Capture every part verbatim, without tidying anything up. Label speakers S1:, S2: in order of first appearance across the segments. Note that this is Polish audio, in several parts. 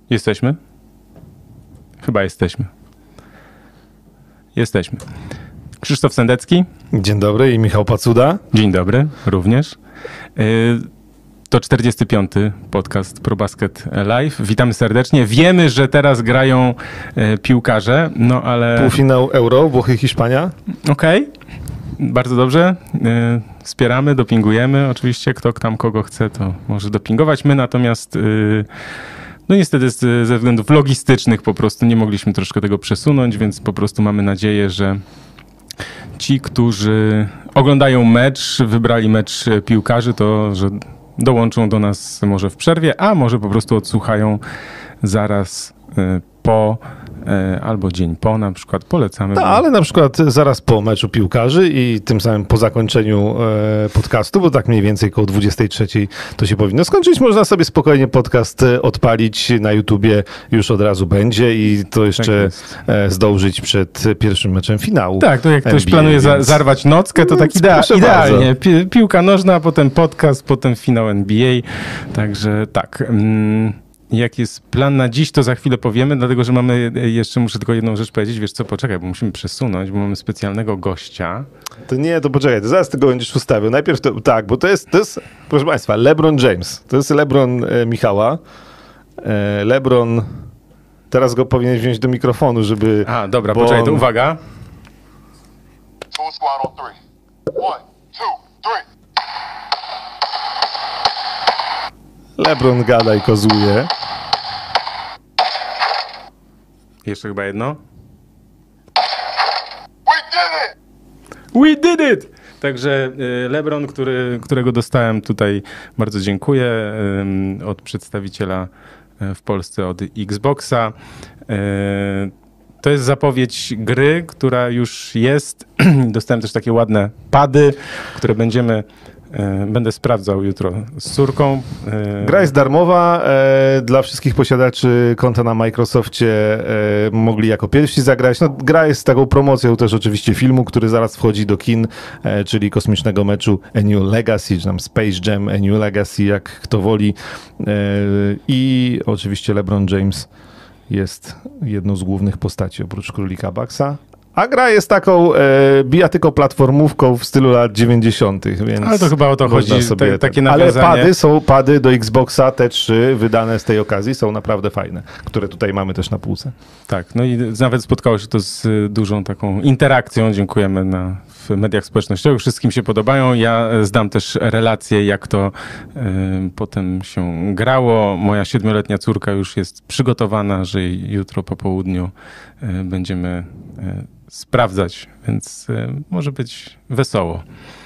S1: Jesteśmy? Chyba jesteśmy. Jesteśmy. Krzysztof Sendecki.
S2: Dzień dobry i Michał Pacuda.
S1: Dzień dobry, również. To czterdziesty piąty podcast ProBasket Live. Witamy serdecznie. Wiemy, że teraz grają piłkarze, no ale...
S2: Półfinał Euro, Włochy, Hiszpania.
S1: Okej, okay. Bardzo dobrze. Wspieramy, dopingujemy. Oczywiście kto tam kogo chce, to może dopingować. My natomiast... No niestety z, ze względów logistycznych po prostu nie mogliśmy troszkę tego przesunąć, więc po prostu mamy nadzieję, że ci, którzy oglądają mecz, wybrali mecz piłkarzy, to że dołączą do nas może w przerwie, a może po prostu odsłuchają zaraz po albo dzień po, na przykład polecamy.
S2: No, ale na przykład zaraz po meczu piłkarzy i tym samym po zakończeniu podcastu, bo tak mniej więcej koło dwudziestej trzeciej to się powinno skończyć. Można sobie spokojnie podcast odpalić na YouTubie, już od razu będzie i to jeszcze tak zdążyć przed pierwszym meczem finału.
S1: Tak, to jak
S2: N B A,
S1: ktoś planuje
S2: więc...
S1: zarwać nockę, to tak idea- idealnie. Pi- piłka nożna, potem podcast, potem finał N B A. Także tak. Mm. Jak jest plan na dziś, to za chwilę powiemy, dlatego że mamy, jeszcze muszę tylko jedną rzecz powiedzieć, wiesz co, poczekaj, bo musimy przesunąć, bo mamy specjalnego gościa.
S2: To nie, to poczekaj, to zaraz tego będziesz ustawił. Najpierw to, tak, bo to jest, to jest, proszę Państwa, LeBron James. To jest LeBron e, Michała. E, LeBron, teraz go powinien wziąć do mikrofonu, żeby...
S1: A, dobra, poczekaj, on... to uwaga.
S2: LeBron gada i kozuje.
S1: Jeszcze chyba jedno. We did it! We did it! Także LeBron, który, którego dostałem tutaj, bardzo dziękuję, od przedstawiciela w Polsce od Xboxa. To jest zapowiedź gry, która już jest. Dostałem też takie ładne pady, które będziemy... Będę sprawdzał jutro z córką.
S2: Gra jest darmowa. E, dla wszystkich posiadaczy konta na Microsoftie e, mogli jako pierwsi zagrać. No, gra jest taką promocją też oczywiście filmu, który zaraz wchodzi do kin, e, czyli kosmicznego meczu A New Legacy, czy tam Space Jam A New Legacy, jak kto woli. E, I oczywiście LeBron James jest jedną z głównych postaci oprócz królika Bucksa. A gra jest taką e, bijatyko platformówką w stylu lat dziewięćdziesiątych, więc...
S1: Ale to chyba o to chodzi, sobie, ta, takie nawiązanie.
S2: Ale pady są, pady do Xboxa T trzy wydane z tej okazji są naprawdę fajne, które tutaj mamy też na półce.
S1: Tak, no i nawet spotkało się to z dużą taką interakcją, dziękujemy na, w mediach społecznościowych, wszystkim się podobają. Ja zdam też relacje, jak to y, potem się grało. Moja siedmioletnia córka już jest przygotowana, że jutro po południu y, będziemy... Y, sprawdzać, więc y, może być wesoło.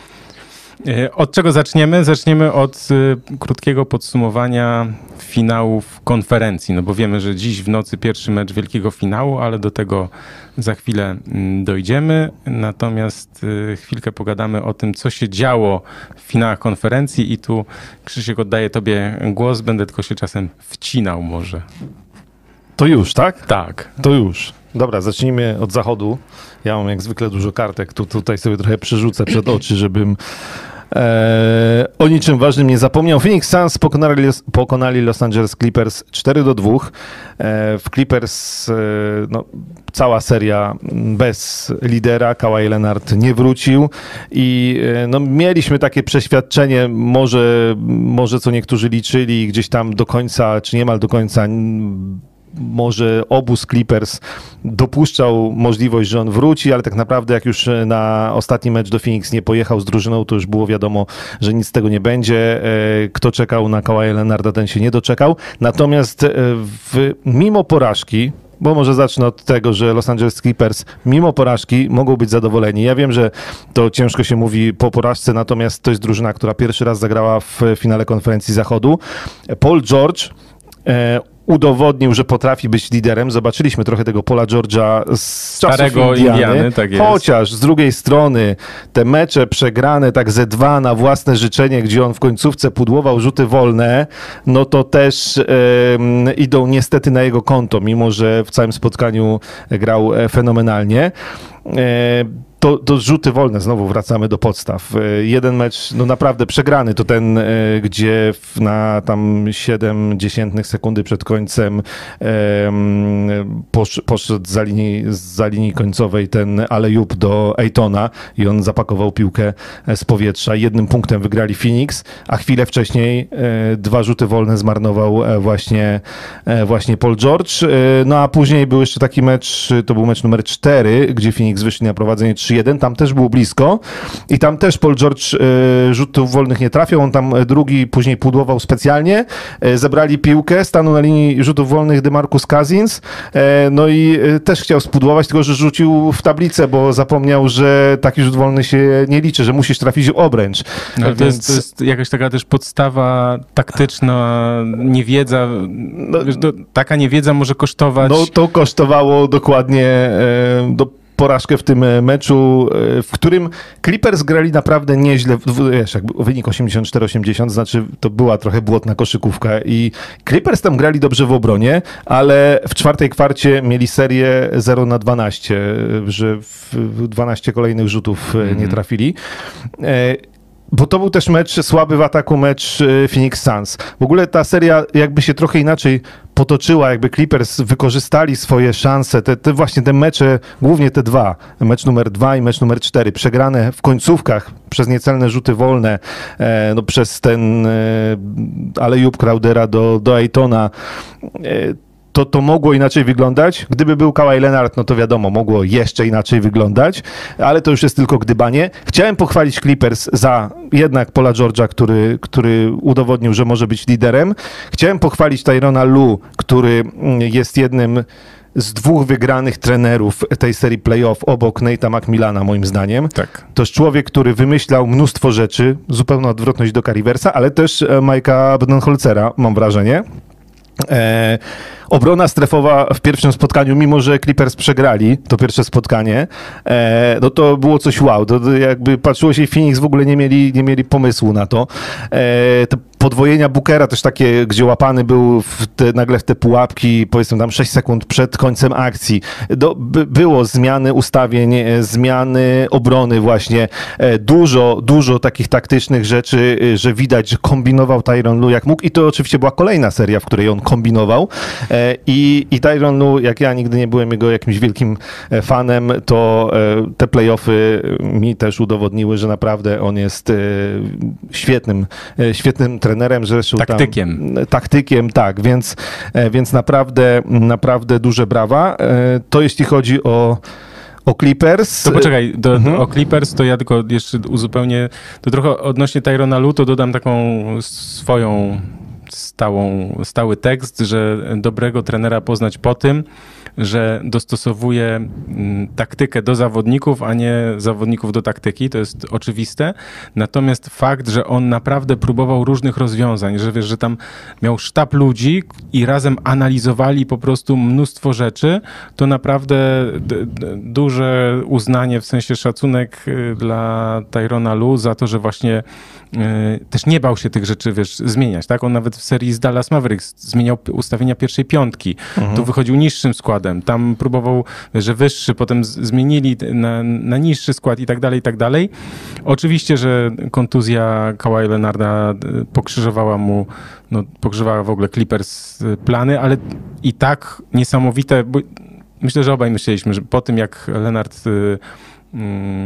S1: Y, od czego zaczniemy? Zaczniemy od y, krótkiego podsumowania finałów konferencji, no bo wiemy, że dziś w nocy pierwszy mecz wielkiego finału, ale do tego za chwilę y, dojdziemy. Natomiast y, chwilkę pogadamy o tym, co się działo w finałach konferencji i tu Krzysiek, oddaję tobie głos, będę tylko się czasem wcinał może.
S2: To już, tak?
S1: Tak.
S2: To już. Dobra, zacznijmy od zachodu. Ja mam jak zwykle dużo kartek, tu, tutaj sobie trochę przerzucę przed oczy, żebym e, o niczym ważnym nie zapomniał. Phoenix Suns pokonali, pokonali Los Angeles Clippers cztery do dwóch. E, w Clippers e, no, cała seria bez lidera, Kawhi Leonard nie wrócił i e, no, mieliśmy takie przeświadczenie, może, może co niektórzy liczyli gdzieś tam do końca, czy niemal do końca, może obóz Clippers dopuszczał możliwość, że on wróci, ale tak naprawdę jak już na ostatni mecz do Phoenix nie pojechał z drużyną, to już było wiadomo, że nic z tego nie będzie. Kto czekał na Kawhi Leonarda, ten się nie doczekał. Natomiast w, mimo porażki, bo może zacznę od tego, że Los Angeles Clippers mimo porażki mogą być zadowoleni. Ja wiem, że to ciężko się mówi po porażce, natomiast to jest drużyna, która pierwszy raz zagrała w finale konferencji Zachodu. Paul George e, udowodnił, że potrafi być liderem. Zobaczyliśmy trochę tego Paula George'a z
S1: starego
S2: czasów Indiany.
S1: Indiany, tak jest.
S2: Chociaż z drugiej strony te mecze przegrane tak ze dwa na własne życzenie, gdzie on w końcówce pudłował rzuty wolne, no to też e, idą niestety na jego konto, mimo że w całym spotkaniu grał fenomenalnie. E, to, to rzuty wolne, znowu wracamy do podstaw. Jeden mecz, no naprawdę przegrany, to ten, gdzie na tam siedem dziesiętnych sekundy przed końcem posz, poszedł za linii, za linii końcowej ten alley-oop do Aytona i on zapakował piłkę z powietrza. Jednym punktem wygrali Phoenix, a chwilę wcześniej dwa rzuty wolne zmarnował właśnie, właśnie Paul George. No a później był jeszcze taki mecz, to był mecz numer cztery, gdzie Phoenix wyszli na prowadzenie trzy jeden. Tam też było blisko i tam też Paul George rzutów wolnych nie trafił. On tam drugi później pudłował specjalnie. Zebrali piłkę, stanął na linii rzutów wolnych DeMarcus Cousins. No i też chciał spudłować, tylko że rzucił w tablicę, bo zapomniał, że taki rzut wolny się nie liczy, że musisz trafić w obręcz.
S1: No, Więc... to, jest, to jest jakaś taka też podstawa taktyczna, niewiedza. No, wiesz, to, taka niewiedza może kosztować.
S2: No to kosztowało dokładnie e, do porażkę w tym meczu, w którym Clippers grali naprawdę nieźle. Wiesz, jakby wynik osiemdziesiąt cztery osiemdziesiąt, znaczy to była trochę błotna koszykówka i Clippers tam grali dobrze w obronie, ale w czwartej kwarcie mieli serię zero na dwanaście, że w dwanaście kolejnych rzutów mm. nie trafili. Bo to był też mecz słaby w ataku, mecz Phoenix Suns. W ogóle ta seria jakby się trochę inaczej potoczyła, jakby Clippers wykorzystali swoje szanse, te, te właśnie te mecze, głównie te dwa, mecz numer dwa i mecz numer cztery, przegrane w końcówkach przez niecelne rzuty wolne, e, no przez ten e, alley-oop Crowdera do, do Aytona. E, to to mogło inaczej wyglądać. Gdyby był Kawhi Leonard, no to wiadomo, mogło jeszcze inaczej wyglądać, ale to już jest tylko gdybanie. Chciałem pochwalić Clippers za jednak Paula George'a, który, który udowodnił, że może być liderem. Chciałem pochwalić Tyrona Lue, który jest jednym z dwóch wygranych trenerów tej serii playoff obok Nate'a McMillana, moim zdaniem.
S1: Tak.
S2: To jest człowiek, który wymyślał mnóstwo rzeczy, zupełna odwrotność do Carrie Versa, ale też Mike'a Budenholzera, mam wrażenie. E, obrona strefowa w pierwszym spotkaniu, mimo że Clippers przegrali to pierwsze spotkanie, e, no to było coś wow. To, to jakby patrzyło się, Phoenix w ogóle nie mieli, nie mieli pomysłu na to. E, te podwojenia Bookera też takie, gdzie łapany był w te, nagle w te pułapki, powiedzmy tam sześć sekund przed końcem akcji. Do, by, było zmiany ustawień, zmiany obrony właśnie. E, dużo, dużo takich taktycznych rzeczy, że widać, że kombinował Tyronn Lue jak mógł i to oczywiście była kolejna seria, w której on kombinował. E, i, I Tyronn Lue, jak ja nigdy nie byłem jego jakimś wielkim fanem, to e, te playoffy mi też udowodniły, że naprawdę on jest e, świetnym, e, świetnym trenerem. Zresztą
S1: taktykiem.
S2: Tam, taktykiem, tak, więc, więc naprawdę, naprawdę duże brawa. To jeśli chodzi o, o Clippers.
S1: To poczekaj, do, mhm. o Clippers to ja tylko jeszcze uzupełnię, to trochę odnośnie Tyrona Lue, to dodam taką swoją stałą, stały tekst, że dobrego trenera poznać po tym, że dostosowuje taktykę do zawodników, a nie zawodników do taktyki. To jest oczywiste. Natomiast fakt, że on naprawdę próbował różnych rozwiązań, że wiesz, że tam miał sztab ludzi i razem analizowali po prostu mnóstwo rzeczy, to naprawdę d- d- duże uznanie, w sensie szacunek dla Tyrona Lue za to, że właśnie y, też nie bał się tych rzeczy, wiesz, zmieniać, tak? On nawet w serii z Dallas Mavericks zmieniał ustawienia pierwszej piątki. Mhm. Tu wychodził niższym składem. Tam próbował, że wyższy, potem z- zmienili na, na niższy skład i tak dalej, i tak dalej. Oczywiście, że kontuzja Kawhi Leonarda pokrzyżowała mu, no, pokrzyżowała w ogóle Clippers plany, ale i tak niesamowite, bo myślę, że obaj myśleliśmy, że po tym jak Leonard y, y,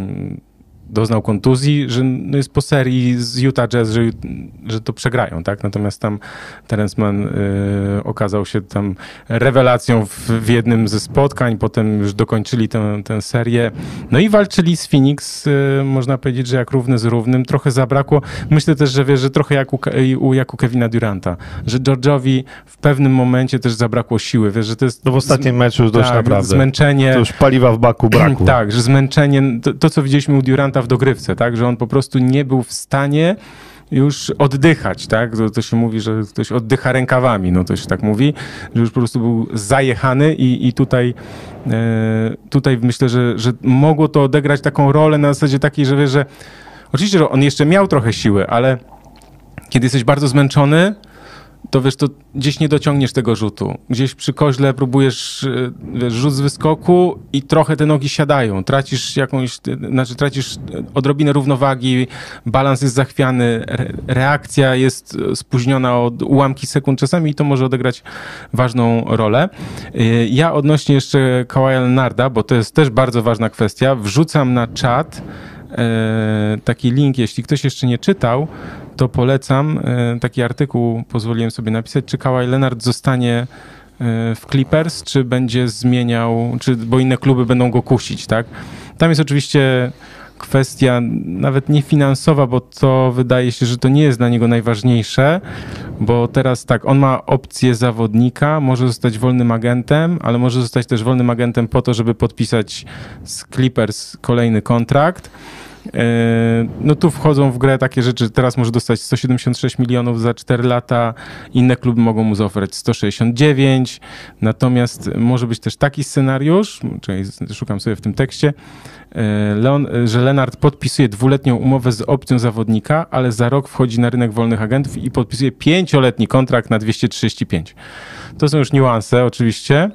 S1: doznał kontuzji, że no jest po serii z Utah Jazz, że, że to przegrają, tak? Natomiast tam Terence Mann y, okazał się tam rewelacją w, w jednym ze spotkań, potem już dokończyli tę, tę serię. No i walczyli z Phoenix, y, można powiedzieć, że jak równy z równym. Trochę zabrakło. Myślę też, że wiesz, że trochę jak u, u, jak u Kevina Duranta, że George'owi w pewnym momencie też zabrakło siły. Wiesz, że to jest...
S2: No w ostatnim meczu już dość
S1: tak,
S2: naprawdę.
S1: Zmęczenie.
S2: To już paliwa w baku brakło.
S1: Tak, że zmęczenie, to, to co widzieliśmy u Duranta w dogrywce, tak, że on po prostu nie był w stanie już oddychać, tak, to, to się mówi, że ktoś oddycha rękawami, no to się tak mówi, że już po prostu był zajechany i, i tutaj, e, tutaj myślę, że, że mogło to odegrać taką rolę na zasadzie takiej, że wiesz, że oczywiście, że on jeszcze miał trochę siły, ale kiedy jesteś bardzo zmęczony, to wiesz, to gdzieś nie dociągniesz tego rzutu. Gdzieś przy koźle próbujesz, wiesz, rzut z wyskoku i trochę te nogi siadają. Tracisz jakąś, znaczy tracisz odrobinę równowagi, balans jest zachwiany, re- reakcja jest spóźniona o ułamki sekund czasami i to może odegrać ważną rolę. Ja odnośnie jeszcze Kawaja Leonarda, bo to jest też bardzo ważna kwestia, wrzucam na czat taki link, jeśli ktoś jeszcze nie czytał, to polecam taki artykuł, pozwoliłem sobie napisać, czy Kawhi Leonard zostanie w Clippers, czy będzie zmieniał, czy, bo inne kluby będą go kusić, tak? Tam jest oczywiście kwestia nawet nie finansowa, bo to wydaje się, że to nie jest dla niego najważniejsze, bo teraz tak, on ma opcję zawodnika, może zostać wolnym agentem, ale może zostać też wolnym agentem po to, żeby podpisać z Clippers kolejny kontrakt. No tu wchodzą w grę takie rzeczy, teraz może dostać sto siedemdziesiąt sześć milionów za cztery lata, inne kluby mogą mu zaoferować sto sześćdziesiąt dziewięć, natomiast może być też taki scenariusz, czyli szukam sobie w tym tekście, Leon, że Leonard podpisuje dwuletnią umowę z opcją zawodnika, ale za rok wchodzi na rynek wolnych agentów i podpisuje pięcioletni kontrakt na dwieście trzydzieści pięć. To są już niuanse oczywiście.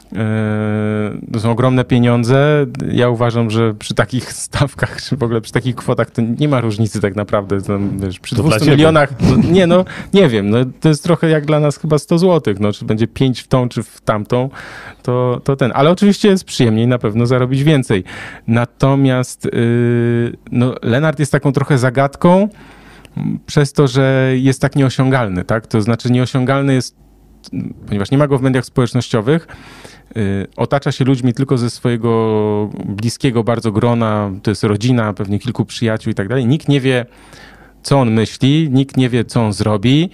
S1: To są ogromne pieniądze. Ja uważam, że przy takich stawkach, czy w ogóle przy takich kwotach to nie ma różnicy tak naprawdę. Tam, wiesz, przy
S2: to
S1: dwustu milionach, no, nie no, nie wiem, no, to jest trochę jak dla nas chyba sto złotych, no, czy będzie pięć w tą, czy w tamtą, to, to ten. Ale oczywiście jest przyjemniej na pewno zarobić więcej. Natomiast yy, no, Leonard jest taką trochę zagadką przez to, że jest tak nieosiągalny, tak? To znaczy nieosiągalny jest, ponieważ nie ma go w mediach społecznościowych, otacza się ludźmi tylko ze swojego bliskiego bardzo grona, to jest rodzina, pewnie kilku przyjaciół i tak dalej. Nikt nie wie, co on myśli, nikt nie wie, co on zrobi,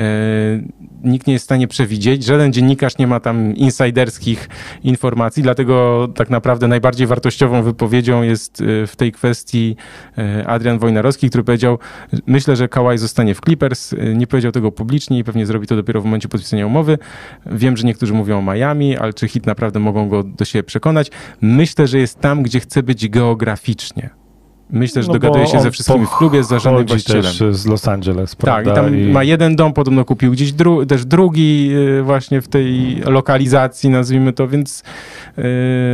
S1: nikt nie jest w stanie przewidzieć, żaden dziennikarz nie ma tam insiderskich informacji, dlatego tak naprawdę najbardziej wartościową wypowiedzią jest w tej kwestii Adrian Wojnarowski, który powiedział, myślę, że Kawhi zostanie w Clippers, nie powiedział tego publicznie i pewnie zrobi to dopiero w momencie podpisania umowy. Wiem, że niektórzy mówią o Miami, ale czy Heat naprawdę mogą go do siebie przekonać? Myślę, że jest tam, gdzie chce być geograficznie. Myślę, że no dogaduje się ze wszystkimi w klubie, z zarządem właścicielem.
S2: Też z Los Angeles,
S1: prawda? Tak, i tam
S2: I...
S1: ma jeden dom, podobno kupił gdzieś dru- też drugi właśnie w tej lokalizacji, nazwijmy to, więc yy,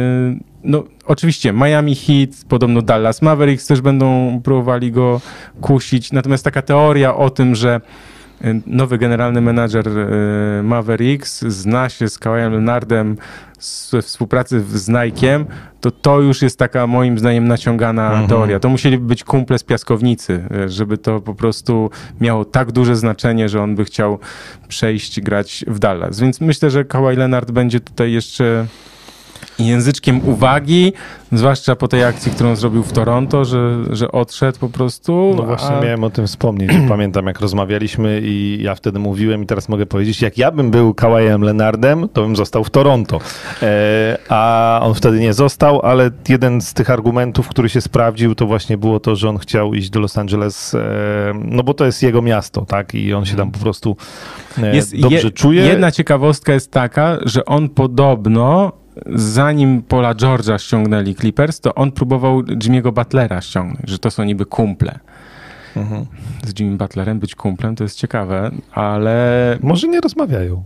S1: no oczywiście Miami Heat, podobno Dallas Mavericks też będą próbowali go kusić, natomiast taka teoria o tym, że nowy generalny menadżer Mavericks zna się z Kawhi'em Leonardem we współpracy z Nike'em, to to już jest taka moim zdaniem naciągana mhm. teoria. To musieli być kumple z piaskownicy, żeby to po prostu miało tak duże znaczenie, że on by chciał przejść grać w Dallas. Więc myślę, że Kawhi Leonard będzie tutaj jeszcze języczkiem uwagi, zwłaszcza po tej akcji, którą zrobił w Toronto, że, że odszedł po prostu.
S2: No właśnie a... miałem o tym wspomnieć. Pamiętam, jak rozmawialiśmy i ja wtedy mówiłem i teraz mogę powiedzieć, jak ja bym był Kawhi'em Leonardem, to bym został w Toronto. E, a on wtedy nie został, ale jeden z tych argumentów, który się sprawdził, to właśnie było to, że on chciał iść do Los Angeles, e, no bo to jest jego miasto, tak? I on się tam po prostu e, jest, dobrze je, czuje.
S1: Jedna ciekawostka jest taka, że on podobno zanim Paula George'a ściągnęli Clippers, to on próbował Jimmy'ego Butlera ściągnąć, że to są niby kumple. Mhm. Z Jimmy Butlerem być kumplem to jest ciekawe, ale...
S2: Może nie rozmawiają.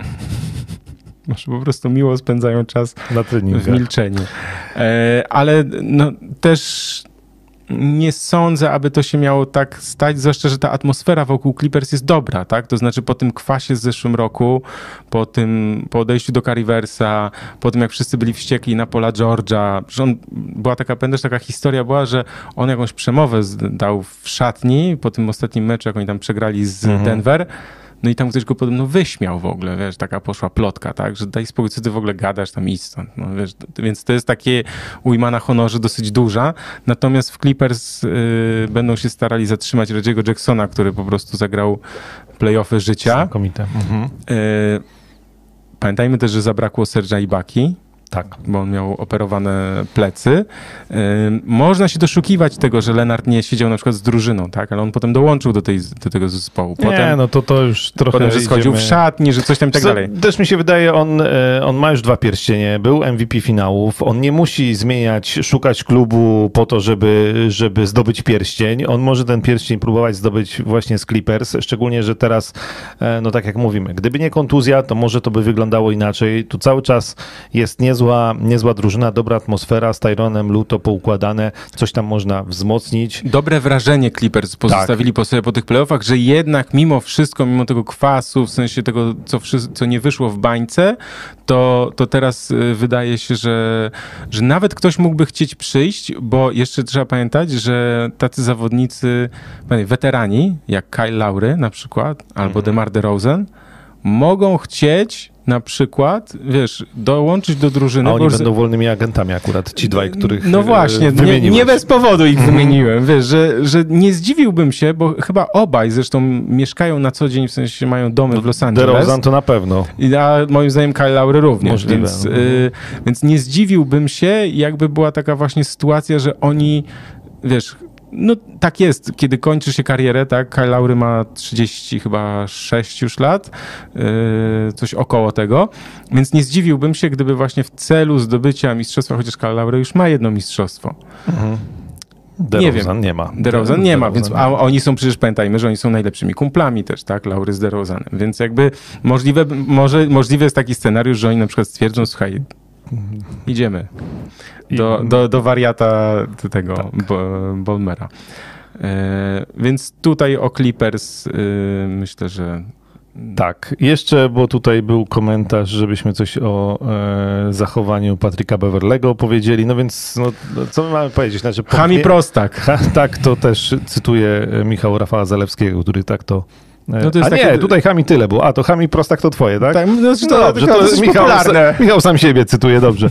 S1: Może po prostu miło spędzają czas
S2: na treningach.
S1: W milczeniu. E, ale no, też nie sądzę, aby to się miało tak stać, zwłaszcza, że ta atmosfera wokół Clippers jest dobra, tak? To znaczy po tym kwasie z zeszłym roku, po tym, po odejściu do Riversa, po tym jak wszyscy byli wściekli na Paula George'a, że on, była taka, pamiętasz, taka historia była, że on jakąś przemowę dał w szatni po tym ostatnim meczu, jak oni tam przegrali z mhm. Denver. No i tam ktoś go podobno wyśmiał w ogóle, wiesz, taka poszła plotka, tak, że daj spokój, co ty w ogóle gadasz, tam idź stąd, no wiesz, więc to jest takie ujma na honorze dosyć duża, natomiast w Clippers y, będą się starali zatrzymać Reggie'ego Jacksona, który po prostu zagrał play-offy życia.
S2: Znakomite. Mhm.
S1: Y, pamiętajmy też, że zabrakło Serge'a Ibaki,
S2: Tak.
S1: Bo on miał operowane plecy. Yy, można się doszukiwać tego, że Lennart nie siedział na przykład z drużyną, tak? Ale on potem dołączył do, tej, do tego zespołu. Potem,
S2: nie, no to to już trochę
S1: potem, że schodził
S2: idziemy...
S1: w szatni, że coś tam i tak
S2: Co,
S1: dalej.
S2: Też mi się wydaje, on, on ma już dwa pierścienie, był M V P finałów, on nie musi zmieniać, szukać klubu po to, żeby, żeby zdobyć pierścień. On może ten pierścień próbować zdobyć właśnie z Clippers, szczególnie, że teraz, no tak jak mówimy, gdyby nie kontuzja, to może to by wyglądało inaczej. Tu cały czas jest niezła, niezła drużyna, dobra atmosfera, z Tyronem, Luto poukładane, coś tam można wzmocnić.
S1: Dobre wrażenie Clippers pozostawili
S2: tak.
S1: po sobie po tych playoffach, że jednak mimo wszystko, mimo tego kwasu, w sensie tego, co, co nie wyszło w bańce, to, to teraz wydaje się, że, że nawet ktoś mógłby chcieć przyjść, bo jeszcze trzeba pamiętać, że tacy zawodnicy, weterani, jak Kyle Lowry na przykład, albo mhm. DeMar DeRozan, mogą chcieć na przykład, wiesz, dołączyć do drużyny.
S2: A oni
S1: bo...
S2: będą wolnymi agentami akurat, ci dwaj, których
S1: No właśnie, nie, nie bez powodu ich wymieniłem, wiesz, że, że nie zdziwiłbym się, bo chyba obaj zresztą mieszkają na co dzień, w sensie mają domy w Los Angeles.
S2: DeRozan to na pewno.
S1: I a moim zdaniem Kyle Lowry również.
S2: Możliwe.
S1: Więc, y, więc nie zdziwiłbym się, jakby była taka właśnie sytuacja, że oni, wiesz, no tak jest, kiedy kończy się karierę, tak, Kyle Lowry ma trzydzieści chyba sześć już lat, yy, coś około tego, więc nie zdziwiłbym się, gdyby właśnie w celu zdobycia mistrzostwa, chociaż Kyle Lowry już ma jedno mistrzostwo.
S2: Mhm. DeRozan nie, nie ma.
S1: DeRozan nie ma, więc
S2: nie
S1: a
S2: ma.
S1: oni są, przecież pamiętajmy, że oni są najlepszymi kumplami też, tak, Lowry z DeRozanem, więc jakby możliwe, może, możliwy jest taki scenariusz, że oni na przykład stwierdzą, słuchaj, idziemy do, do, do wariata tego tak. Ballmera. E, więc tutaj o Clippers y, myślę, że
S2: tak. Jeszcze, bo tutaj był komentarz, żebyśmy coś o e, zachowaniu Patryka Beverley'ego powiedzieli, no więc no, co my mamy powiedzieć? Znaczy,
S1: Chami nie... Prostak.
S2: Ha, tak, to też cytuję Michała Rafała Zalewskiego, który tak to
S1: No to jest
S2: a
S1: takie...
S2: nie, tutaj Chami tyle było. A, to Chami Prostak to twoje, tak?
S1: Tak, no,
S2: no
S1: to,
S2: dobrze,
S1: to,
S2: to,
S1: to jest
S2: Michał,
S1: popularne.
S2: Michał sam siebie cytuje, dobrze.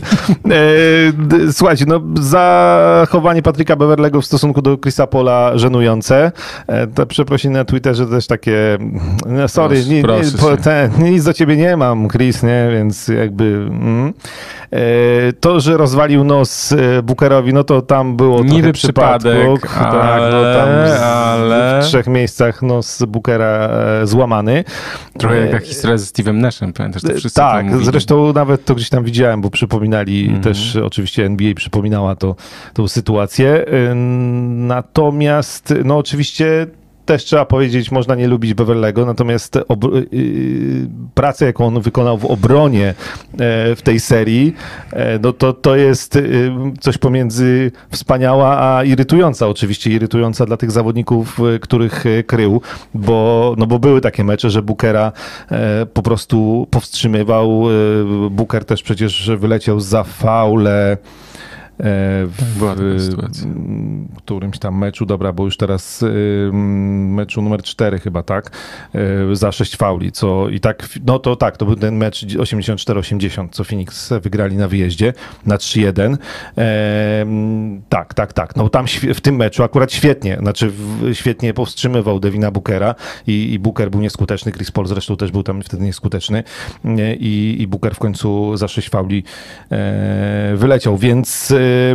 S2: E, słuchajcie, no zachowanie Patryka Beverley'ego w stosunku do Chrisa Paula żenujące. E, te przeprosiny na Twitterze też takie, no sorry,
S1: proszę,
S2: nie,
S1: proszę
S2: nie, po, ten, nic do ciebie nie mam, Chris, nie, więc jakby... Mm. E, to, że rozwalił nos Bookerowi, no to tam było
S1: niby
S2: trochę
S1: przypadek,
S2: przypadku.
S1: ale,
S2: tak, no tam z,
S1: ale...
S2: w trzech miejscach nos Bookera e, złamany.
S1: Trochę jak ta historia ze Steve'em Nashem, pamiętasz? To wszyscy
S2: tak, zresztą nawet to gdzieś tam widziałem, bo przypominali mm. też, oczywiście N B A przypominała to, tą sytuację. Natomiast, no oczywiście też trzeba powiedzieć, można nie lubić Beverley'ego, natomiast ob- yy, pracę, jaką on wykonał w obronie e, w tej serii, e, no to, to jest e, coś pomiędzy wspaniała, a irytująca oczywiście, irytująca dla tych zawodników, e, których e, krył, bo, no bo były takie mecze, że Bookera e, po prostu powstrzymywał. E, Booker też przecież wyleciał za faule w, w którymś tam meczu, dobra, bo już teraz meczu numer cztery chyba, tak, za sześć fauli, co i tak, no to tak, to był ten mecz osiemdziesiąt cztery osiemdziesiąt, co Phoenix wygrali na wyjeździe, na trzy jeden. Tak, tak, tak, no tam w tym meczu akurat świetnie, znaczy świetnie powstrzymywał Devina Bookera i, i Booker był nieskuteczny, Chris Paul zresztą też był tam wtedy nieskuteczny i, i Booker w końcu za sześć fauli wyleciał, więc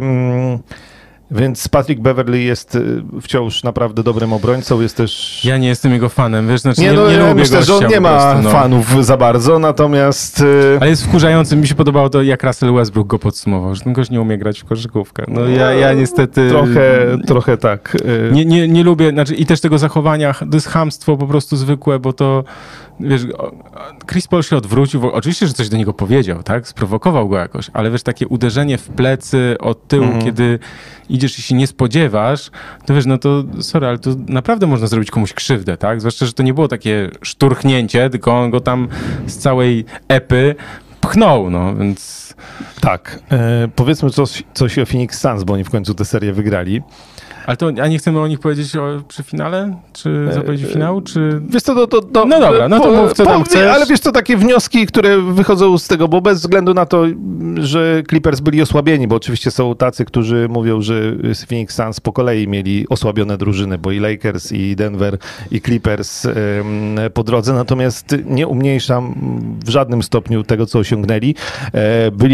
S2: Więc Patrick Beverley jest wciąż naprawdę dobrym obrońcą, jest też...
S1: Ja nie jestem jego fanem, wiesz, znaczy nie,
S2: nie, no,
S1: nie
S2: ja
S1: lubię
S2: myślę, że on nie ma
S1: prostu, no.
S2: fanów za bardzo, natomiast...
S1: Ale jest wkurzający, mi się podobało to, jak Russell Westbrook go podsumował, że ten gość nie umie grać w koszykówkę. No ja, ja niestety...
S2: Trochę, trochę tak.
S1: Nie, nie, nie lubię, znaczy i też tego zachowania, to jest chamstwo po prostu zwykłe, bo to, wiesz, Chris Paul się odwrócił, bo oczywiście, że coś do niego powiedział, tak, sprowokował go jakoś, ale wiesz, takie uderzenie w plecy od tyłu, mhm. kiedy idziesz i się nie spodziewasz, to wiesz, no to sorry, ale to naprawdę można zrobić komuś krzywdę, tak? Zwłaszcza, że to nie było takie szturchnięcie, tylko on go tam z całej epy pchnął, no, więc...
S2: Tak. E, powiedzmy coś, coś o Phoenix Suns, bo oni w końcu tę serię wygrali.
S1: Ale to, a nie chcemy o nich powiedzieć o, przy finale? Czy zapowiedzi finału? Czy...
S2: Wiesz co, to, to, to,
S1: no dobra, no to mów, co tam chcesz.
S2: Ale wiesz co, takie wnioski, które wychodzą z tego, bo bez względu na to, że Clippers byli osłabieni, bo oczywiście są tacy, którzy mówią, że Phoenix Suns po kolei mieli osłabione drużyny, bo i Lakers, i Denver, i Clippers ym, po drodze, natomiast nie umniejszam w żadnym stopniu tego, co osiągnęli. E, byli lepsi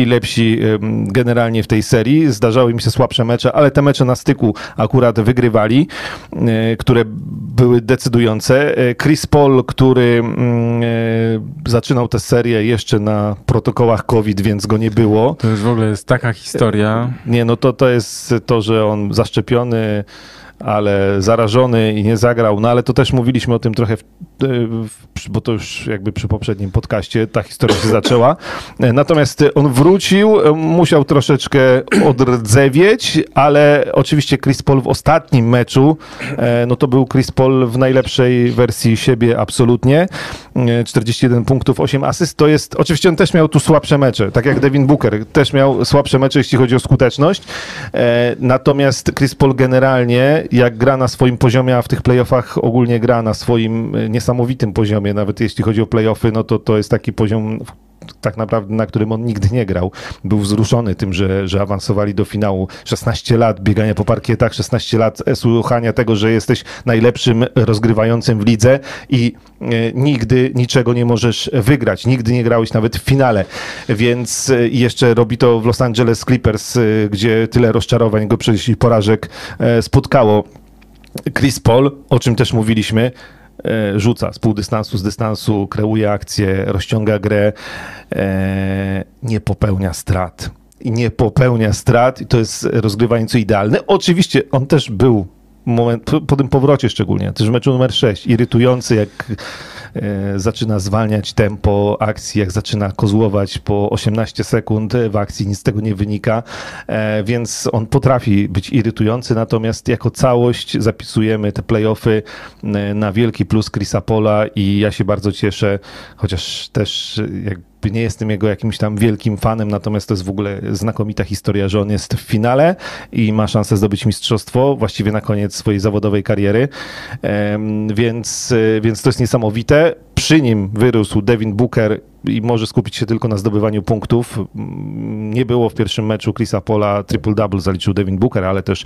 S2: jakości generalnie w tej serii. Zdarzały mi się słabsze mecze, ale te mecze na styku akurat wygrywali, które były decydujące. Chris Paul, który zaczynał tę serię jeszcze na protokołach COVID, więc go nie było.
S1: To już w ogóle jest taka historia.
S2: Nie, no to, to jest to, że on zaszczepiony, ale zarażony i nie zagrał, no ale to też mówiliśmy o tym trochę, w, w, bo to już jakby przy poprzednim podcaście ta historia się zaczęła. Natomiast on wrócił, musiał troszeczkę odrdzewieć, ale oczywiście Chris Paul w ostatnim meczu, no to był Chris Paul w najlepszej wersji siebie absolutnie. czterdzieści jeden punktów, osiem asyst, to jest, oczywiście on też miał tu słabsze mecze, tak jak Devin Booker, też miał słabsze mecze, jeśli chodzi o skuteczność. Natomiast Chris Paul generalnie, jak gra na swoim poziomie, a w tych playoffach ogólnie gra na swoim niesamowitym poziomie, nawet jeśli chodzi o playoffy, no to to jest taki poziom tak naprawdę, na którym on nigdy nie grał. Był wzruszony tym, że, że awansowali do finału. szesnaście lat biegania po parkietach, szesnaście lat słuchania tego, że jesteś najlepszym rozgrywającym w lidze i e, nigdy niczego nie możesz wygrać. Nigdy nie grałeś nawet w finale. Więc e, jeszcze robi to w Los Angeles Clippers, e, gdzie tyle rozczarowań go przecież i porażek e, spotkało. Chris Paul, o czym też mówiliśmy, rzuca z pół dystansu, z dystansu, kreuje akcję, rozciąga grę, e, nie popełnia strat. I nie popełnia strat i to jest rozgrywający idealny. Oczywiście on też był moment, po, po tym powrocie szczególnie, też w meczu numer sześć, irytujący, jak e, zaczyna zwalniać tempo akcji, jak zaczyna kozłować po osiemnaście sekund w akcji, nic z tego nie wynika, e, więc on potrafi być irytujący, natomiast jako całość zapisujemy te play-offy e, na wielki plus Chrisa Paula i ja się bardzo cieszę, chociaż też jak nie jestem jego jakimś tam wielkim fanem, natomiast to jest w ogóle znakomita historia, że on jest w finale i ma szansę zdobyć mistrzostwo właściwie na koniec swojej zawodowej kariery, więc, więc to jest niesamowite. Przy nim wyrósł Devin Booker i może skupić się tylko na zdobywaniu punktów. Nie było w pierwszym meczu Chrisa Paula, triple-double zaliczył Devin Booker, ale też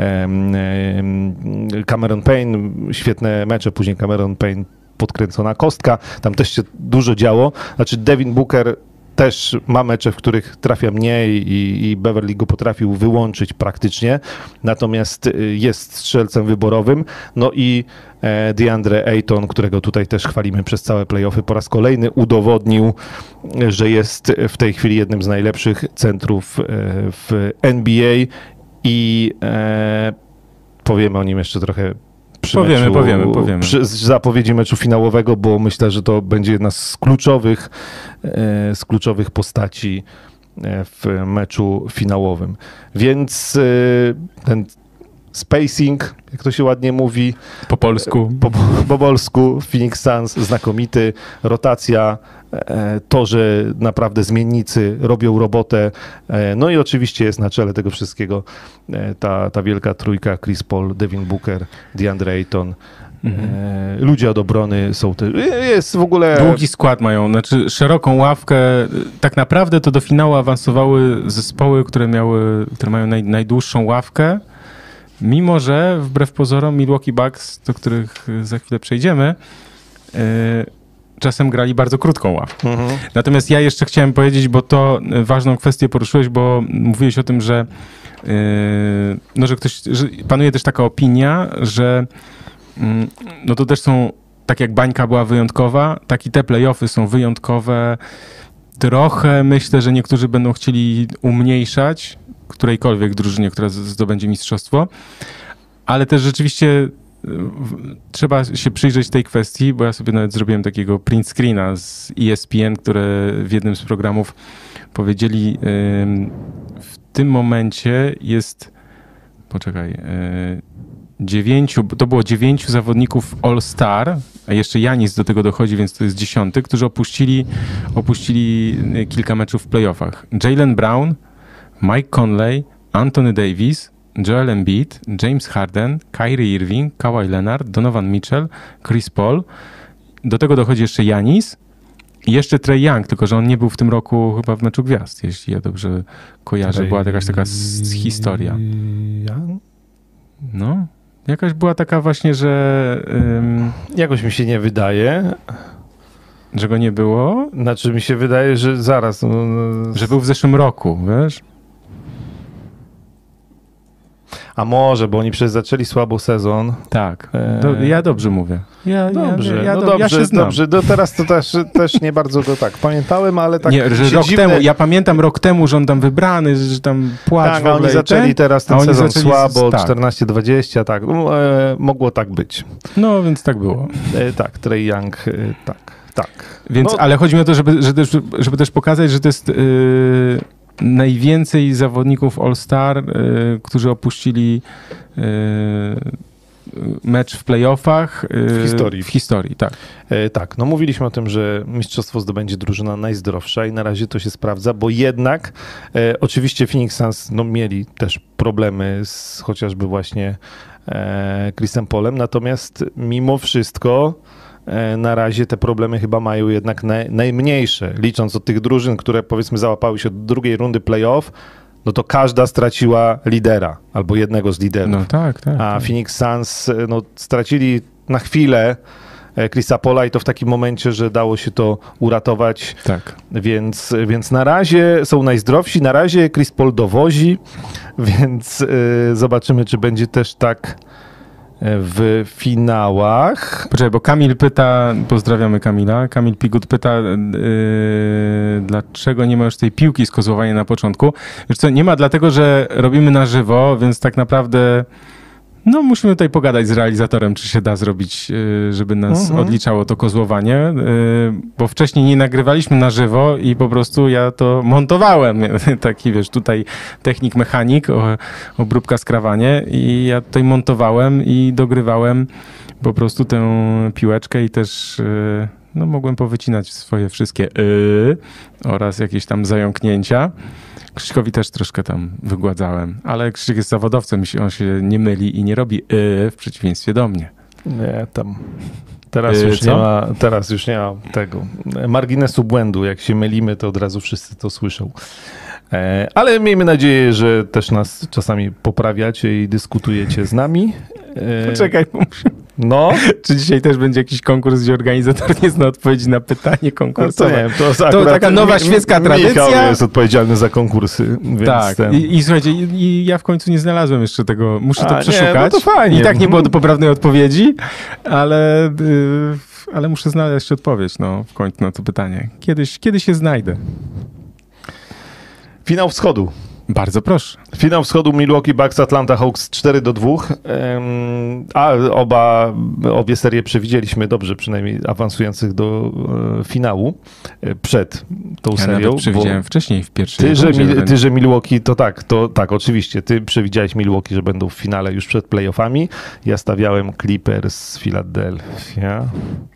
S2: Cameron Payne, świetne mecze, później Cameron Payne podkręcona kostka, tam też się dużo działo. Znaczy Devin Booker też ma mecze, w których trafia mniej i, i Beverly go potrafił wyłączyć praktycznie, natomiast jest strzelcem wyborowym. No i DeAndre Ayton, którego tutaj też chwalimy przez całe playoffy, po raz kolejny udowodnił, że jest w tej chwili jednym z najlepszych centrów w N B A i e, powiemy o nim jeszcze trochę przy
S1: powiemy,
S2: meczu,
S1: powiemy, powiemy.
S2: Przy zapowiedzi meczu finałowego, bo myślę, że to będzie jedna z kluczowych, z kluczowych postaci w meczu finałowym. Więc ten spacing, jak to się ładnie mówi.
S1: Po polsku.
S2: Po, po polsku Phoenix Suns znakomity, rotacja, to, że naprawdę zmiennicy robią robotę, no i oczywiście jest na czele tego wszystkiego ta, ta wielka trójka Chris Paul, Devin Booker, DeAndre Ayton. Mhm. Ludzie od obrony są też, jest w ogóle...
S1: Długi skład mają, znaczy szeroką ławkę. Tak naprawdę to do finału awansowały zespoły, które miały, które mają naj, najdłuższą ławkę, mimo że wbrew pozorom Milwaukee Bucks, do których za chwilę przejdziemy, yy, czasem grali bardzo krótką ławkę. Mhm. Natomiast ja jeszcze chciałem powiedzieć, bo to ważną kwestię poruszyłeś, bo mówiłeś o tym, że, yy, no, że, ktoś, że panuje też taka opinia, że yy, no to też są, tak jak bańka była wyjątkowa, tak i te play-offy są wyjątkowe. Trochę myślę, że niektórzy będą chcieli umniejszać którejkolwiek drużynie, która zdobędzie mistrzostwo, ale też rzeczywiście trzeba się przyjrzeć tej kwestii, bo ja sobie nawet zrobiłem takiego print screena z E S P N, które w jednym z programów powiedzieli, w tym momencie jest, poczekaj, dziewięciu, to było dziewięciu zawodników All-Star, a jeszcze Giannis do tego dochodzi, więc to jest dziesiąty, którzy opuścili, opuścili kilka meczów w playoffach. Jaylen Brown, Mike Conley, Anthony Davis, Joel Embiid, James Harden, Kyrie Irving, Kawhi Leonard, Donovan Mitchell, Chris Paul. Do tego dochodzi jeszcze Giannis i jeszcze Trae Young, tylko że on nie był w tym roku chyba w meczu gwiazd, jeśli ja dobrze kojarzę. Trae... Była jakaś taka z, historia.
S2: Young?
S1: No, jakaś była taka właśnie, że... Um...
S2: Jakoś mi się nie wydaje.
S1: Że go nie było?
S2: Znaczy mi się wydaje, że zaraz. No, no,
S1: że był w zeszłym roku, wiesz?
S2: A może, bo oni przecież zaczęli słabo sezon.
S1: Tak, Do, ja dobrze mówię. Ja,
S2: dobrze,
S1: ja, ja,
S2: no
S1: do,
S2: dobrze,
S1: ja się znam.
S2: dobrze. Do teraz to też, też nie bardzo go tak pamiętałem, ale tak
S1: nie, że rok
S2: dziwne...
S1: temu, ja pamiętam rok temu, że on tam wybrany, że tam płacz
S2: tak,
S1: w ogóle.
S2: oni zaczęli
S1: ten,
S2: teraz ten sezon
S1: zaczęli
S2: słabo,
S1: z, tak.
S2: czternaście dwadzieścia, tak. No, e, mogło tak być.
S1: No, więc tak było.
S2: E, tak, Trae Young, e, tak, tak.
S1: Więc,
S2: no,
S1: ale chodzi mi o to, żeby, żeby, też, żeby też pokazać, że to jest yy, najwięcej zawodników All-Star, yy, którzy opuścili yy, mecz w playoffach yy,
S2: w historii.
S1: W historii, tak.
S2: E, tak, no mówiliśmy o tym, że mistrzostwo zdobędzie drużyna najzdrowsza i na razie to się sprawdza, bo jednak e, oczywiście Phoenix Suns no, mieli też problemy z chociażby właśnie e, Chrisem Paulem, natomiast mimo wszystko na razie te problemy chyba mają jednak naj, najmniejsze. Licząc od tych drużyn, które powiedzmy załapały się od drugiej rundy playoff, no to każda straciła lidera albo jednego z liderów.
S1: No tak, tak.
S2: A
S1: tak.
S2: Phoenix Suns no, stracili na chwilę Chrisa Paula i to w takim momencie, że dało się to uratować.
S1: Tak.
S2: Więc, więc na razie są najzdrowsi, na razie Chris Paul dowozi, więc yy, zobaczymy, czy będzie też tak w finałach.
S1: Poczekaj, bo Kamil pyta, pozdrawiamy Kamila, Kamil Pigut pyta, yy, dlaczego nie ma już tej piłki z kozłowania na początku. Wiesz co, nie ma dlatego, że robimy na żywo, więc tak naprawdę no musimy tutaj pogadać z realizatorem, czy się da zrobić, yy, żeby nas mhm. odliczało to kozłowanie, yy, bo wcześniej nie nagrywaliśmy na żywo i po prostu ja to montowałem. Taki wiesz, tutaj technik, mechanik, o, obróbka, skrawanie i ja tutaj montowałem i dogrywałem po prostu tę piłeczkę i też yy, no mogłem powycinać swoje wszystkie yy, oraz jakieś tam zająknięcia. Krzyśkowi też troszkę tam wygładzałem, ale Krzysiek jest zawodowcem, on się nie myli i nie robi yy, w przeciwieństwie do mnie.
S2: Nie, tam teraz
S1: yy,
S2: już
S1: co?
S2: nie ma, teraz już nie ma tego marginesu błędu. Jak się mylimy, to od razu wszyscy to słyszą. E, ale miejmy nadzieję, że też nas czasami poprawiacie i dyskutujecie z nami. E,
S1: Poczekaj, muszę...
S2: No.
S1: Czy dzisiaj też będzie jakiś konkurs, gdzie organizator nie zna odpowiedzi na pytanie konkursowe?
S2: No to, nie, to,
S1: to taka nowa świecka tradycja.
S2: Michał jest odpowiedzialny za konkursy. Więc
S1: tak.
S2: ten...
S1: I, I słuchajcie, i, i ja w końcu nie znalazłem jeszcze tego. Muszę to
S2: A,
S1: przeszukać.
S2: Nie, no to fajnie.
S1: I tak nie było do poprawnej odpowiedzi, ale, yy, ale muszę znaleźć odpowiedź no, w końcu na to pytanie. Kiedyś, kiedyś się znajdę.
S2: Finał Wschodu.
S1: Bardzo proszę.
S2: Finał Wschodu Milwaukee Bucks Atlanta Hawks cztery do dwóch, a oba, obie serie przewidzieliśmy dobrze, przynajmniej awansujących do finału przed tą
S1: ja
S2: serią.
S1: Nawet przewidziałem wcześniej w pierwszej
S2: ty, że,
S1: rundzie,
S2: ty, że Milwaukee, to tak, to tak, oczywiście, ty przewidziałeś Milwaukee, że będą w finale już przed playoffami. Ja stawiałem Clippers z Philadelphia.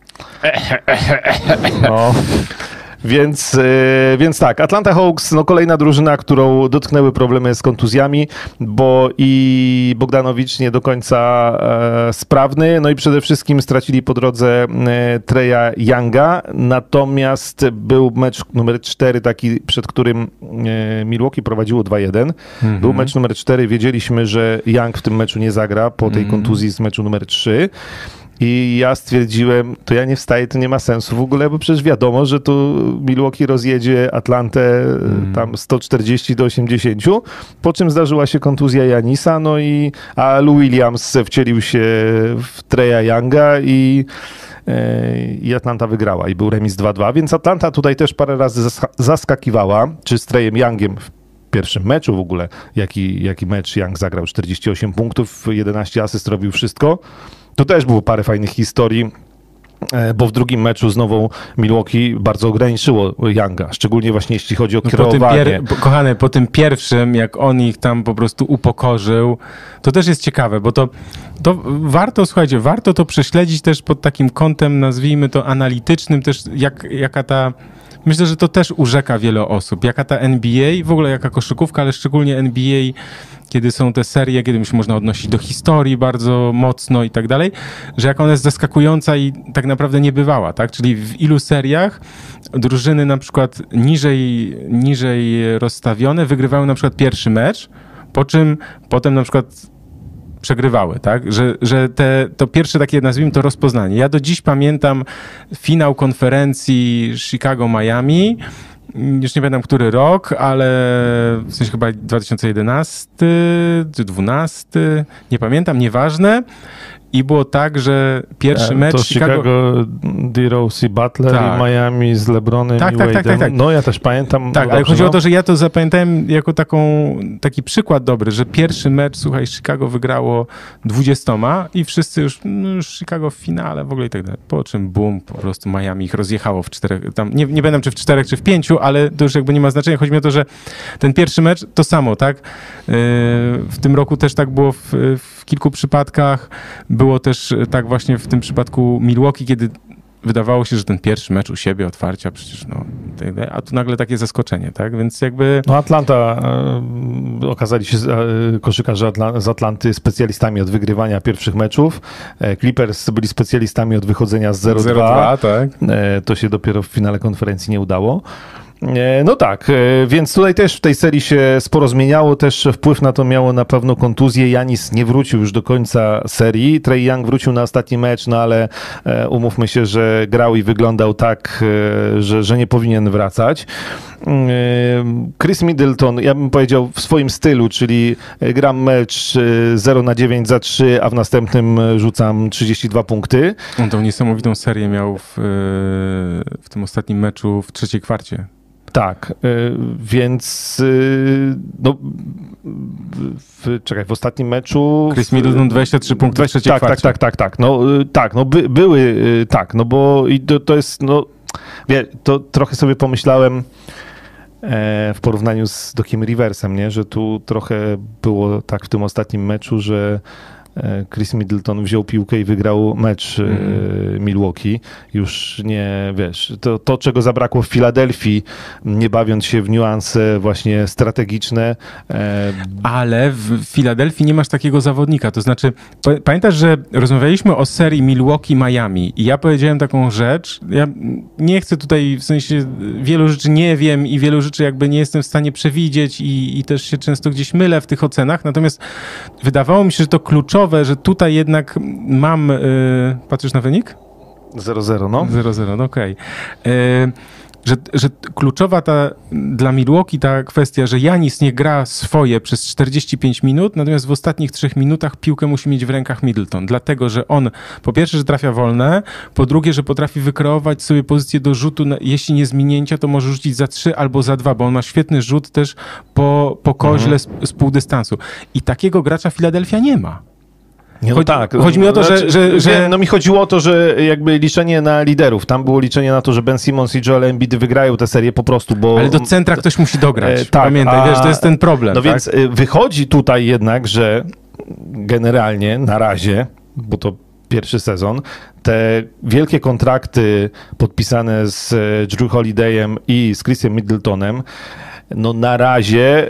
S2: No. Więc, yy, więc tak, Atlanta Hawks, no kolejna drużyna, którą dotknęły problemy z kontuzjami, bo i Bogdanowicz nie do końca e, sprawny, no i przede wszystkim stracili po drodze e, Treya Younga, natomiast był mecz numer cztery, taki, przed którym e, Milwaukee prowadziło dwa jeden. Mm-hmm. Był mecz numer cztery, wiedzieliśmy, że Young w tym meczu nie zagra po tej mm-hmm. kontuzji z meczu numer trzy. I ja stwierdziłem, to ja nie wstaję, to nie ma sensu w ogóle, bo przecież wiadomo, że tu Milwaukee rozjedzie Atlantę mm. tam sto czterdzieści do osiemdziesięciu, po czym zdarzyła się kontuzja Janisa, no i a Lou Williams wcielił się w Treya Younga i, i Atlanta wygrała i był remis dwa dwa, więc Atlanta tutaj też parę razy zaskakiwała, czy z Treyem Youngiem w pierwszym meczu w ogóle, jaki, jaki mecz Young zagrał, czterdzieści osiem punktów, jedenaście asyst, robił wszystko. To też było parę fajnych historii, bo w drugim meczu znowu Milwaukee bardzo ograniczyło Younga, szczególnie właśnie jeśli chodzi o
S1: no
S2: kierowanie.
S1: Po tym pier- kochany, po tym pierwszym, jak on ich tam po prostu upokorzył, to też jest ciekawe, bo to, to warto, słuchajcie, warto to prześledzić też pod takim kątem, nazwijmy to analitycznym, też jak, jaka ta... Myślę, że to też urzeka wiele osób. Jaka ta N B A, w ogóle jaka koszykówka, ale szczególnie N B A, kiedy są te serie, kiedy się można odnosić do historii bardzo mocno i tak dalej, że jak ona jest zaskakująca i tak naprawdę niebywała, tak? Czyli w ilu seriach drużyny na przykład niżej, niżej rozstawione wygrywały na przykład pierwszy mecz, po czym potem na przykład przegrywały, tak? Że, że te, to pierwsze takie, nazwijmy to, rozpoznanie. Ja do dziś pamiętam finał konferencji Chicago-Miami, już nie pamiętam, który rok, ale w sensie chyba dwa tysiące jedenasty czy dwunasty, nie pamiętam, nieważne. I było tak, że pierwszy mecz
S2: to
S1: Chicago...
S2: Chicago, D-Rose i Butler
S1: tak.
S2: i Miami z LeBronem
S1: tak,
S2: i
S1: tak,
S2: Wade'em.
S1: tak, tak, tak.
S2: No ja też pamiętam.
S1: Tak,
S2: dobrze,
S1: ale chodzi
S2: no.
S1: o to, że ja to zapamiętałem jako taką, taki przykład dobry, że pierwszy mecz, słuchaj, Chicago wygrało dwudziestoma i wszyscy już, no już Chicago w finale w ogóle i tak dalej. Po czym boom, po prostu Miami ich rozjechało w czterech, tam nie, nie będę czy w czterech, czy w pięciu, ale to już jakby nie ma znaczenia. Chodzi mi o to, że ten pierwszy mecz to samo, tak? Yy, w tym roku też tak było w, w kilku przypadkach. Było też tak właśnie w tym przypadku Milwaukee, kiedy wydawało się, że ten pierwszy mecz u siebie, otwarcia, przecież no, a tu nagle takie zaskoczenie, tak? Więc jakby...
S2: No Atlanta, e, okazali się e, koszykarze Atla- z Atlanty specjalistami od wygrywania pierwszych meczów. E, Clippers byli specjalistami od wychodzenia z zero dwa.
S1: tak.
S2: E, to się dopiero w finale konferencji nie udało. No tak, więc tutaj też w tej serii się sporo zmieniało, też wpływ na to miało na pewno kontuzję. Janis nie wrócił już do końca serii, Trae Young wrócił na ostatni mecz, no ale umówmy się, że grał i wyglądał tak, że, że nie powinien wracać. Chris Middleton, ja bym powiedział w swoim stylu, czyli gram mecz zero na dziewięć za trzy, a w następnym rzucam trzydzieści dwa punkty.
S1: On tą niesamowitą serię miał w, w tym ostatnim meczu w trzeciej kwarcie.
S2: Tak, więc no, w, czekaj, w ostatnim meczu...
S1: Chris Middleton dwadzieścia trzy punkty w trzeciej
S2: tak,
S1: kwarcie.
S2: Tak, tak, tak, tak, no tak, no by, były, tak, no bo i to, to jest, no, wie, to trochę sobie pomyślałem e, w porównaniu z Dociem Riversem, nie, że tu trochę było tak w tym ostatnim meczu, że Chris Middleton wziął piłkę i wygrał mecz mm. Milwaukee. Już nie, wiesz, to, to czego zabrakło w Filadelfii, nie bawiąc się w niuanse właśnie strategiczne. E...
S1: Ale w Filadelfii nie masz takiego zawodnika. To znaczy, pamiętasz, że rozmawialiśmy o serii Milwaukee-Miami i ja powiedziałem taką rzecz, ja nie chcę tutaj, w sensie wielu rzeczy nie wiem i wielu rzeczy jakby nie jestem w stanie przewidzieć i, i też się często gdzieś mylę w tych ocenach, natomiast wydawało mi się, że to kluczowe, że tutaj jednak mam... Yy, patrzysz na wynik?
S2: zero zero, no.
S1: zero zero, no okej. Okay. Yy, że, że kluczowa ta dla Milwaukee ta kwestia, że Janis nie gra swoje przez czterdzieści pięć minut, natomiast w ostatnich trzech minutach piłkę musi mieć w rękach Middleton, dlatego, że on po pierwsze, że trafia wolne, po drugie, że potrafi wykreować sobie pozycję do rzutu, jeśli nie z minięcia, to może rzucić za trzy albo za dwa, bo on ma świetny rzut też po, po koźle mhm. z, z półdystansu. I takiego gracza Filadelfia nie ma.
S2: Nie, no
S1: chodzi,
S2: tak.
S1: chodzi mi o to,
S2: znaczy,
S1: że, że, że...
S2: No mi chodziło o to, że jakby liczenie na liderów. Tam było liczenie na to, że Ben Simmons i Joel Embiid wygrają tę serię po prostu, bo...
S1: Ale do centra ktoś musi dograć.
S2: E, tak,
S1: pamiętaj,
S2: a...
S1: wiesz, to jest ten problem.
S2: No
S1: tak?
S2: więc wychodzi tutaj jednak, że generalnie na razie, bo to pierwszy sezon, te wielkie kontrakty podpisane z Drew Holidayem i z Chrisem Middletonem, no na razie...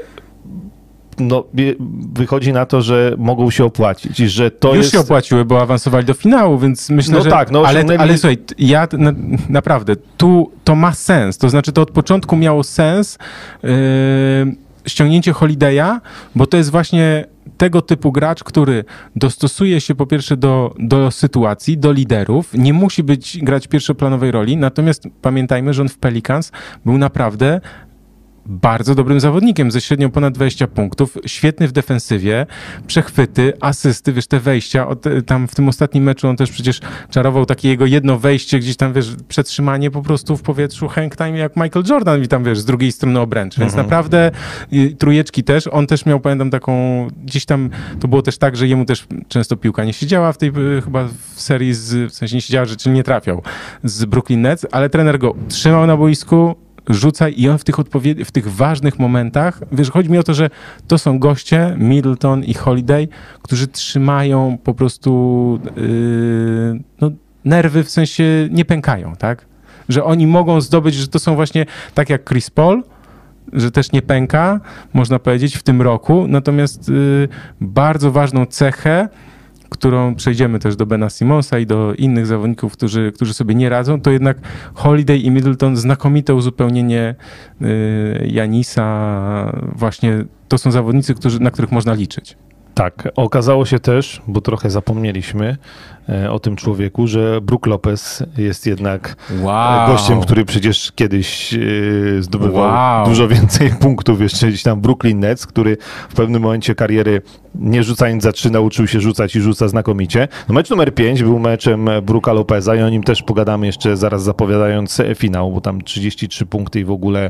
S2: No, wychodzi na to, że mogą się opłacić. Że to
S1: Już
S2: jest...
S1: się opłaciły, bo awansowali do finału, więc myślę,
S2: no
S1: że...
S2: Tak, no
S1: ale,
S2: osiągnęli...
S1: ale słuchaj, ja na, naprawdę, tu to ma sens. To znaczy, to od początku miało sens yy, ściągnięcie Holiday'a, bo to jest właśnie tego typu gracz, który dostosuje się po pierwsze do, do sytuacji, do liderów, nie musi być grać pierwszoplanowej roli, natomiast pamiętajmy, że on w Pelicans był naprawdę bardzo dobrym zawodnikiem, ze średnią ponad dwadzieścia punktów, świetny w defensywie, przechwyty, asysty, wiesz, te wejścia, od, tam w tym ostatnim meczu on też przecież czarował takie jego jedno wejście, gdzieś tam, wiesz, przetrzymanie po prostu w powietrzu, hang time jak Michael Jordan i tam, wiesz, z drugiej strony obręcz, więc mhm. naprawdę i, trójeczki też, on też miał, pamiętam, taką, gdzieś tam, to było też tak, że jemu też często piłka nie siedziała w tej, chyba w serii, z, w sensie nie siedziała, że czyli nie trafiał z Brooklyn Nets, ale trener go trzymał na boisku, rzucaj i on w tych, odpowied- w tych ważnych momentach, wiesz, chodzi mi o to, że to są goście, Middleton i Holiday, którzy trzymają po prostu yy, no, nerwy, w sensie nie pękają, tak? Że oni mogą zdobyć, że to są właśnie tak jak Chris Paul, że też nie pęka, można powiedzieć, w tym roku, natomiast yy, bardzo ważną cechę, którą przejdziemy też do Bena Simmonsa i do innych zawodników, którzy, którzy sobie nie radzą, to jednak Holiday i Middleton znakomite uzupełnienie y, Janisa. Właśnie to są zawodnicy, którzy, na których można liczyć.
S2: Tak, okazało się też, bo trochę zapomnieliśmy o tym człowieku, że Brook Lopez jest jednak
S1: wow.
S2: gościem, który przecież kiedyś zdobywał
S1: wow.
S2: dużo więcej punktów, jeszcze gdzieś tam Brooklyn Nets, który w pewnym momencie kariery nie rzucając za trzy nauczył się rzucać i rzuca znakomicie. No mecz numer pięć był meczem Brooka Lopeza i o nim też pogadamy jeszcze zaraz zapowiadając finał, bo tam trzydzieści trzy punkty i w ogóle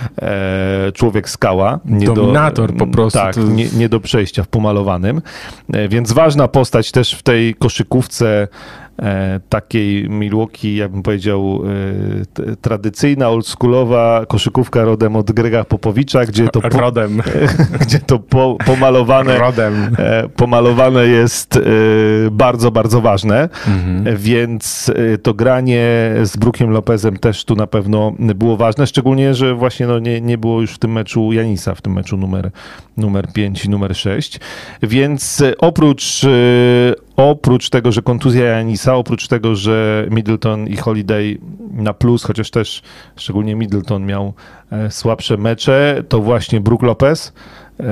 S2: e, człowiek skała. Nie
S1: Dominator
S2: do,
S1: po prostu.
S2: Tak, nie, nie do przejścia w pomalowanym. E, więc ważna postać też w tej koszykówce E, takiej Milwaukee, jak bym powiedział, e, t, tradycyjna, oldschoolowa koszykówka rodem od Grega Popowicza, gdzie to, po,
S1: rodem.
S2: E, gdzie to po, pomalowane,
S1: rodem.
S2: E, pomalowane jest e, bardzo, bardzo ważne, mhm. e, więc e, to granie z Brookiem Lopezem też tu na pewno było ważne, szczególnie, że właśnie no, nie, nie było już w tym meczu Janisa, w tym meczu numer, numer pięć i numer sześć, więc e, oprócz e, Oprócz tego, że kontuzja Janisa, oprócz tego, że Middleton i Holiday na plus, chociaż też szczególnie Middleton miał e, słabsze mecze, to właśnie Brook Lopez, e,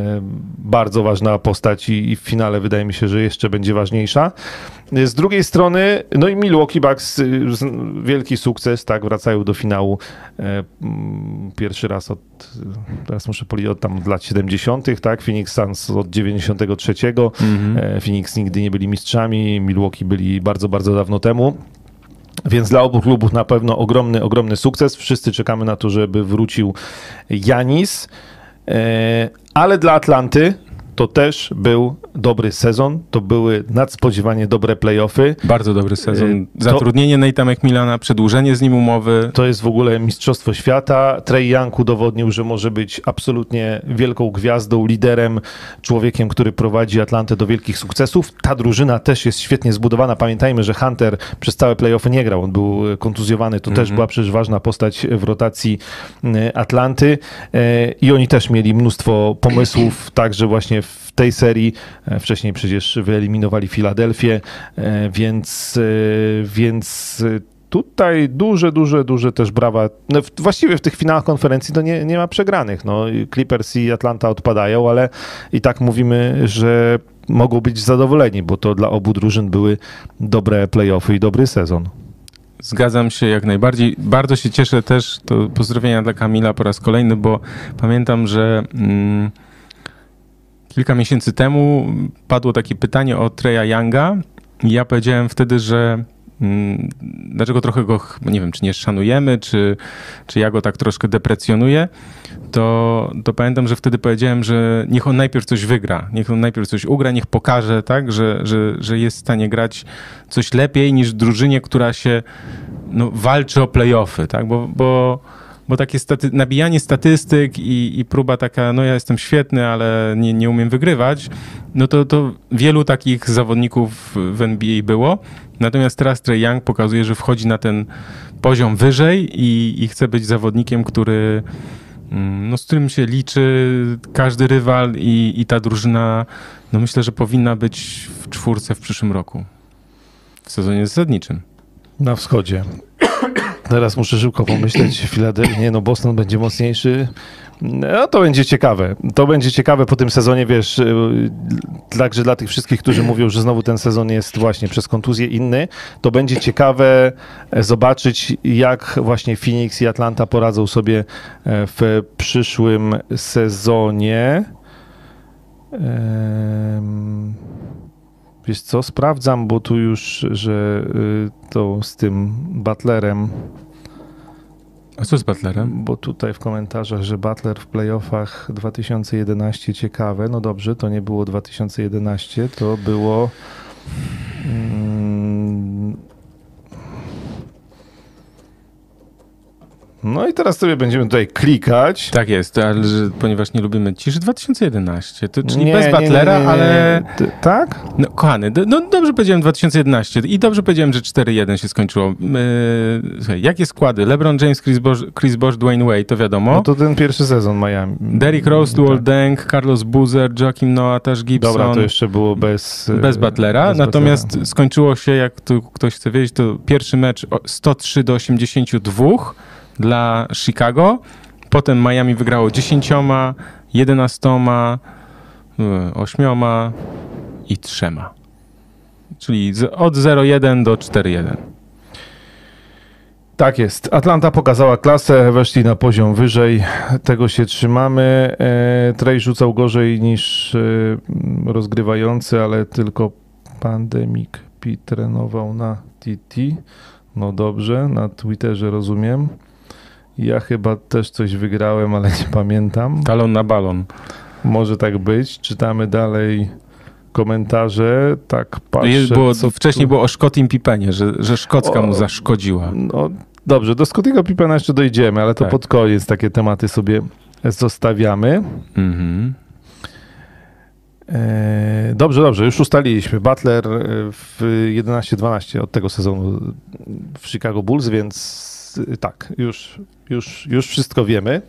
S2: bardzo ważna postać i, i w finale wydaje mi się, że jeszcze będzie ważniejsza. Z drugiej strony, no i Milwaukee Bucks, wielki sukces, tak, wracają do finału e, pierwszy raz od, teraz muszę policzyć, od tam lat siedemdziesiątych, tak, Phoenix Suns od dziewięćdziesiątego trzeciego, mm-hmm. e, Phoenix nigdy nie byli mistrzami, Milwaukee byli bardzo, bardzo dawno temu. Więc dla obu klubów na pewno ogromny, ogromny sukces. Wszyscy czekamy na to, żeby wrócił Giannis, e, ale dla Atlanty to też był dobry sezon, to były nadspodziewanie dobre play-offy.
S1: Bardzo dobry sezon. Zatrudnienie Nate'a McMillana, przedłużenie z nim umowy.
S2: To jest w ogóle mistrzostwo świata. Trae Young udowodnił, że może być absolutnie wielką gwiazdą, liderem, człowiekiem, który prowadzi Atlantę do wielkich sukcesów. Ta drużyna też jest świetnie zbudowana. Pamiętajmy, że Hunter przez całe play-offy nie grał. On był kontuzjowany. To mm-hmm. też była przecież ważna postać w rotacji Atlanty. I oni też mieli mnóstwo pomysłów, także właśnie w tej serii. Wcześniej przecież wyeliminowali Filadelfię, więc, więc tutaj duże, duże, duże też brawa. No, właściwie w tych finałach konferencji to nie, nie ma przegranych. No, Clippers i Atlanta odpadają, ale i tak mówimy, że mogą być zadowoleni, bo to dla obu drużyn były dobre play-offy i dobry sezon.
S1: Zgadzam się jak najbardziej. Bardzo się cieszę też, to pozdrowienia dla Kamila po raz kolejny, bo pamiętam, że mm, kilka miesięcy temu padło takie pytanie o Trae'a Younga i ja powiedziałem wtedy, że mm, dlaczego trochę go, nie wiem, czy nie szanujemy, czy, czy ja go tak troszkę deprecjonuję, to, to pamiętam, że wtedy powiedziałem, że niech on najpierw coś wygra, niech on najpierw coś ugra, niech pokaże, tak, że, że, że jest w stanie grać coś lepiej niż w drużynie, która się no, walczy o play-offy, tak, bo, bo Bo takie staty- nabijanie statystyk i, i próba taka, no ja jestem świetny, ale nie, nie umiem wygrywać, no to, to wielu takich zawodników w N B A było. Natomiast teraz Trae Young pokazuje, że wchodzi na ten poziom wyżej i, i chce być zawodnikiem, który, no, z którym się liczy każdy rywal i, i ta drużyna, no myślę, że powinna być w czwórce w przyszłym roku, w sezonie zasadniczym.
S2: Na wschodzie. Teraz muszę szybko pomyśleć, Filadelfia, nie no, Boston będzie mocniejszy. No to będzie ciekawe. To będzie ciekawe po tym sezonie, wiesz, także dla tych wszystkich, którzy mówią, że znowu ten sezon jest właśnie przez kontuzję inny, to będzie ciekawe zobaczyć, jak właśnie Phoenix i Atlanta poradzą sobie w przyszłym sezonie. Um... Wiesz co, sprawdzam, bo tu już, że to z tym Butlerem.
S1: A co z Butlerem?
S2: Bo tutaj w komentarzach, że Butler w playoffach dwa tysiące jedenaście ciekawe. No dobrze, to nie było dwa tysiące jedenaście, to było... Mm, no i teraz sobie będziemy tutaj klikać.
S1: Tak jest, ale że, ponieważ nie lubimy ciszy, dwa tysiące jedenaście, to, czyli
S2: nie,
S1: bez
S2: nie,
S1: Butlera,
S2: nie, nie, nie.
S1: ale...
S2: Ty, tak?
S1: No kochany, do, no dobrze powiedziałem dwa tysiące jedenaście i dobrze powiedziałem, że cztery jeden się skończyło. Yy, słuchaj, jakie składy? LeBron James, Chris Bosh, Chris Bosh, Dwayne Wade, to wiadomo.
S2: No to ten pierwszy sezon Miami.
S1: Derrick Rose, Luol tak. Deng, Carlos Boozer, Joakim Noah, Tash Gibson.
S2: Dobra, to jeszcze było bez...
S1: Bez Butlera, bez natomiast Butlera. Skończyło się, jak tu ktoś chce wiedzieć, to pierwszy mecz sto trzy do osiemdziesięciu dwóch dla Chicago. Potem Miami wygrało dziesięcioma, jedenastoma, ośmioma i trzema. Czyli z, od zero jeden do cztery jeden.
S2: Tak jest. Atlanta pokazała klasę, weszli na poziom wyżej, tego się trzymamy. E, Trey rzucał gorzej niż e, rozgrywający, ale tylko Pandemic P trenował na T T. No dobrze, na Twitterze rozumiem. Ja chyba też coś wygrałem, ale nie pamiętam.
S1: Talon na balon.
S2: Może tak być. Czytamy dalej komentarze. Tak patrzę.
S1: Jest, było,
S2: co
S1: wcześniej
S2: tu...
S1: było o Szkotim Pippenie, że, że szkocka o, mu zaszkodziła.
S2: No dobrze, do Scottiego Pippena jeszcze dojdziemy, ale to
S1: tak.
S2: pod koniec takie tematy sobie zostawiamy. Mhm. Dobrze, dobrze, już ustaliliśmy. Butler w jedenaście dwanaście od tego sezonu w Chicago Bulls, więc tak, już, już, już wszystko wiemy.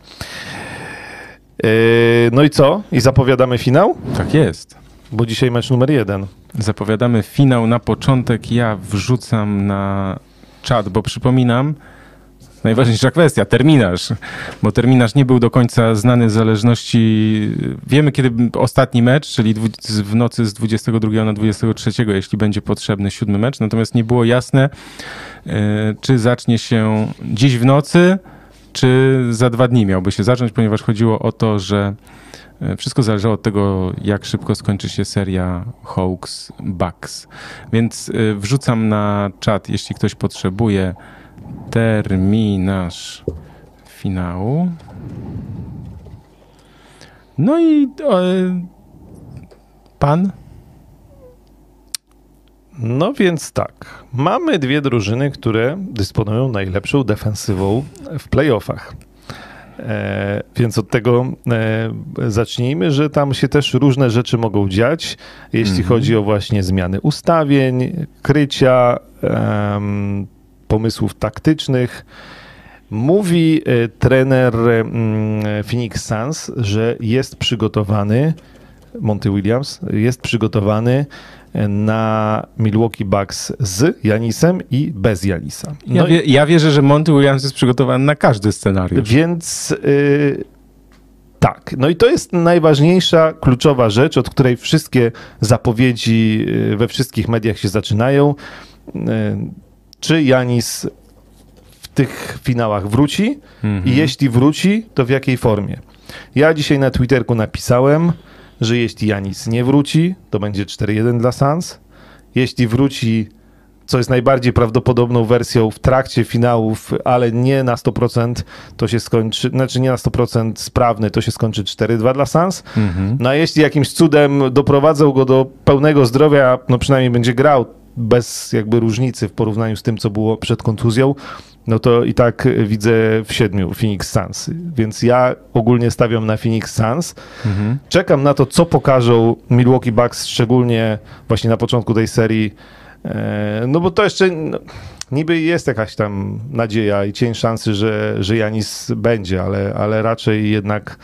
S2: No i co? I zapowiadamy finał?
S1: Tak jest.
S2: Bo dzisiaj mecz numer jeden.
S1: Zapowiadamy finał na początek. Ja wrzucam na czat, bo przypominam, najważniejsza kwestia, terminarz, bo terminarz nie był do końca znany w zależności, wiemy kiedy ostatni mecz, czyli w nocy z dwudziestego drugiego na dwudziestego trzeciego, jeśli będzie potrzebny siódmy mecz, natomiast nie było jasne, czy zacznie się dziś w nocy, czy za dwa dni miałby się zacząć, ponieważ chodziło o to, że wszystko zależało od tego, jak szybko skończy się seria Hawks-Bucks. Więc wrzucam na czat, jeśli ktoś potrzebuje, terminarz finału. No i o, pan?
S2: No więc tak. Mamy dwie drużyny, które dysponują najlepszą defensywą w playoffach. E, więc od tego e, zacznijmy, że tam się też różne rzeczy mogą dziać, jeśli mm-hmm. chodzi o właśnie zmiany ustawień, krycia, e, pomysłów taktycznych. Mówi e, trener e, Phoenix Suns, że jest przygotowany, Monty Williams, jest przygotowany na Milwaukee Bucks z Janisem i bez Janisa.
S1: No ja, wie, ja wierzę, że Monty Williams jest przygotowany na każdy scenariusz.
S2: Więc yy, tak. No i to jest najważniejsza, kluczowa rzecz, od której wszystkie zapowiedzi we wszystkich mediach się zaczynają. Yy, czy Janis w tych finałach wróci? Mhm. I jeśli wróci, to w jakiej formie? Ja dzisiaj na Twitterku napisałem, że jeśli Janis nie wróci, to będzie cztery jeden dla Suns. Jeśli wróci, co jest najbardziej prawdopodobną wersją w trakcie finałów, ale nie na sto procent, to się skończy, znaczy nie na sto procent sprawny, to się skończy cztery dwa dla Suns. Mm-hmm. No a jeśli jakimś cudem doprowadzą go do pełnego zdrowia, no przynajmniej będzie grał bez jakby różnicy w porównaniu z tym, co było przed kontuzją, no to i tak widzę w siedmiu Phoenix Suns. Więc ja ogólnie stawiam na Phoenix Suns. Mhm. Czekam na to, co pokażą Milwaukee Bucks, szczególnie właśnie na początku tej serii. No bo to jeszcze no, niby jest jakaś tam nadzieja i cień szansy, że, że Janis będzie, ale, ale raczej jednak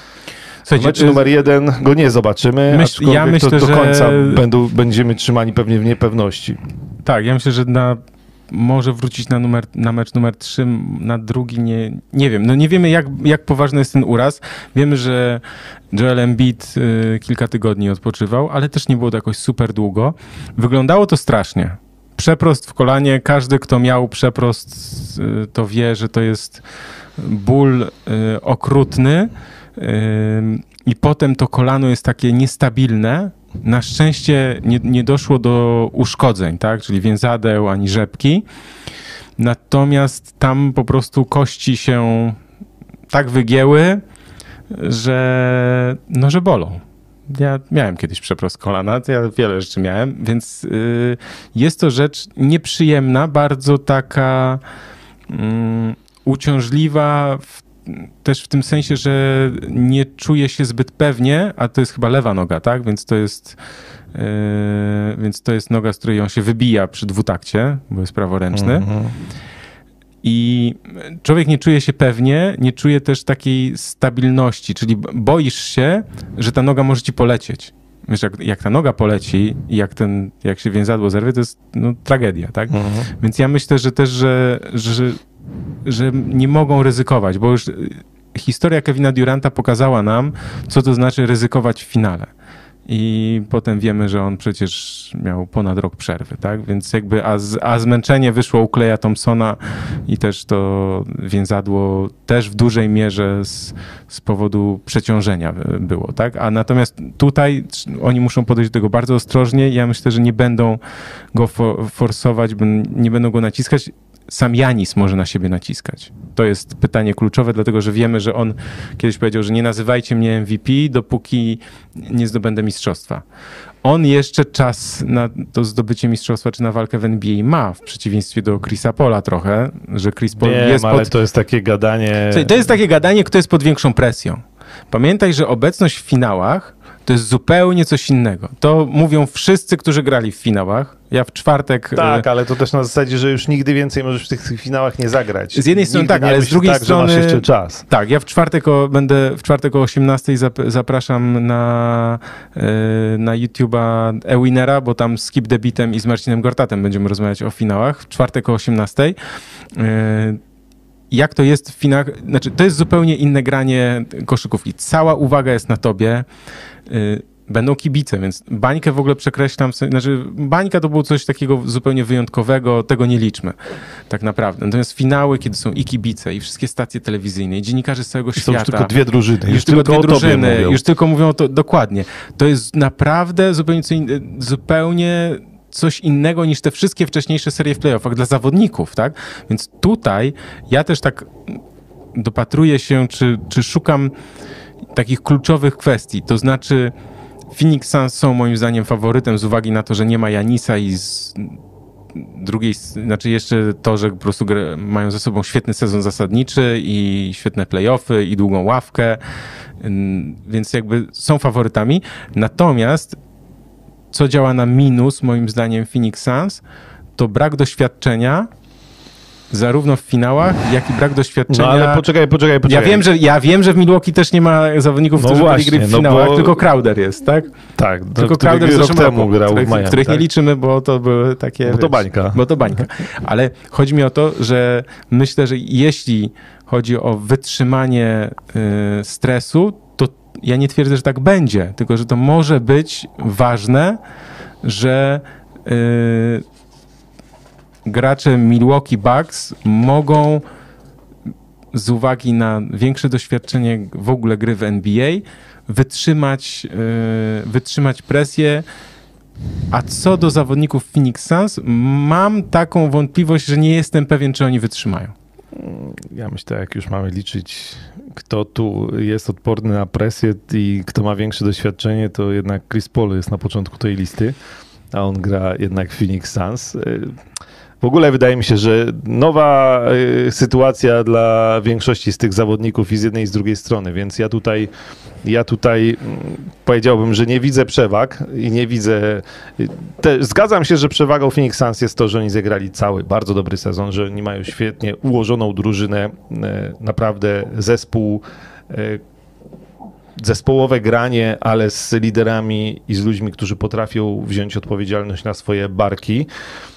S2: w meczu numer jeden go nie zobaczymy,
S1: myśl, ja myślę,
S2: to do
S1: że...
S2: końca będą, będziemy trzymani pewnie w niepewności.
S1: Tak, ja myślę, że na może wrócić na, numer, na mecz numer trzy, na drugi nie, nie wiem. No nie wiemy, jak, jak poważny jest ten uraz. Wiemy, że Joel Embiid y, kilka tygodni odpoczywał, ale też nie było to jakoś super długo. Wyglądało to strasznie. Przeprost w kolanie. Każdy, kto miał przeprost, y, to wie, że to jest ból y, okrutny y, i potem to kolano jest takie niestabilne. Na szczęście nie, nie doszło do uszkodzeń, tak? Czyli więzadeł ani rzepki. Natomiast tam po prostu kości się tak wygięły, że, no, że bolą. Ja miałem kiedyś przeprost kolana, ja wiele rzeczy miałem, więc yy, jest to rzecz nieprzyjemna, bardzo taka yy, uciążliwa w też w tym sensie, że nie czuje się zbyt pewnie, a to jest chyba lewa noga, tak? Więc to jest, yy, więc to jest noga, z której on się wybija przy dwutakcie, bo jest praworęczny. Mm-hmm. I człowiek nie czuje się pewnie, nie czuje też takiej stabilności, czyli boisz się, że ta noga może ci polecieć. Wiesz, jak, jak ta noga poleci i jak, ten, jak się więzadło zerwie, to jest no, tragedia, tak? Mm-hmm. Więc ja myślę, że też, że, że że nie mogą ryzykować, bo już historia Kevina Duranta pokazała nam, co to znaczy ryzykować w finale. I potem wiemy, że on przecież miał ponad rok przerwy, tak? Więc jakby, a, z, a zmęczenie wyszło u Kleja Thompsona i też to więzadło też w dużej mierze z, z powodu przeciążenia było, tak? A natomiast tutaj oni muszą podejść do tego bardzo ostrożnie. Ja myślę, że nie będą go for, forsować, nie będą go naciskać. Sam Janis może na siebie naciskać. To jest pytanie kluczowe, dlatego że wiemy, że on kiedyś powiedział, że nie nazywajcie mnie M V P, dopóki nie zdobędę mistrzostwa. On jeszcze czas na to zdobycie mistrzostwa, czy na walkę w N B A ma, w przeciwieństwie do Chrisa Paula trochę, że Chris Paul
S2: Wiem,
S1: jest
S2: ale
S1: pod...
S2: to jest takie gadanie...
S1: To jest takie gadanie, kto jest pod większą presją. Pamiętaj, że obecność w finałach to jest zupełnie coś innego. To mówią wszyscy, którzy grali w finałach. Ja w czwartek...
S2: Tak, ale to też na zasadzie, że już nigdy więcej możesz w tych finałach nie zagrać.
S1: Z jednej strony
S2: nigdy
S1: tak, ale z drugiej
S2: tak,
S1: strony...
S2: że masz jeszcze czas.
S1: Tak, ja w czwartek o, będę w czwartek o osiemnastej zap- zapraszam na, yy, na YouTube'a E-Winnera, bo tam z Kip Debitem i z Marcinem Gortatem będziemy rozmawiać o finałach. W czwartek o osiemnastej. Yy, jak to jest w finałach? Znaczy, to jest zupełnie inne granie koszykówki. Cała uwaga jest na tobie. Yy, Będą kibice, więc bańkę w ogóle przekreślam. Znaczy, bańka to było coś takiego zupełnie wyjątkowego, tego nie liczmy tak naprawdę. Natomiast finały, kiedy są i kibice, i wszystkie stacje telewizyjne, i dziennikarze z całego
S2: są
S1: świata.
S2: Już tylko dwie drużyny.
S1: Już,
S2: już
S1: tylko
S2: tylko
S1: dwie drużyny.
S2: Mówią.
S1: Już tylko mówią to dokładnie. To jest naprawdę zupełnie, co in, zupełnie coś innego niż te wszystkie wcześniejsze serie w playoffach dla zawodników, tak? Więc tutaj ja też tak dopatruję się, czy, czy szukam takich kluczowych kwestii. To znaczy Phoenix Suns są moim zdaniem faworytem z uwagi na to, że nie ma Janisa i z drugiej, znaczy jeszcze to, że po prostu mają ze sobą świetny sezon zasadniczy i świetne play-offy i długą ławkę, więc jakby są faworytami. Natomiast co działa na minus moim zdaniem Phoenix Suns, to brak doświadczenia zarówno w finałach, jak i brak doświadczenia.
S2: No ale poczekaj, poczekaj, poczekaj.
S1: Ja wiem, że, ja wiem, że w Milwaukee też nie ma zawodników,
S2: no
S1: którzy
S2: właśnie,
S1: byli gry w
S2: no
S1: finałach,
S2: bo...
S1: tylko Crowder jest, tak?
S2: Tak,
S1: tylko Crowder w
S2: rok
S1: zeszłym
S2: temu
S1: roku,
S2: grał
S1: których,
S2: w Miami,
S1: których
S2: tak?
S1: nie liczymy, bo to były takie...
S2: Bo to bańka.
S1: Bo to bańka. Ale chodzi mi o to, że myślę, że jeśli chodzi o wytrzymanie y, stresu, to ja nie twierdzę, że tak będzie, tylko że to może być ważne, że y, gracze Milwaukee Bucks mogą z uwagi na większe doświadczenie w ogóle gry w N B A wytrzymać, yy, wytrzymać presję. A co do zawodników Phoenix Suns, mam taką wątpliwość, że nie jestem pewien, czy oni wytrzymają.
S2: Ja myślę, jak już mamy liczyć, kto tu jest odporny na presję i kto ma większe doświadczenie, to jednak Chris Paul jest na początku tej listy, a on gra jednak w Phoenix Suns. W ogóle wydaje mi się, że nowa y, sytuacja dla większości z tych zawodników i z jednej i z drugiej strony, więc ja tutaj, ja tutaj y, powiedziałbym, że nie widzę przewag i nie widzę... Y, te, zgadzam się, że przewagą Phoenix Suns jest to, że oni zagrali cały, bardzo dobry sezon, że oni mają świetnie ułożoną drużynę, y, naprawdę zespół, y, zespołowe granie, ale z liderami i z ludźmi, którzy potrafią wziąć odpowiedzialność na swoje barki.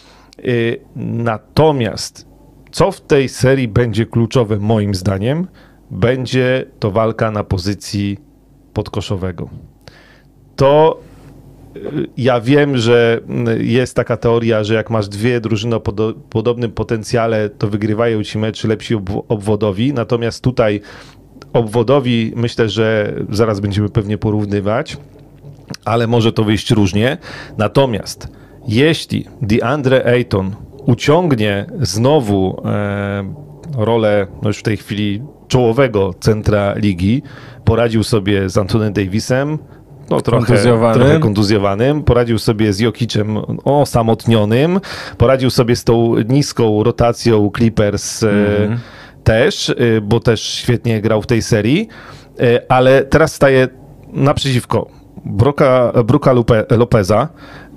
S2: Natomiast co w tej serii będzie kluczowe moim zdaniem, będzie to walka na pozycji podkoszowego. To ja wiem, że jest taka teoria, że jak masz dwie drużyny o podo- podobnym potencjale, to wygrywają ci mecz lepsi ob- obwodowi, natomiast tutaj obwodowi myślę, że zaraz będziemy pewnie porównywać, ale może to wyjść różnie. Natomiast jeśli DeAndre Ayton uciągnie znowu e, rolę, no już w tej chwili czołowego centra ligi, poradził sobie z Anthony Davisem, no trochę kontuzjowanym. trochę kontuzjowanym, poradził sobie z Jokicem osamotnionym, poradził sobie z tą niską rotacją Clippers mm. e, też, e, bo też świetnie grał w tej serii, e, ale teraz staje naprzeciwko Broka, Brooka Lopeza,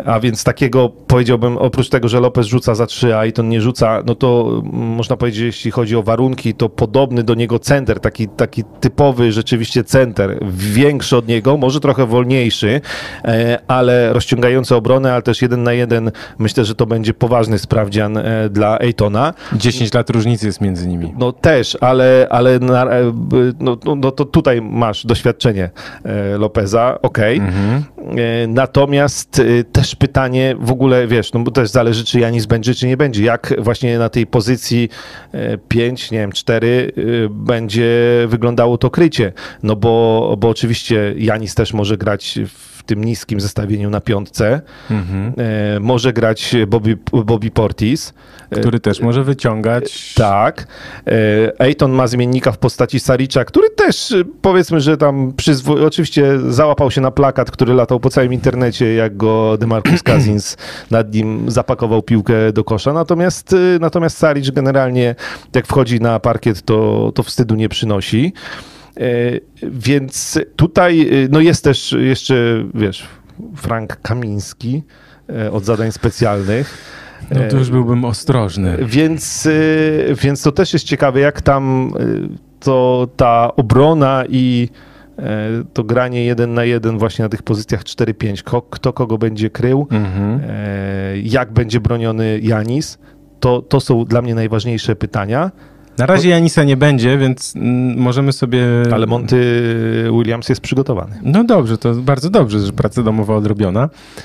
S2: A więc takiego, powiedziałbym, oprócz tego, że Lopez rzuca za trzy, a Ayton nie rzuca, no to można powiedzieć, jeśli chodzi o warunki, to podobny do niego center, taki, taki typowy rzeczywiście center, większy od niego, może trochę wolniejszy, ale rozciągający obronę, ale też jeden na jeden, myślę, że to będzie poważny sprawdzian dla Aytona.
S1: dziesięć lat różnicy jest między nimi.
S2: No też, ale, ale na, no, no to tutaj masz doświadczenie Lopeza, okej. Okay. Mhm. Natomiast też pytanie w ogóle, wiesz, no bo też zależy, czy Janis będzie, czy nie będzie. Jak właśnie na tej pozycji pięć, nie wiem, cztery będzie wyglądało to krycie. No bo, bo oczywiście Janis też może grać w tym niskim zestawieniu na piątce. Mhm. E, może grać Bobby, Bobby Portis.
S1: Który też może wyciągać.
S2: Tak. E, Ayton ma zmiennika w postaci Saricza, który też powiedzmy, że tam przyzwo... oczywiście załapał się na plakat, który latał po całym internecie, jak go DeMarcus Cousins nad nim zapakował piłkę do kosza. Natomiast, natomiast Saric generalnie jak wchodzi na parkiet, to, to wstydu nie przynosi. Więc tutaj no jest też jeszcze, wiesz, Frank Kamiński od zadań specjalnych.
S1: No to już byłbym ostrożny.
S2: Więc, więc to też jest ciekawe, jak tam to ta obrona i to granie jeden na jeden właśnie na tych pozycjach cztery pięć, kto kogo będzie krył, mhm. jak będzie broniony Janis, to, to są dla mnie najważniejsze pytania.
S1: Na razie Janisa nie będzie, więc możemy sobie...
S2: Ale Monty Williams jest przygotowany.
S1: No dobrze, to bardzo dobrze, że praca domowa odrobiona.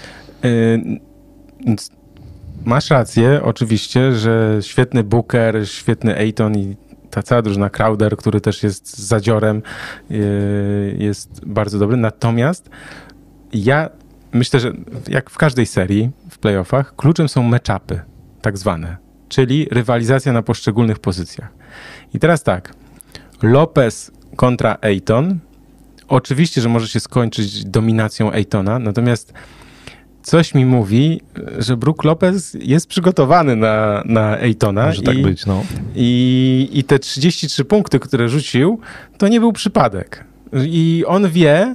S1: Yy, masz rację, oczywiście, że świetny Booker, świetny Ayton i ta cała drużyna Crowder, który też jest zadziorem, yy, jest bardzo dobry. Natomiast ja myślę, że jak w każdej serii w playoffach, kluczem są match-upy, tak zwane. Czyli rywalizacja na poszczególnych pozycjach. I teraz tak, Lopez kontra Ayton, oczywiście, że może się skończyć dominacją Aytona, natomiast coś mi mówi, że Brook Lopez jest przygotowany na, na Aytona.
S2: Może tak
S1: i,
S2: być, no.
S1: I, I te trzydzieści trzy punkty, które rzucił, to nie był przypadek. I on wie,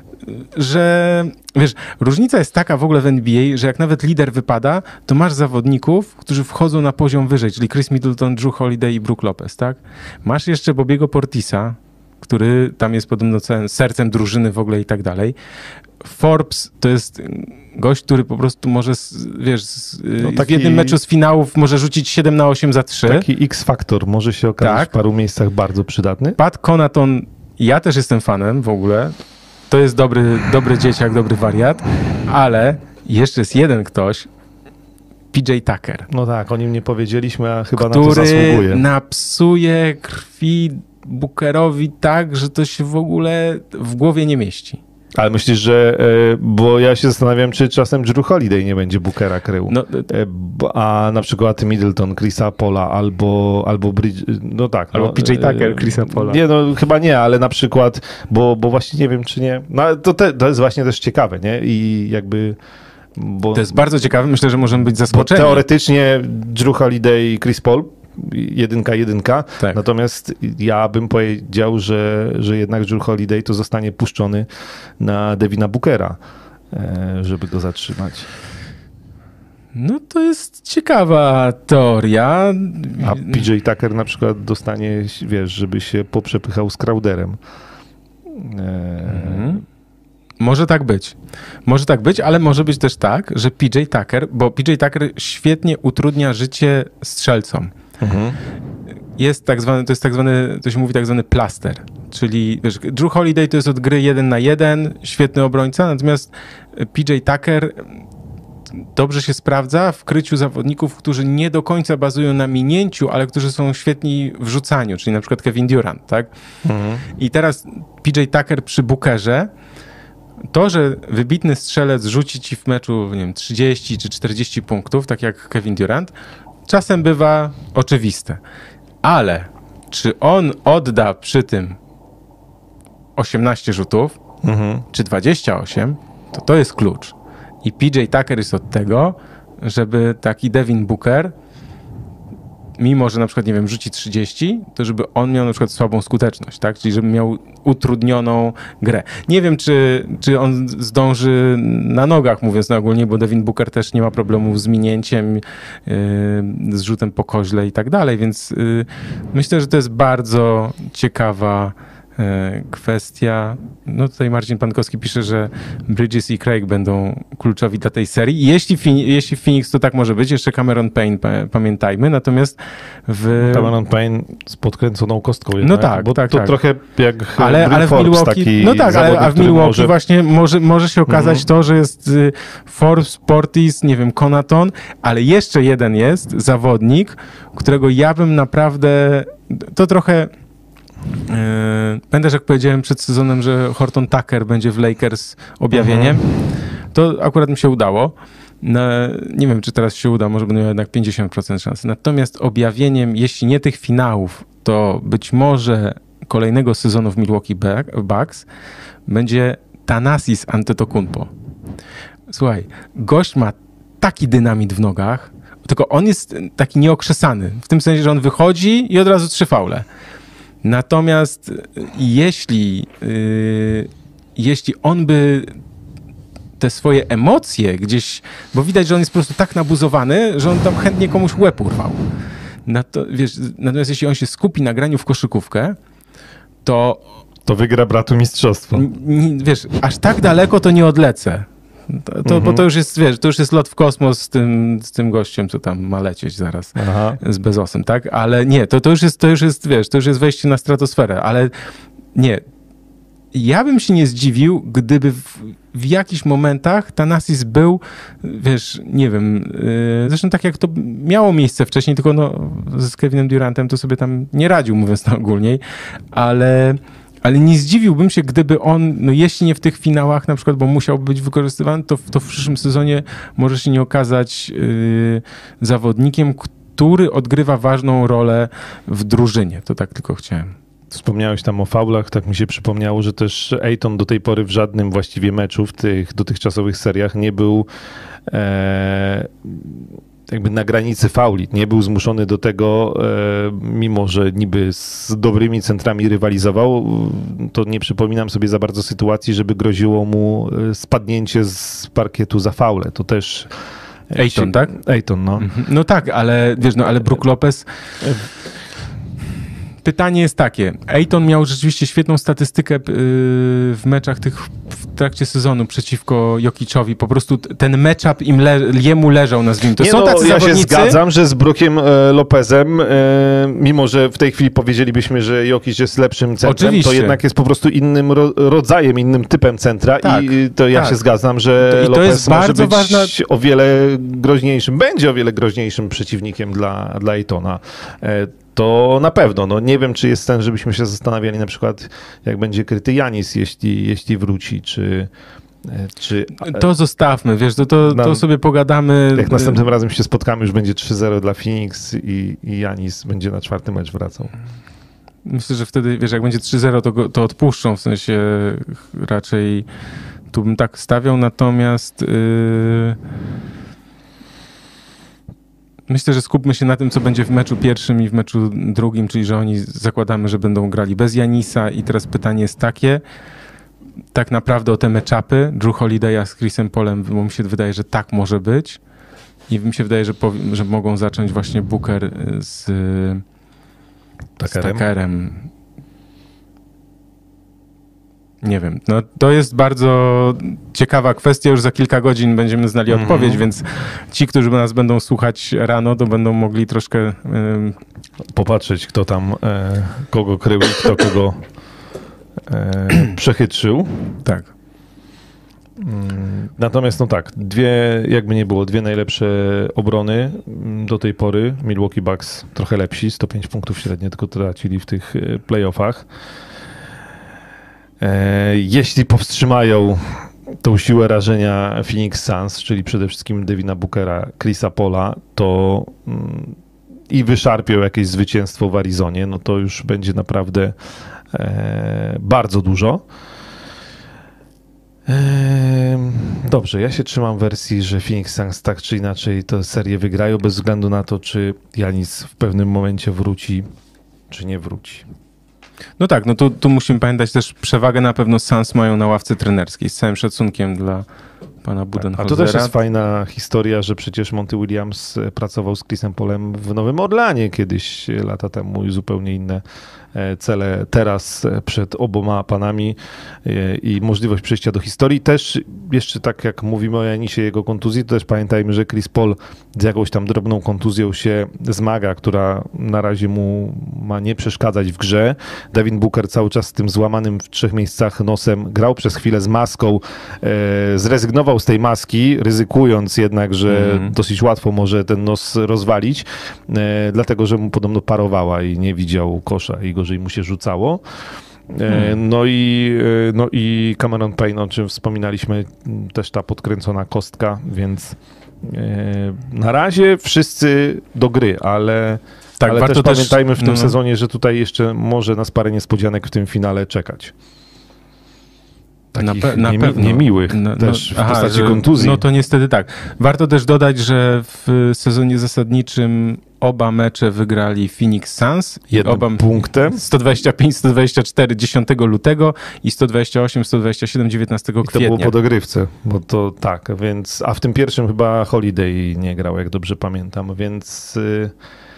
S1: że wiesz, różnica jest taka w ogóle w N B A, że jak nawet lider wypada, to masz zawodników, którzy wchodzą na poziom wyżej, czyli Chris Middleton, Drew Holiday i Brook Lopez, tak? Masz jeszcze Bobiego Portisa, który tam jest podobno całym sercem drużyny w ogóle i tak dalej. Forbes to jest gość, który po prostu może, wiesz, no taki, w jednym meczu z finałów może rzucić siedem na osiem za trzy.
S2: Taki X-faktor może się okazać tak. w paru miejscach bardzo przydatny.
S1: Pat Connaughton, ja też jestem fanem w ogóle. To jest dobry, dobry dzieciak, dobry wariat, ale jeszcze jest jeden ktoś, P J Tucker.
S2: No tak, o nim nie powiedzieliśmy, a chyba na to zasługuje.
S1: Który napsuje krwi Bookerowi tak, że to się w ogóle w głowie nie mieści.
S2: Ale myślisz, że, bo ja się zastanawiam, czy czasem Drew Holiday nie będzie Bookera krył, no, a na przykład Middleton, Chrisa Paula albo, albo Bridge, no tak.
S1: Albo
S2: no,
S1: P J Tucker, Chrisa Paula.
S2: Nie, no chyba nie, ale na przykład, bo, bo właśnie nie wiem, czy nie, no to, te, to jest właśnie też ciekawe, nie? I jakby... Bo,
S1: to jest bardzo ciekawe, myślę, że możemy być zaskoczeni.
S2: Bo teoretycznie Drew Holiday i Chris Paul, jedynka, jedynka. Tak. Natomiast ja bym powiedział, że, że jednak Drew Holiday to zostanie puszczony na Devina Bookera, żeby go zatrzymać.
S1: No to jest ciekawa teoria.
S2: A P J Tucker na przykład dostanie, wiesz, żeby się poprzepychał z Crowderem.
S1: Mhm. Może tak być. Może tak być, ale może być też tak, że P J Tucker, bo P J Tucker świetnie utrudnia życie strzelcom. Mhm. Jest tak zwany, to jest tak zwany, to się mówi tak zwany plaster, czyli wiesz, Drew Holiday to jest od gry jeden na jeden, świetny obrońca, natomiast P J Tucker dobrze się sprawdza w kryciu zawodników, którzy nie do końca bazują na minięciu, ale którzy są świetni w rzucaniu, czyli na przykład Kevin Durant, tak? Mhm. I teraz P J Tucker przy Bookerze, to, że wybitny strzelec rzuci ci w meczu, nie wiem, trzydzieści czy czterdzieści punktów, tak jak Kevin Durant, czasem bywa oczywiste. Ale czy on odda przy tym osiemnaście rzutów, mhm. czy dwadzieścia osiem, to to jest klucz. I P J Tucker jest od tego, żeby taki Devin Booker mimo że na przykład, nie wiem, rzuci trzydzieści, to żeby on miał na przykład słabą skuteczność, tak? Czyli żeby miał utrudnioną grę. Nie wiem, czy, czy on zdąży na nogach, mówiąc na ogólnie, bo Devin Booker też nie ma problemów z minięciem, yy, z rzutem po koźle i tak dalej, więc yy, myślę, że to jest bardzo ciekawa kwestia. No tutaj Marcin Pankowski pisze, że Bridges i Craig będą kluczowi dla tej serii. Jeśli, jeśli w Phoenix to tak może być, jeszcze Cameron Payne, pamiętajmy, natomiast w...
S2: Cameron Payne z podkręconą kostką jednak,
S1: no tak,
S2: bo
S1: tak,
S2: to
S1: tak.
S2: trochę jak
S1: ale, ale w Milwaukee,
S2: taki
S1: no tak, ale, a w Milwaukee może... właśnie może, może się okazać mhm. to, że jest Forbes, Portis, nie wiem, Connaughton, ale jeszcze jeden jest zawodnik, którego ja bym naprawdę, to trochę pamiętasz, jak powiedziałem przed sezonem, że Horton Tucker będzie w Lakers objawieniem? Mhm. To akurat mi się udało. No, nie wiem, czy teraz się uda, może będę miał jednak pięćdziesiąt procent szansy. Natomiast objawieniem, jeśli nie tych finałów, to być może kolejnego sezonu w Milwaukee Bucks będzie Thanasis Antetokounmpo. Słuchaj, gość ma taki dynamit w nogach, tylko on jest taki nieokrzesany. W tym sensie, że on wychodzi i od razu trzy faule. Natomiast jeśli, yy, jeśli on by te swoje emocje gdzieś, bo widać, że on jest po prostu tak nabuzowany, że on tam chętnie komuś łeb urwał. Nato, wiesz, natomiast jeśli on się skupi na graniu w koszykówkę, to...
S2: To wygra bratu mistrzostwo.
S1: N, wiesz, aż tak daleko to nie odlecę. To, to, mhm. Bo to już jest, wiesz, to już jest lot w kosmos z tym, z tym gościem, co tam ma lecieć zaraz. Aha. Z Bezosem, tak? Ale nie, to, to już jest, to już jest, wiesz, to już jest wejście na stratosferę, ale nie. Ja bym się nie zdziwił, gdyby w, w jakichś momentach Thanasis był, wiesz, nie wiem, yy, zresztą tak jak to miało miejsce wcześniej, tylko no, z Kevinem Durantem to sobie tam nie radził, mówiąc na ogólniej, ale... Ale nie zdziwiłbym się, gdyby on, no jeśli nie w tych finałach na przykład, bo musiał być wykorzystywany, to, to w przyszłym sezonie może się nie okazać yy, zawodnikiem, który odgrywa ważną rolę w drużynie. To tak tylko chciałem.
S2: Wspomniałeś tam o faulach, tak mi się przypomniało, że też Ayton do tej pory w żadnym właściwie meczu w tych dotychczasowych seriach nie był e, jakby na granicy fauli. Nie był zmuszony do tego, e, mimo że niby z dobrymi centrami rywalizował, to nie przypominam sobie za bardzo sytuacji, żeby groziło mu spadnięcie z parkietu za faulę. To też...
S1: Ayton, się, tak?
S2: Ayton, no.
S1: No tak, ale wiesz, no ale Brook Lopez... Pytanie jest takie. Ayton miał rzeczywiście świetną statystykę w meczach tych w trakcie sezonu przeciwko Jokiczowi. Po prostu ten matchup im le, jemu leżał, nazwijmy to.
S2: Nie,
S1: Są
S2: no,
S1: tacy
S2: ja
S1: zawodnicy...
S2: się zgadzam, że z Brookiem e, Lopezem, e, mimo że w tej chwili powiedzielibyśmy, że Jokic jest lepszym centrem,
S1: Oczywiście.
S2: to jednak jest po prostu innym ro, rodzajem, innym typem centra tak, i to ja tak. się zgadzam, że
S1: to, to
S2: Lopez
S1: jest
S2: może
S1: bardzo
S2: być
S1: ważna...
S2: o wiele groźniejszym, będzie o wiele groźniejszym przeciwnikiem dla, dla Aytona. E, To na pewno. No nie wiem, czy jest sens, żebyśmy się zastanawiali na przykład, jak będzie kryty Giannis, jeśli, jeśli wróci, czy... czy...
S1: To zostawmy, wiesz, to, to, to sobie pogadamy.
S2: Jak następnym razem się spotkamy, już będzie trzy zero dla Phoenix i, i Giannis będzie na czwarty mecz wracał.
S1: Myślę, że wtedy, wiesz, jak będzie trzy zero, to, to odpuszczą, w sensie raczej tu bym tak stawiał, natomiast... Yy... Myślę, że skupmy się na tym, co będzie w meczu pierwszym i w meczu drugim, czyli że oni zakładamy, że będą grali bez Giannisa i teraz pytanie jest takie, tak naprawdę o te matchupy Drew Holiday'a z Chrisem Paulem, bo mi się wydaje, że tak może być i mi się wydaje, że, powi- że mogą zacząć właśnie Booker z, z Tuckerem. Nie wiem, no to jest bardzo ciekawa kwestia, już za kilka godzin będziemy znali mm-hmm. odpowiedź, więc ci, którzy nas będą słuchać rano, to będą mogli troszkę... Ym...
S2: Popatrzeć, kto tam, e, kogo krył, kto kogo e, przechytrzył.
S1: Tak.
S2: Natomiast no tak, dwie, jakby nie było, dwie najlepsze obrony do tej pory. Milwaukee Bucks trochę lepsi, sto pięć punktów średnio tylko tracili w tych playoffach. Jeśli powstrzymają tą siłę rażenia Phoenix Suns, czyli przede wszystkim Devina Bookera, Chrisa Paula, to i wyszarpią jakieś zwycięstwo w Arizonie, no to już będzie naprawdę bardzo dużo. Dobrze, ja się trzymam wersji, że Phoenix Suns tak czy inaczej tę serię wygrają, bez względu na to, czy Giannis w pewnym momencie wróci, czy nie wróci.
S1: No tak, no tu, tu musimy pamiętać też przewagę na pewno Suns mają na ławce trenerskiej, z całym szacunkiem dla pana Budenholzera.
S2: A to też jest fajna historia, że przecież Monty Williams pracował z Chrisem Paulem w Nowym Orleanie kiedyś lata temu i zupełnie inne cele teraz przed oboma panami i możliwość przejścia do historii. Też jeszcze tak jak mówimy o Janisie i jego kontuzji, to też pamiętajmy, że Chris Paul z jakąś tam drobną kontuzją się zmaga, która na razie mu ma nie przeszkadzać w grze. Devin Booker cały czas z tym złamanym w trzech miejscach nosem grał przez chwilę z maską, zrezygnował z tej maski, ryzykując jednak, że mm. dosyć łatwo może ten nos rozwalić, dlatego, że mu podobno parowała i nie widział kosza i gorzej mu się rzucało. Hmm. No i, no i Cameron Payne, o czym wspominaliśmy, też ta podkręcona kostka, więc na razie wszyscy do gry, ale, tak, ale też pamiętajmy w tym no. sezonie, że tutaj jeszcze może nas parę niespodzianek w tym finale czekać. Takich na pe- na niemi- pewno. niemiłych no, też no, w postaci aha, kontuzji.
S1: No to niestety tak. Warto też dodać, że w sezonie zasadniczym oba mecze wygrali Phoenix Suns.
S2: Jednym
S1: oba
S2: punktem.
S1: sto dwadzieścia pięć sto dwadzieścia cztery dziesiątego lutego i sto dwadzieścia osiem sto dwadzieścia siedem dziewiętnastego kwietnia.
S2: I to było po dogrywce, bo to tak, więc, a w tym pierwszym chyba Holiday nie grał, jak dobrze pamiętam, więc... Yy...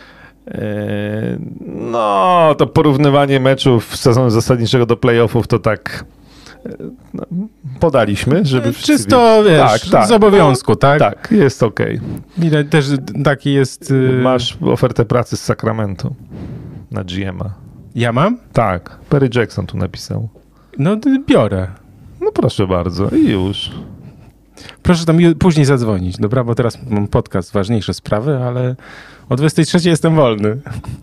S2: No, to porównywanie meczów sezonu zasadniczego do playoffów to tak no, podaliśmy, żeby
S1: czysto, wiesz, tak, tak, z obowiązku, tak?
S2: Tak, jest okej. Okay.
S1: Widać też taki jest...
S2: Masz ofertę pracy z Sacramento na G M a.
S1: Ja mam?
S2: Tak, Perry Jackson tu napisał.
S1: No biorę.
S2: No proszę bardzo i już.
S1: Proszę tam później zadzwonić, dobra? Bo teraz mam podcast, ważniejsze sprawy, ale o dwudziestej trzeciej jestem wolny.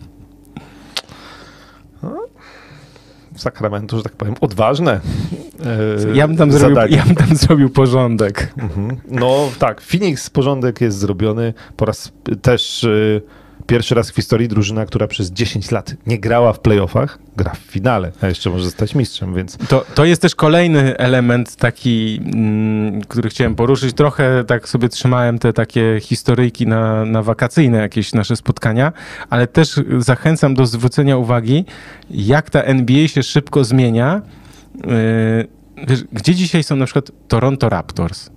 S2: W Sacramento, że tak powiem, odważne
S1: e, ja bym tam zrobił, ja bym tam zrobił porządek.
S2: Mhm. No tak, Phoenix porządek jest zrobiony. Po raz też y, pierwszy raz w historii drużyna, która przez dziesięć lat nie grała w playoffach, gra w finale, a jeszcze może zostać mistrzem, więc...
S1: To, to jest też kolejny element taki, mm, który chciałem poruszyć. Trochę tak sobie trzymałem te takie historyjki na, na wakacyjne jakieś nasze spotkania, ale też zachęcam do zwrócenia uwagi, jak ta N B A się szybko zmienia. Yy, wiesz, gdzie dzisiaj są na przykład Toronto Raptors?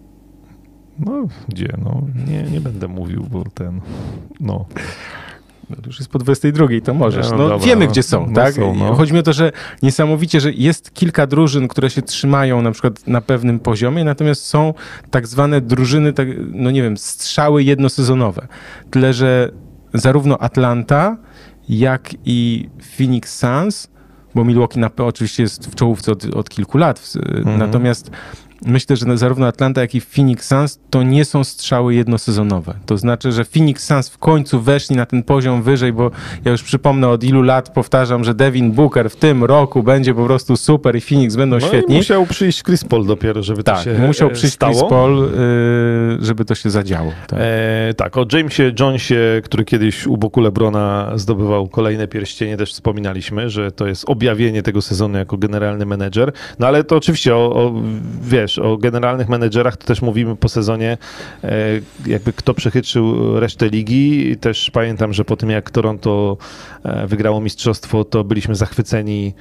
S2: No, gdzie? No, nie, nie będę mówił, bo ten, no...
S1: No to już jest po dwudziestej drugiej, to możesz. No,
S2: no dobra,
S1: wiemy, gdzie są,
S2: no
S1: tak?
S2: są, no.
S1: Chodzi mi o to, że niesamowicie, że jest kilka drużyn, które się trzymają na przykład na pewnym poziomie, natomiast są tak zwane drużyny, tak, no nie wiem, strzały jednosezonowe. Tyle, że zarówno Atlanta, jak i Phoenix Suns, bo Milwaukee na P oczywiście jest w czołówce od, od kilku lat, mhm. natomiast myślę, że zarówno Atlanta, jak i Phoenix Suns to nie są strzały jednosezonowe. To znaczy, że Phoenix Suns w końcu weszli na ten poziom wyżej, bo ja już przypomnę, od ilu lat powtarzam, że Devin Booker w tym roku będzie po prostu super i Phoenix będą
S2: no
S1: świetni.
S2: I musiał przyjść Chris Paul dopiero, żeby
S1: tak,
S2: to się
S1: musiał przyjść
S2: stało.
S1: Chris Paul, żeby to się zadziało. Tak,
S2: e, tak o Jamesie Jonesie, który kiedyś u boku LeBrona zdobywał kolejne pierścienie, też wspominaliśmy, że to jest objawienie tego sezonu jako generalny menedżer. No ale to oczywiście, o, o, wiesz, o generalnych menedżerach to też mówimy po sezonie, jakby kto przechytrzył resztę ligi. I też pamiętam, że po tym jak Toronto wygrało mistrzostwo, to byliśmy zachwyceni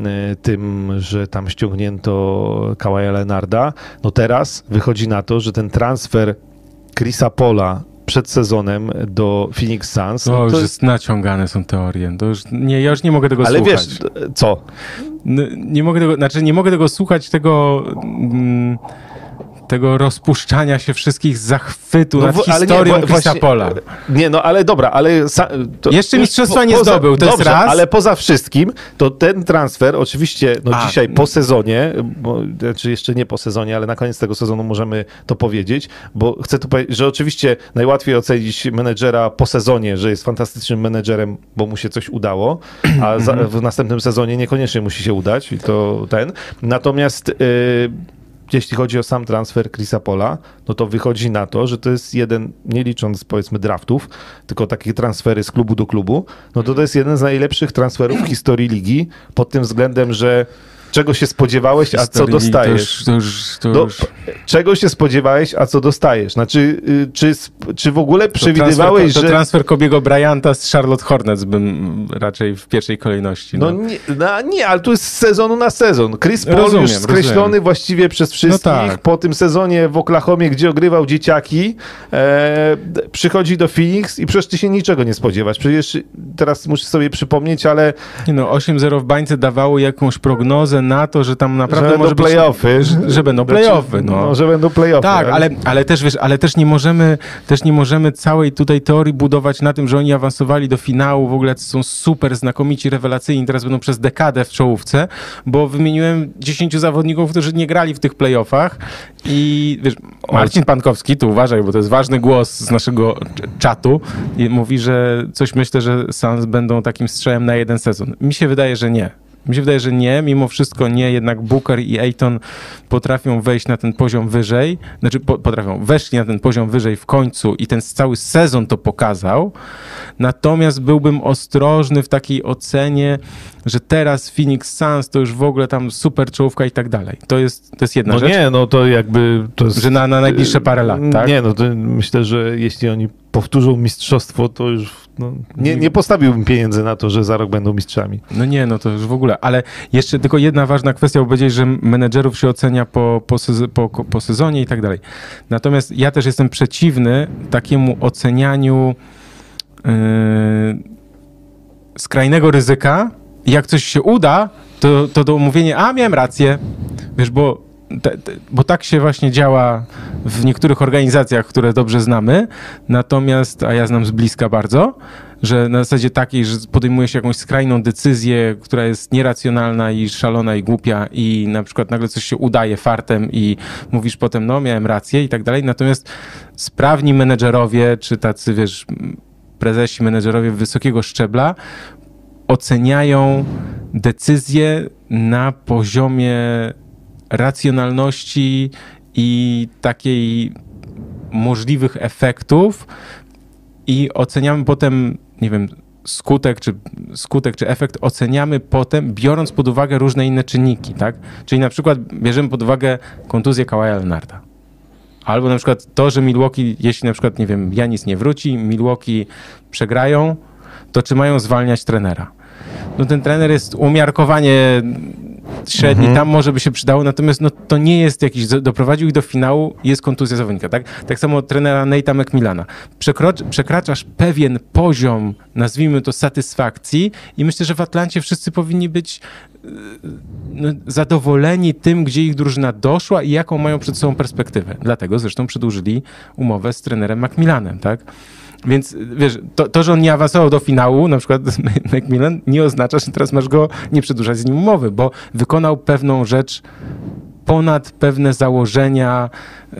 S2: tym, że tam ściągnięto Kawaja Leonarda. No teraz wychodzi na to, że ten transfer Chrisa Paula przed sezonem do Phoenix Suns.
S1: No,
S2: no
S1: już
S2: to
S1: jest naciągane są teorie. To już, nie, ja już nie mogę tego
S2: ale
S1: słuchać.
S2: Ale wiesz, co?
S1: No, nie mogę tego, znaczy nie mogę tego słuchać, tego... Mm, tego rozpuszczania się wszystkich zachwytu no, nad w, historią nie, Chrisa Paula.
S2: Nie, no ale dobra, ale... Sa,
S1: to, Jeszcze mistrzostwa po, nie poza, zdobył, to dobrze, jest raz.
S2: Ale poza wszystkim, to ten transfer oczywiście, no A, dzisiaj po sezonie, bo, znaczy jeszcze nie po sezonie, ale na koniec tego sezonu możemy to powiedzieć, bo chcę tu powiedzieć, że oczywiście najłatwiej ocenić menedżera po sezonie, że jest fantastycznym menedżerem, bo mu się coś udało, a za, w następnym sezonie niekoniecznie musi się udać i to ten. Natomiast... Yy, jeśli chodzi o sam transfer Chrisa Paula, no to wychodzi na to, że to jest jeden, nie licząc powiedzmy draftów, tylko takie transfery z klubu do klubu, no to to jest jeden z najlepszych transferów w historii ligi pod tym względem, że czego się spodziewałeś, a co dostajesz.
S1: To już, to już, to już...
S2: Do, czego się spodziewałeś, a co dostajesz? Znaczy, czy, czy w ogóle przewidywałeś,
S1: to transfer,
S2: że...
S1: To transfer Kobiego Bryanta z Charlotte Hornets bym raczej w pierwszej kolejności. No,
S2: no, nie, no nie, ale tu jest z sezonu na sezon. Chris Paul
S1: rozumiem,
S2: już skreślony rozumiem. właściwie przez wszystkich. No tak. Po tym sezonie w Oklahomie, gdzie ogrywał dzieciaki, e, przychodzi do Phoenix i przecież ty się niczego nie spodziewasz. Przecież teraz muszę sobie przypomnieć, ale...
S1: Nie no, osiem zero w bańce dawało jakąś prognozę na to, że tam naprawdę
S2: że
S1: może
S2: będą play-offy.
S1: Być, że, że będą play-offy. No.
S2: no, że będą play-offy.
S1: Tak, ale, ale, też, wiesz, ale też nie możemy też nie możemy całej tutaj teorii budować na tym, że oni awansowali do finału, w ogóle są super znakomici, rewelacyjni, teraz będą przez dekadę w czołówce, bo wymieniłem dziesięciu zawodników, którzy nie grali w tych play-offach i wiesz, Marcin Pankowski, tu uważaj, bo to jest ważny głos z naszego czatu, i mówi, że coś myślę, że Suns będą takim strzałem na jeden sezon. Mi się wydaje, że nie. Mi się wydaje, że nie, mimo wszystko nie, jednak Booker i Ayton potrafią wejść na ten poziom wyżej, znaczy po, potrafią, weszli na ten poziom wyżej w końcu i ten cały sezon to pokazał, natomiast byłbym ostrożny w takiej ocenie, że teraz Phoenix Suns to już w ogóle tam super czołówka i tak dalej. To jest, to jest jedna
S2: no
S1: rzecz.
S2: No nie, no to jakby... To jest,
S1: że na, na najbliższe parę lat, tak?
S2: Nie, no to myślę, że jeśli oni powtórzą mistrzostwo, to już no, nie, nie postawiłbym pieniędzy na to, że za rok będą mistrzami.
S1: No nie, no to już w ogóle, ale jeszcze tylko jedna ważna kwestia, bo powiedziałeś, że menedżerów się ocenia po, po, sez- po, po sezonie i tak dalej. Natomiast ja też jestem przeciwny takiemu ocenianiu yy, skrajnego ryzyka. Jak coś się uda, to, to do mówienia, a miałem rację, wiesz, bo Te, te, bo tak się właśnie działa w niektórych organizacjach, które dobrze znamy, natomiast, a ja znam z bliska bardzo, że na zasadzie takiej, że podejmuje się jakąś skrajną decyzję, która jest nieracjonalna i szalona i głupia i na przykład nagle coś się udaje fartem i mówisz potem, no miałem rację i tak dalej, natomiast sprawni menedżerowie, czy tacy, wiesz, prezesi, menedżerowie wysokiego szczebla oceniają decyzje na poziomie racjonalności i takiej możliwych efektów i oceniamy potem, nie wiem, skutek czy, skutek czy efekt oceniamy potem, biorąc pod uwagę różne inne czynniki, tak? Czyli na przykład bierzemy pod uwagę kontuzję Kawaja Leonarda. Albo na przykład to, że Milwaukee, jeśli na przykład, nie wiem, Giannis nie wróci, Milwaukee przegrają, to czy mają zwalniać trenera? No ten trener jest umiarkowanie średni, mhm. tam może by się przydało, natomiast no, to nie jest jakiś, doprowadził ich do finału, jest kontuzja zawodnika, tak? Tak samo trenera Nate'a McMillana. Przekrocz, przekraczasz pewien poziom, nazwijmy to satysfakcji i myślę, że w Atlancie wszyscy powinni być no, zadowoleni tym, gdzie ich drużyna doszła i jaką mają przed sobą perspektywę. Dlatego zresztą przedłużyli umowę z trenerem McMillanem, tak? Więc wiesz, to, to, że on nie awansował do finału, na przykład McMillan, nie oznacza, że teraz masz go nie przedłużać z nim umowy, bo wykonał pewną rzecz ponad pewne założenia. Yy,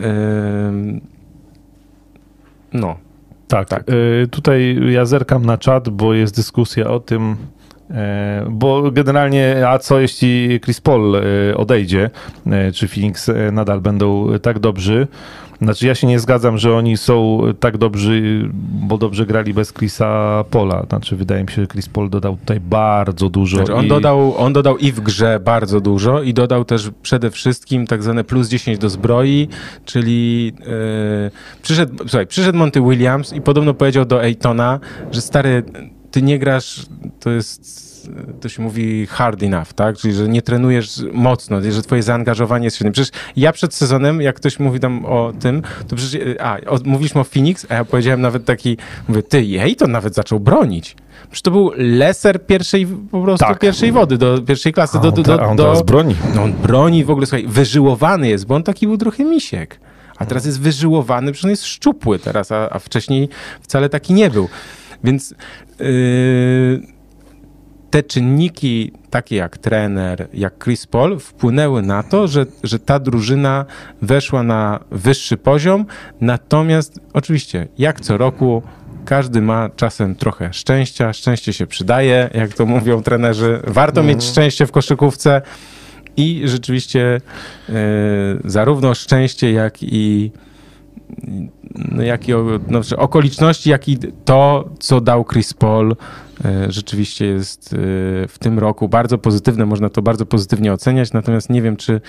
S1: no.
S2: Tak, tak. Yy, tutaj ja zerkam na czat, bo jest dyskusja o tym, bo generalnie, a co jeśli Chris Paul odejdzie, czy Phoenix nadal będą tak dobrzy? Znaczy ja się nie zgadzam, że oni są tak dobrzy, bo dobrze grali bez Chrisa Paula. Znaczy wydaje mi się, że Chris Paul dodał tutaj bardzo dużo.
S1: Znaczy on,
S2: i...
S1: dodał, on dodał i w grze bardzo dużo i dodał też przede wszystkim tak zwane plus dziesięć do zbroi, czyli yy, przyszedł, słuchaj, przyszedł Monty Williams i podobno powiedział do Aytona, że stary, ty nie grasz, to jest, to się mówi hard enough, tak? Czyli, że nie trenujesz mocno, że twoje zaangażowanie jest świetne. Przecież ja przed sezonem, jak ktoś mówi tam o tym, to przecież, a, o, mówiliśmy o Phoenix, a ja powiedziałem nawet taki, mówię, ty, jej, to nawet zaczął bronić. Przecież to był leser pierwszej, po prostu
S2: tak.
S1: pierwszej wody, do pierwszej klasy.
S2: A
S1: do,
S2: on,
S1: do,
S2: te,
S1: do,
S2: a on
S1: do,
S2: teraz broni.
S1: No on broni w ogóle, słuchaj, wyżyłowany jest, bo on taki był trochę misiek. A teraz jest wyżyłowany, przecież on jest szczupły teraz, a, a wcześniej wcale taki nie był. Więc yy, te czynniki, takie jak trener, jak Chris Paul, wpłynęły na to, że, że ta drużyna weszła na wyższy poziom. Natomiast oczywiście, jak co roku, każdy ma czasem trochę szczęścia. Szczęście się przydaje, jak to mówią trenerzy. Warto mm. mieć szczęście w koszykówce. I rzeczywiście yy, zarówno szczęście, jak i no, jak i o, no, okoliczności, jak i to, co dał Chris Paul, rzeczywiście jest w tym roku bardzo pozytywne, można to bardzo pozytywnie oceniać, natomiast nie wiem, czy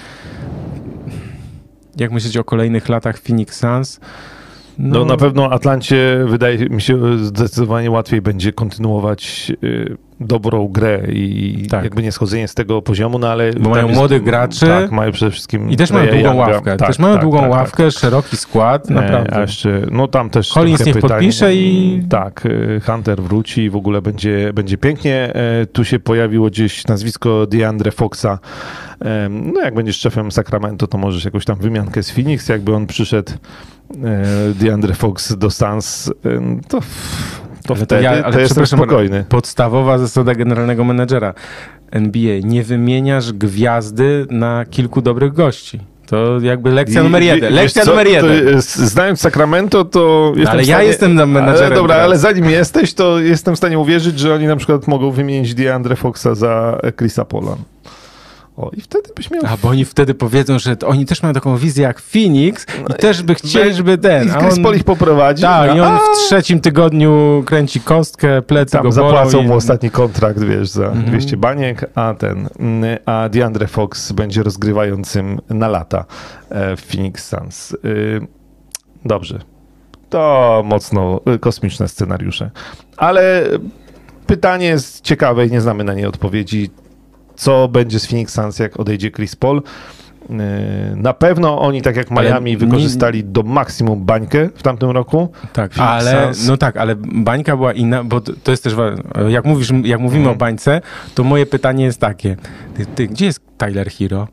S1: jak myślicie o kolejnych latach Phoenix Suns?
S2: No, no na pewno Atlancie wydaje mi się zdecydowanie łatwiej będzie kontynuować y, dobrą grę i tak. jakby nie schodzenie z tego poziomu, no ale...
S1: Bo mają jest, młodych graczy.
S2: Tak, mają przede wszystkim...
S1: I też mają długą Younga. ławkę. Tak, też mają tak, długą tak, ławkę, tak. szeroki skład, naprawdę.
S2: A jeszcze, no tam też
S1: Collins niech
S2: pytań,
S1: podpisze i...
S2: Tak, Hunter wróci i w ogóle będzie, będzie pięknie. Tu się pojawiło gdzieś nazwisko DeAndre Foxa. No jak będziesz szefem Sacramento, to możesz jakąś tam wymiankę z Phoenix. Jakby on przyszedł, DeAndre Fox do Suns, to... To ale wtedy to, ja, ale to jestem spokojny.
S1: Podstawowa zasada generalnego menedżera N B A. Nie wymieniasz gwiazdy na kilku dobrych gości. To jakby lekcja I, numer jeden. Lekcja numer jeden.
S2: Znając Sacramento, to jestem
S1: ale
S2: w stanie...
S1: ja jestem na menedżerem.
S2: Ale dobra, teraz. ale zanim jesteś, to jestem w stanie uwierzyć, że oni na przykład mogą wymienić DeAndre Foxa za Chrisa Paula. O, i wtedy byś miał...
S1: A, bo oni wtedy powiedzą, że oni też mają taką wizję jak Phoenix no i też by chcieli, żeby ten...
S2: I Chris Paul ich poprowadzi.
S1: Tak, a... i on w trzecim tygodniu kręci kostkę, plecy
S2: Tam
S1: go
S2: zapłacą
S1: i...
S2: mu ostatni kontrakt, wiesz, za mm-hmm. dwieście baniek, a ten... A DeAndre Fox będzie rozgrywającym na lata w Phoenix Suns. Dobrze. To mocno kosmiczne scenariusze. Ale pytanie jest ciekawe i nie znamy na nie odpowiedzi. Co będzie z Phoenix Suns, jak odejdzie Chris Paul? Na pewno oni, tak jak Miami, ale wykorzystali nie... do maksimum bańkę w tamtym roku.
S1: Tak, ale, no tak, ale bańka była inna, bo to jest też ważne. Jak, mówisz, jak mówimy hmm. o bańce, to moje pytanie jest takie. Ty, ty, gdzie jest Tyler Hero?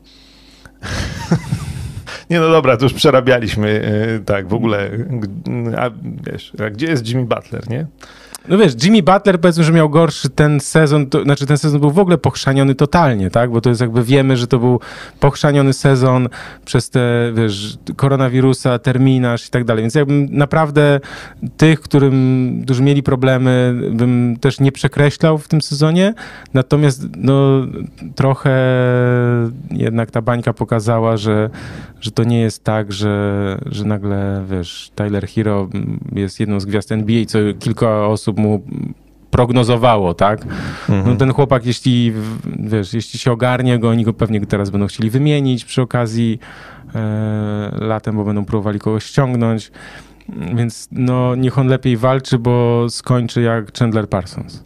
S2: Nie, no dobra, to już przerabialiśmy. Tak, w ogóle. A wiesz, a gdzie jest Jimmy Butler, nie?
S1: No wiesz, Jimmy Butler powiedzmy, że miał gorszy ten sezon, to, znaczy ten sezon był w ogóle pochrzaniony totalnie, tak? Bo to jest jakby wiemy, że to był pochrzaniony sezon przez te, wiesz, koronawirusa, terminarz i tak dalej. Więc jakbym naprawdę tych, którym, którzy mieli problemy, bym też nie przekreślał w tym sezonie. Natomiast no trochę jednak ta bańka pokazała, że, że to nie jest tak, że, że nagle, wiesz, Tyler Hero jest jedną z gwiazd N B A, co kilka osób mu prognozowało, tak? Mhm. No ten chłopak, jeśli, wiesz, jeśli się ogarnie go, oni go pewnie teraz będą chcieli wymienić przy okazji e, latem, bo będą próbowali kogoś ściągnąć, więc no niech on lepiej walczy, bo skończy jak Chandler Parsons.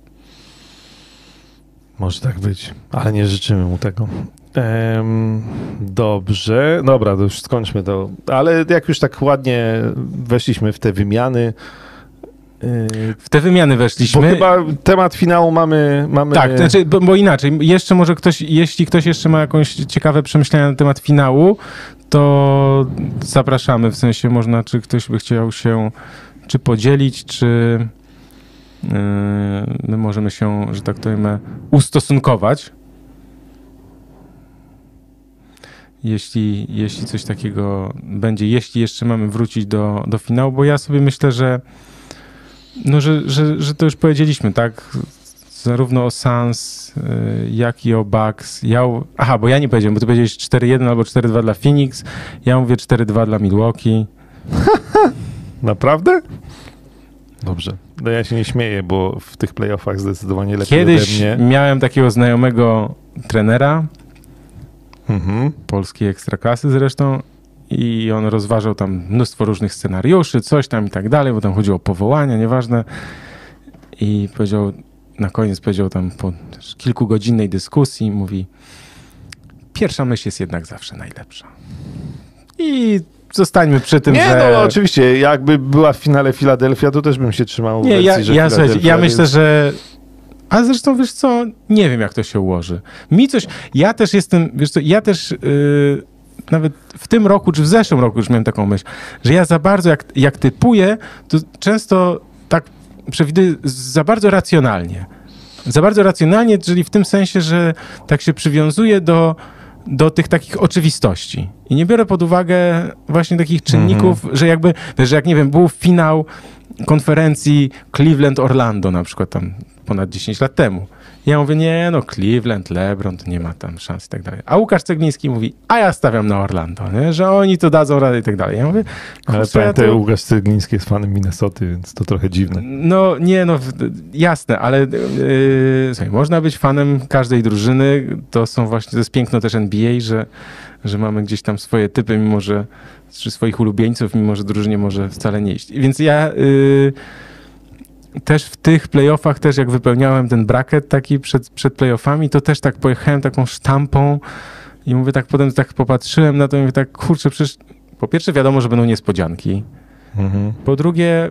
S2: Może tak być, ale nie życzymy mu tego. Ehm, dobrze, dobra, to już skończmy to, ale jak już tak ładnie weszliśmy w te wymiany,
S1: w te wymiany weszliśmy.
S2: Bo chyba temat finału mamy... mamy...
S1: Tak, znaczy, bo, bo inaczej. Jeszcze może ktoś, jeśli ktoś jeszcze ma jakąś ciekawe przemyślenia na temat finału, to zapraszamy. W sensie można, czy ktoś by chciał się czy podzielić, czy yy, my możemy się, że tak powiem, ustosunkować. Jeśli, jeśli coś takiego będzie, jeśli jeszcze mamy wrócić do, do finału, bo ja sobie myślę, że No, że, że, że to już powiedzieliśmy, tak? Zarówno o Suns, jak i o Bucks. Ja, aha, bo ja nie powiedziałem, bo ty powiedziałeś cztery jeden albo cztery dwa dla Phoenix. Ja mówię cztery dwa dla Milwaukee.
S2: Naprawdę? Dobrze. No ja się nie śmieję, bo w tych playoffach zdecydowanie lepiej
S1: Kiedyś
S2: ode mnie.
S1: miałem takiego znajomego trenera, mhm. polskiej ekstraklasy zresztą, i on rozważał tam mnóstwo różnych scenariuszy, coś tam i tak dalej, bo tam chodziło o powołania, nieważne. I powiedział, na koniec powiedział tam po kilkugodzinnej dyskusji, mówi, pierwsza myśl jest jednak zawsze najlepsza. I zostańmy przy tym,
S2: nie,
S1: że...
S2: Nie, no oczywiście, jakby była w finale Filadelfia, to też bym się trzymał w
S1: nie,
S2: wersji,
S1: ja,
S2: że
S1: ja, słuchajcie, ja myślę,
S2: jest...
S1: że... A zresztą, wiesz co, nie wiem, jak to się ułoży. Mi coś... Ja też jestem, wiesz co, ja też... Yy... nawet w tym roku, czy w zeszłym roku już miałem taką myśl, że ja za bardzo, jak, jak typuję, to często tak przewiduję za bardzo racjonalnie. Za bardzo racjonalnie, czyli w tym sensie, że tak się przywiązuję do, do tych takich oczywistości. I nie biorę pod uwagę właśnie takich czynników, mm-hmm. że jakby, że jak nie wiem, był finał konferencji Cleveland-Orlando na przykład tam ponad dziesięć lat temu. Ja mówię, nie, no Cleveland, LeBron, to nie ma tam szans i tak dalej. A Łukasz Cegliński mówi, a ja stawiam na Orlando, nie? Że oni to dadzą radę i tak dalej. Ja mówię,
S2: ale pamiętaj, ja to... Łukasz Cegliński jest fanem Minnesoty, więc to trochę dziwne.
S1: No nie, no jasne, ale yy, słuchaj, można być fanem każdej drużyny. To są właśnie, to jest piękno też N B A, że, że mamy gdzieś tam swoje typy, mimo że, czy swoich ulubieńców, mimo że drużynie może wcale nie iść. Więc ja... Yy, też w tych playoffach, też jak wypełniałem ten bracket taki przed, przed playoffami, to też tak pojechałem taką sztampą i mówię tak, potem tak popatrzyłem na to i mówię tak, kurczę, przecież po pierwsze wiadomo, że będą niespodzianki. Mhm. Po drugie,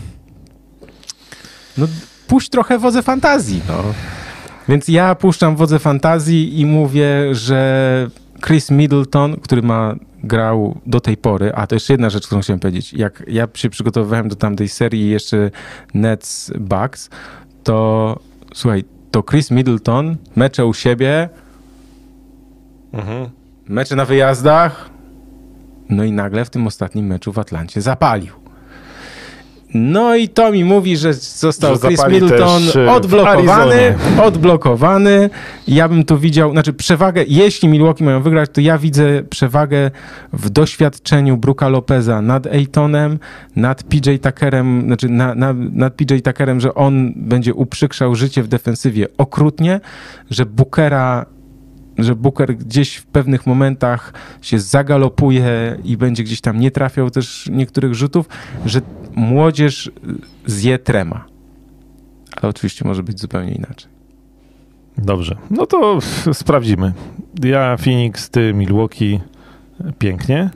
S1: no puść trochę wodze fantazji, no. Więc ja puszczam wodze fantazji i mówię, że Chris Middleton, który ma grał do tej pory, a to jeszcze jedna rzecz, którą chciałem powiedzieć. Jak ja się przygotowywałem do tamtej serii jeszcze Nets Bucks, to słuchaj, to Chris Middleton, mecze u siebie, mhm. mecze na wyjazdach, no i nagle w tym ostatnim meczu w Atlancie zapalił. No i to mi mówi, że został że Chris Middleton odblokowany, odblokowany. Ja bym tu widział, znaczy przewagę, jeśli Milwaukee mają wygrać, to ja widzę przewagę w doświadczeniu Brooka Lopeza nad Aytonem, nad P J Tuckerem, znaczy na, na, nad P J Tuckerem, że on będzie uprzykrzał życie w defensywie okrutnie, że Bookera że Booker gdzieś w pewnych momentach się zagalopuje i będzie gdzieś tam nie trafiał też niektórych rzutów, że młodzież zje trema. Ale oczywiście może być zupełnie inaczej.
S2: Dobrze, no to sprawdzimy. Ja Phoenix, ty Milwaukee. Pięknie.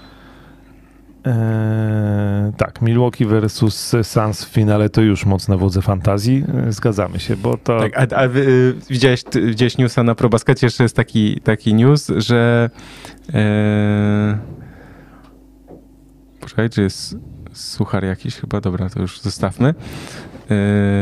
S2: Eee, tak, Milwaukee versus Suns w finale to już mocno wodze fantazji. Zgadzamy się, bo to...
S1: Tak, a, a y, widziałeś, ty, widziałeś newsa na ProBaskecie? Jeszcze jest taki, taki news, że e, poczekaj, czy jest suchar jakiś chyba? Dobra, to już zostawmy. E,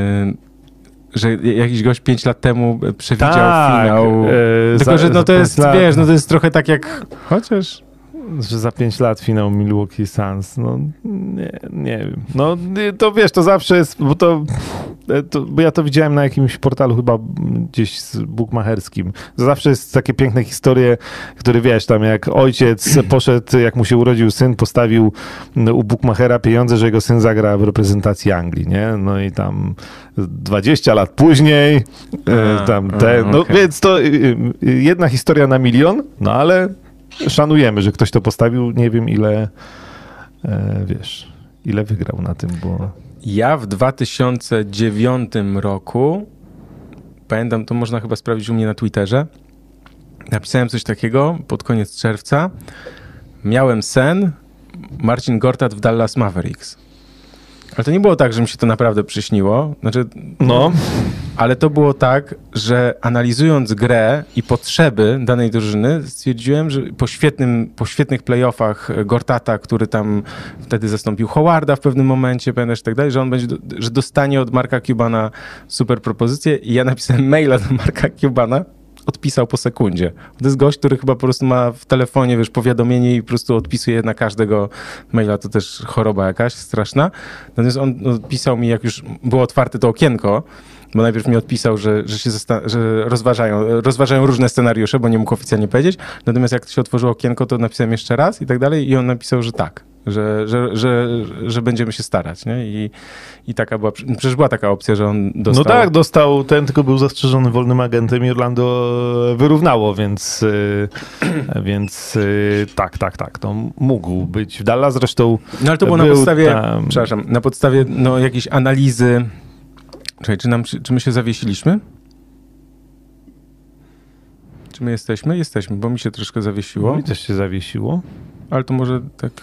S1: że jakiś gość pięć lat temu przewidział tak, finał. E, Tylko, za, że no to jest, lat. wiesz, no to jest trochę tak jak... Chociaż...
S2: Że za pięć lat finał Milwaukee Suns, no nie, nie wiem. No to wiesz, to zawsze jest, bo to, to, bo ja to widziałem na jakimś portalu chyba gdzieś bukmacherskim. To zawsze jest takie piękne historie, które wiesz, tam jak ojciec poszedł, jak mu się urodził syn, postawił u bukmachera pieniądze, że jego syn zagra w reprezentacji Anglii, nie? No i tam dwadzieścia lat później a, tam te, no okay. Więc to jedna historia na milion, no ale szanujemy, że ktoś to postawił. Nie wiem ile, e, wiesz, ile wygrał na tym, bo...
S1: Ja w dwa tysiące dziewiątym roku, pamiętam, to można chyba sprawdzić u mnie na Twitterze, napisałem coś takiego pod koniec czerwca. Miałem sen, Marcin Gortat w Dallas Mavericks. Ale to nie było tak, że mi się to naprawdę przyśniło. Znaczy, no. Ale to było tak, że analizując grę i potrzeby danej drużyny, stwierdziłem, że po, świetnym, po świetnych playoffach Gortata, który tam wtedy zastąpił Howarda w pewnym momencie, pamiętasz i tak dalej, że on będzie, że dostanie od Marka Cubana super propozycję i ja napisałem maila do Marka Cubana, odpisał po sekundzie. To jest gość, który chyba po prostu ma w telefonie, wiesz, powiadomienie i po prostu odpisuje na każdego maila. To też choroba jakaś straszna. Natomiast on odpisał mi, jak już było otwarte to okienko, bo najpierw mi odpisał, że, że się zasta- że rozważają, rozważają różne scenariusze, bo nie mógł oficjalnie powiedzieć. Natomiast jak się otworzyło okienko, to napisałem jeszcze raz i tak dalej i on napisał, że tak, że, że, że, że będziemy się starać, nie? I, i taka była, przecież była taka opcja, że on dostał...
S2: No tak, dostał, ten tylko był zastrzeżony wolnym agentem i Orlando wyrównało, więc, więc tak, tak, tak, to mógł być w Dallas, zresztą...
S1: No ale to było na podstawie, tam... przepraszam, na podstawie no, jakiejś analizy. Czekaj, czy, nam, czy my się zawiesiliśmy? Czy my jesteśmy? Jesteśmy, bo mi się troszkę zawiesiło.
S2: Mi też się zawiesiło.
S1: Ale to może tak...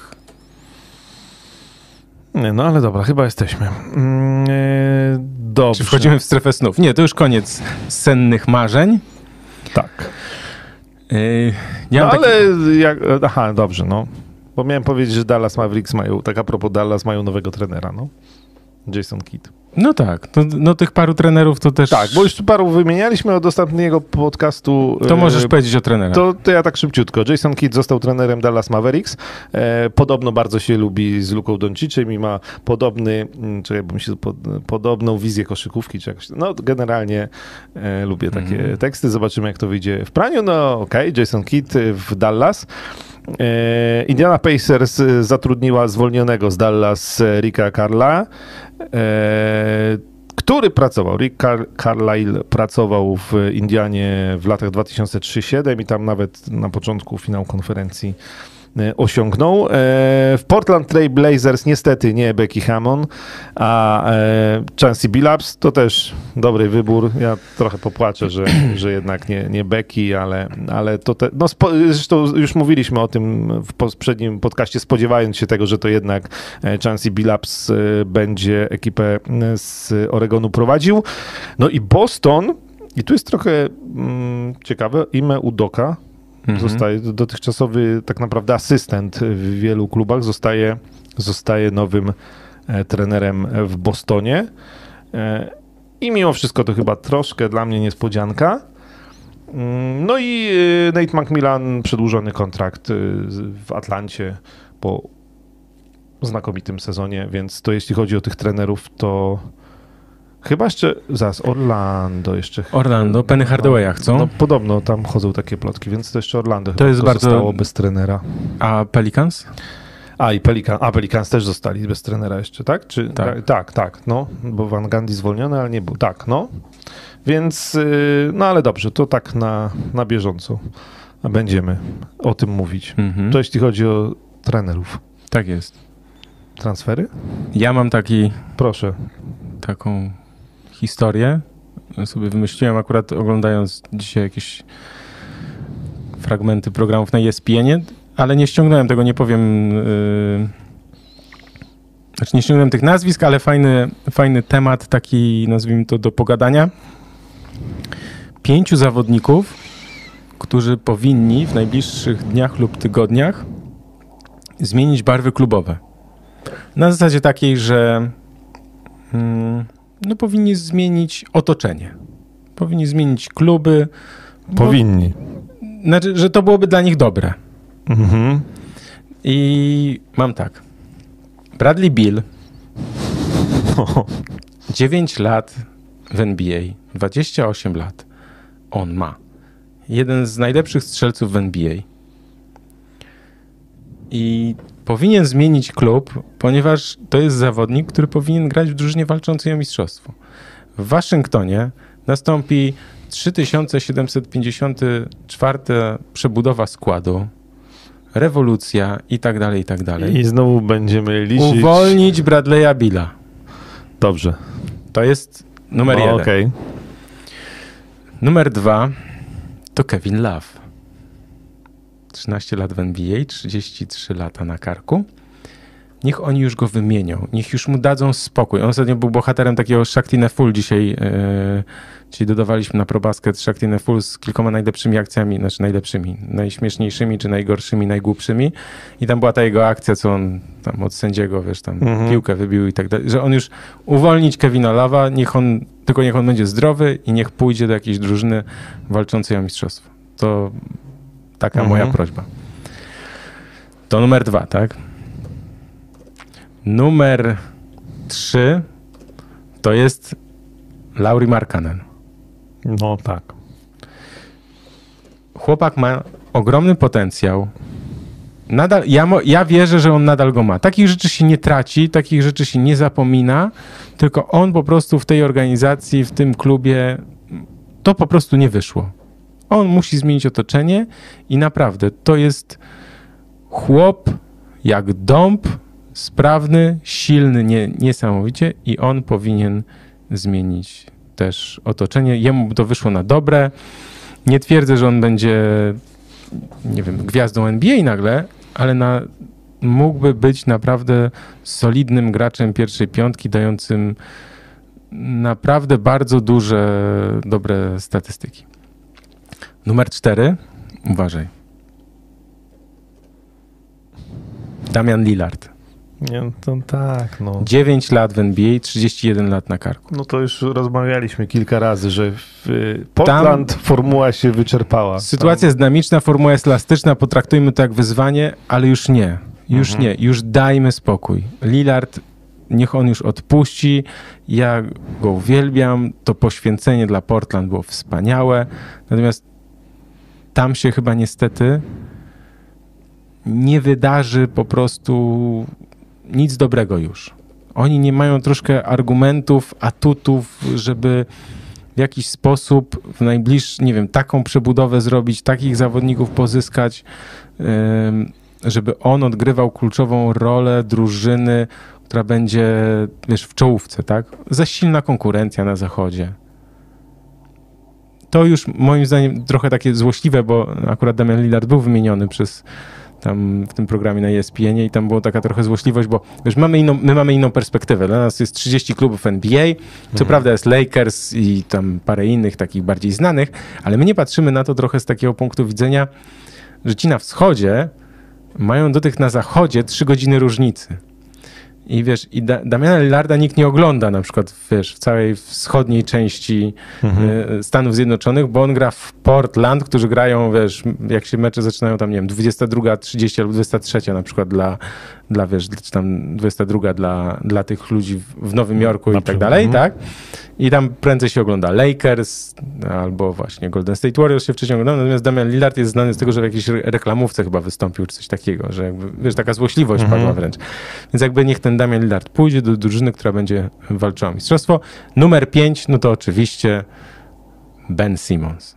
S2: Nie, no ale dobra, chyba jesteśmy. Yy, dobrze.
S1: Czy wchodzimy w strefę snów? Nie, to już koniec sennych marzeń.
S2: Tak.
S1: Yy,
S2: ja no taki... ale... Jak, aha, dobrze, no. Bo miałem powiedzieć, że Dallas Mavericks mają, tak a propos Dallas, mają nowego trenera, no. Jason Kidd.
S1: No tak, no, no tych paru trenerów to też...
S2: Tak, bo już tu paru wymienialiśmy od ostatniego podcastu.
S1: To możesz e, powiedzieć o trenerach.
S2: To, to ja tak szybciutko. Jason Kidd został trenerem Dallas Mavericks. E, podobno bardzo się lubi z Luką Doncicem i ma podobny, czekaj, bo mi się pod, podobną wizję koszykówki czy jakoś. No generalnie e, lubię takie mm. teksty. Zobaczymy, jak to wyjdzie w praniu. No okej, okay. Jason Kidd w Dallas. E, Indiana Pacers zatrudniła zwolnionego z Dallas Ricka Carla, e, który pracował, Rick Car- Carlisle pracował w Indianie w latach dwa tysiące trzy do dwa tysiące siedem i tam nawet na początku finału konferencji osiągnął. W Portland Trail Blazers niestety nie Becky Hammon, a Chauncey Billups to też dobry wybór. Ja trochę popłaczę, że, że jednak nie, nie Becky, ale, ale to te, no spo, zresztą już mówiliśmy o tym w poprzednim podcaście, spodziewając się tego, że to jednak Chauncey Billups będzie ekipę z Oregonu prowadził. No i Boston, i tu jest trochę mm, ciekawe, Ime Udoka, zostaje dotychczasowy tak naprawdę asystent w wielu klubach, zostaje, zostaje nowym e, trenerem w Bostonie. E, I mimo wszystko to chyba troszkę dla mnie niespodzianka. Mm, no i e, Nate McMillan, przedłużony kontrakt e, w Atlancie po znakomitym sezonie, więc to jeśli chodzi o tych trenerów, to chyba jeszcze, zaraz, Orlando jeszcze.
S1: Orlando, Penny Hardawaya chcą.
S2: No podobno tam chodzą takie plotki, więc to jeszcze Orlando
S1: to
S2: chyba
S1: jest bardzo...
S2: zostało bez trenera.
S1: A Pelicans?
S2: A i Pelican, a Pelicans też zostali bez trenera jeszcze, tak? Czy, tak. tak, tak, tak, no, bo Van Gundy zwolniony, ale nie był, tak, no. Więc, no ale dobrze, to tak na, na bieżąco będziemy o tym mówić. Mhm. To jeśli chodzi o trenerów.
S1: Tak jest.
S2: Transfery?
S1: Ja mam taki...
S2: Proszę.
S1: Taką historię sobie wymyśliłem akurat oglądając dzisiaj jakieś fragmenty programów na E S P N ie, ale nie ściągnąłem tego, nie powiem, yy... znaczy nie ściągnąłem tych nazwisk, ale fajny, fajny temat taki, nazwijmy to, do pogadania. Pięciu zawodników, którzy powinni w najbliższych dniach lub tygodniach zmienić barwy klubowe. Na zasadzie takiej, że no powinni zmienić otoczenie. Powinni zmienić kluby.
S2: Powinni.
S1: Bo, znaczy, że to byłoby dla nich dobre. Mhm. I mam tak. Bradley Beal. dziewięć lat w N B A. dwadzieścia osiem lat. On ma. Jeden z najlepszych strzelców w N B A. I powinien zmienić klub, ponieważ to jest zawodnik, który powinien grać w drużynie walczącej o mistrzostwo. W Waszyngtonie nastąpi trzy tysiące siedemset pięćdziesiąta czwarta przebudowa składu, rewolucja i tak dalej, i tak dalej.
S2: I znowu będziemy liczyć...
S1: Uwolnić Bradley'a Beala.
S2: Dobrze.
S1: To jest numer
S2: no,
S1: jeden.
S2: Okay.
S1: Numer dwa to Kevin Love. trzynaście lat w N B A, trzydzieści trzy lata na karku. Niech oni już go wymienią, niech już mu dadzą spokój. On ostatnio był bohaterem takiego Shakti Neful dzisiaj, yy, czyli dodawaliśmy na ProBasket Shakti Neful z kilkoma najlepszymi akcjami, znaczy najlepszymi, najśmieszniejszymi, czy najgorszymi, najgłupszymi. I tam była ta jego akcja, co on tam od sędziego, wiesz, tam mhm. piłkę wybił i tak dalej, że on już uwolnić Kevina Love'a, niech on, tylko niech on będzie zdrowy i niech pójdzie do jakiejś drużyny walczącej o mistrzostwo. To taka mhm. moja prośba. To numer dwa, tak? Numer trzy to jest Lauri Markkanen.
S2: No tak.
S1: Chłopak ma ogromny potencjał. Nadal, ja, mo, ja wierzę, że on nadal go ma. Takich rzeczy się nie traci, takich rzeczy się nie zapomina, tylko on po prostu w tej organizacji, w tym klubie, to po prostu nie wyszło. On musi zmienić otoczenie i naprawdę to jest chłop jak dąb, sprawny, silny, nie, niesamowicie i on powinien zmienić też otoczenie. Jemu to wyszło na dobre. Nie twierdzę, że on będzie, nie wiem, gwiazdą N B A nagle, ale na, mógłby być naprawdę solidnym graczem pierwszej piątki, dającym naprawdę bardzo duże, dobre statystyki. Numer cztery. Uważaj. Damian Lillard.
S2: Nie, to tak, no.
S1: dziewięć lat w N B A, trzydzieści jeden lat na karku.
S2: No to już rozmawialiśmy kilka razy, że w Portland Tam formuła się wyczerpała.
S1: Sytuacja
S2: Tam...
S1: jest dynamiczna, formuła jest elastyczna, potraktujmy to jak wyzwanie, ale już nie. Już mhm. nie, już dajmy spokój. Lillard, niech on już odpuści, ja go uwielbiam, to poświęcenie dla Portland było wspaniałe, natomiast tam się chyba niestety nie wydarzy po prostu nic dobrego już. Oni nie mają troszkę argumentów, atutów, żeby w jakiś sposób w najbliższym, nie wiem, taką przebudowę zrobić, takich zawodników pozyskać, żeby on odgrywał kluczową rolę drużyny, która będzie, wiesz, w czołówce, tak? Za silna konkurencja na zachodzie. To już moim zdaniem trochę takie złośliwe, bo akurat Damian Lillard był wymieniony przez tam w tym programie na E S P N ie i tam była taka trochę złośliwość, bo wiesz, mamy inną, my mamy inną perspektywę. Dla nas jest trzydzieści klubów N B A, co mhm. prawda jest Lakers i tam parę innych takich bardziej znanych, ale my nie patrzymy na to trochę z takiego punktu widzenia, że ci na wschodzie mają do tych na zachodzie trzy godziny różnicy. I wiesz, i da- Damiana Lillarda nikt nie ogląda na przykład, wiesz, w całej wschodniej części mhm. y, Stanów Zjednoczonych, bo on gra w Portland, którzy grają, wiesz, jak się mecze zaczynają tam, nie wiem, dwudziesta druga trzydzieści albo dwudziesta trzecia na przykład dla, dla wiesz, czy tam dwudziesta druga dla, dla tych ludzi w, w Nowym Jorku na i tak dalej, mhm. tak? I tam prędzej się ogląda Lakers albo właśnie Golden State Warriors się wcześniej ogląda, natomiast Damian Lillard jest znany z tego, że w jakiejś reklamówce chyba wystąpił, czy coś takiego, że jakby, wiesz, taka złośliwość mhm. padła wręcz. Więc jakby niech ten Damian Lillard pójdzie do drużyny, która będzie walczyła o mistrzostwo. Numer pięć, no to oczywiście Ben Simmons.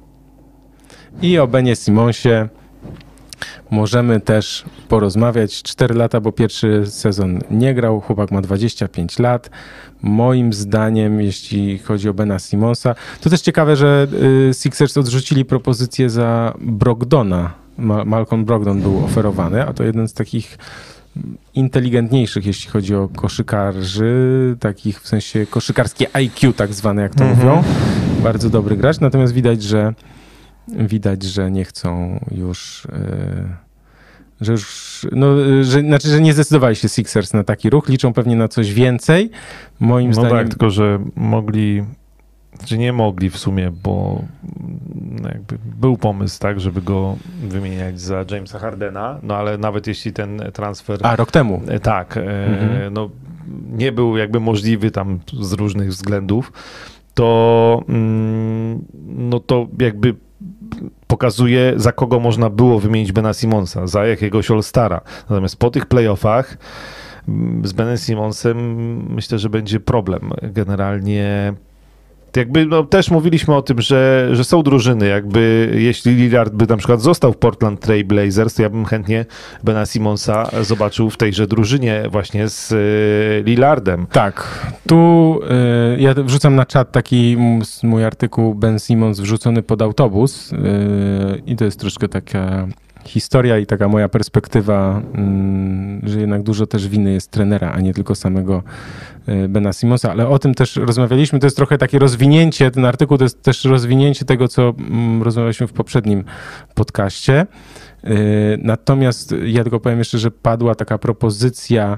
S1: I o Benie Simmonsie możemy też porozmawiać. Cztery lata, bo pierwszy sezon nie grał. Chłopak ma dwadzieścia pięć lat. Moim zdaniem, jeśli chodzi o Bena Simmonsa, to też ciekawe, że Sixers odrzucili propozycję za Brogdona. Malcolm Brogdon był oferowany, a to jeden z takich inteligentniejszych, jeśli chodzi o koszykarzy, takich w sensie koszykarskie I Q tak zwane, jak to mm-hmm. mówią. Bardzo dobry gracz, natomiast widać, że widać, że nie chcą już, yy, że już, no, że, znaczy, że nie zdecydowali się Sixers na taki ruch, liczą pewnie na coś więcej. Moim
S2: no
S1: zdaniem...
S2: tak, tylko że mogli, czy nie mogli w sumie, bo jakby był pomysł, tak, żeby go wymieniać za Jamesa Hardena, no ale nawet jeśli ten transfer...
S1: A, rok temu.
S2: Tak, mhm. e, no nie był jakby możliwy tam z różnych względów, to mm, no to jakby pokazuje, za kogo można było wymienić Bena Simmonsa, za jakiegoś All-Stara. Natomiast po tych playoffach z Benem Simmonsem myślę, że będzie problem. Generalnie jakby no, też mówiliśmy o tym, że, że są drużyny, jakby jeśli Lillard by na przykład został w Portland Trail Blazers, to ja bym chętnie Bena Simmonsa zobaczył w tejże drużynie właśnie z y, Lillardem.
S1: Tak, tu y, ja wrzucam na czat taki mój artykuł Ben Simmons wrzucony pod autobus y, i to jest troszkę taka historia i taka moja perspektywa, że jednak dużo też winy jest trenera, a nie tylko samego Bena Simmonsa, ale o tym też rozmawialiśmy. To jest trochę takie rozwinięcie, ten artykuł to jest też rozwinięcie tego, co rozmawialiśmy w poprzednim podcaście. Natomiast ja tylko powiem jeszcze, że padła taka propozycja,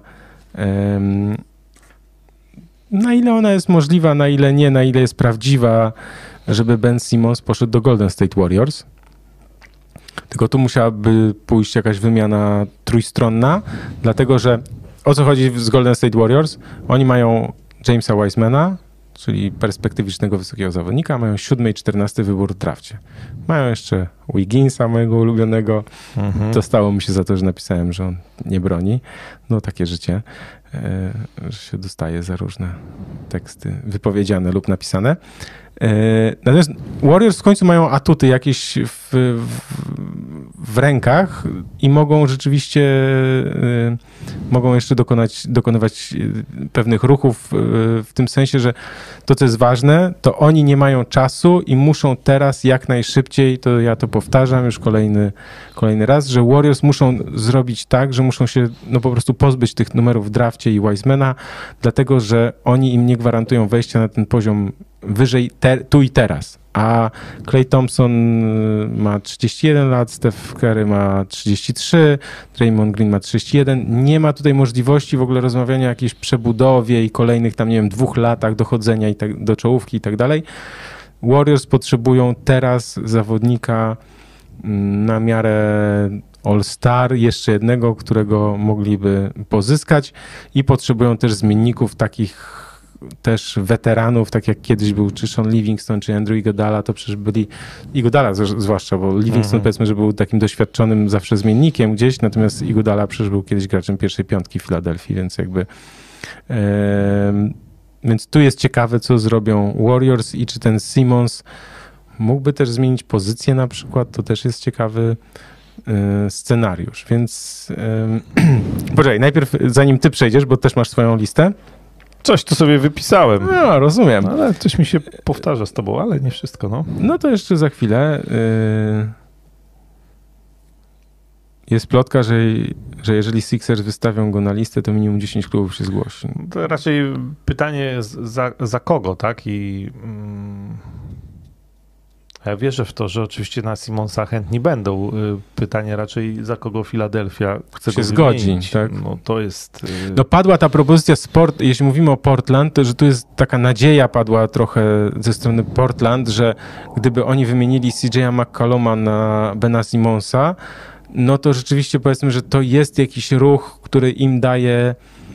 S1: na ile ona jest możliwa, na ile nie, na ile jest prawdziwa, żeby Ben Simmons poszedł do Golden State Warriors. Tylko tu musiałaby pójść jakaś wymiana trójstronna, dlatego że o co chodzi z Golden State Warriors? Oni mają Jamesa Wisemana, czyli perspektywicznego wysokiego zawodnika, mają siódmy i czternasty wybór w drafcie. Mają jeszcze Wigginsa, mojego ulubionego. Mhm. Dostało mi się za to, że napisałem, że on nie broni. No takie życie, że się dostaje za różne teksty wypowiedziane lub napisane. Natomiast Warriors w końcu mają atuty jakieś w, w, w rękach i mogą rzeczywiście y, mogą jeszcze dokonać, dokonywać pewnych ruchów y, w tym sensie, że to, co jest ważne, to oni nie mają czasu i muszą teraz jak najszybciej, to ja to powtarzam już kolejny, kolejny raz, że Warriors muszą zrobić tak, że muszą się no po prostu pozbyć tych numerów w drafcie i Wisemana, dlatego, że oni im nie gwarantują wejścia na ten poziom wyżej te, tu i teraz. a Klay Thompson ma trzydzieści jeden lat, Steph Curry ma trzydzieści trzy, Draymond Green ma trzydzieści jeden. Nie ma tutaj możliwości w ogóle rozmawiania o jakiejś przebudowie i kolejnych tam, nie wiem, dwóch latach dochodzenia i tak, do czołówki i tak dalej. Warriors potrzebują teraz zawodnika na miarę All-Star, jeszcze jednego, którego mogliby pozyskać i potrzebują też zmienników takich też weteranów, tak jak kiedyś był czy Sean Livingston, czy Andrew Iguodala, to przecież byli, Iguodala zwłaszcza, bo Livingston mm-hmm. powiedzmy, że był takim doświadczonym zawsze zmiennikiem gdzieś, natomiast Iguodala przecież był kiedyś graczem pierwszej piątki w Filadelfii, więc jakby e, więc tu jest ciekawe, co zrobią Warriors i czy ten Simmons mógłby też zmienić pozycję na przykład, to też jest ciekawy e, scenariusz, więc e, poczekaj, najpierw zanim ty przejdziesz, bo też masz swoją listę.
S2: Coś tu sobie wypisałem.
S1: No, rozumiem.
S2: No, ale coś mi się powtarza z tobą, ale nie wszystko, no.
S1: No to jeszcze za chwilę. Yy... Jest plotka, że, że jeżeli Sixers wystawią go na listę, to minimum dziesięć klubów się zgłosi.
S2: To raczej pytanie za, za kogo, tak? I mm, ja wierzę w to, że oczywiście na Simmonsa chętni będą. Pytanie raczej za kogo Filadelfia chce
S1: się
S2: go
S1: zgodzi,
S2: wymienić.
S1: tak?
S2: No to jest...
S1: No padła ta propozycja sport, jeśli mówimy o Portland, to że tu jest taka nadzieja padła trochę ze strony Portland, że gdyby oni wymienili C J McColluma na Bena Simmonsa, no to rzeczywiście powiedzmy, że to jest jakiś ruch, który im daje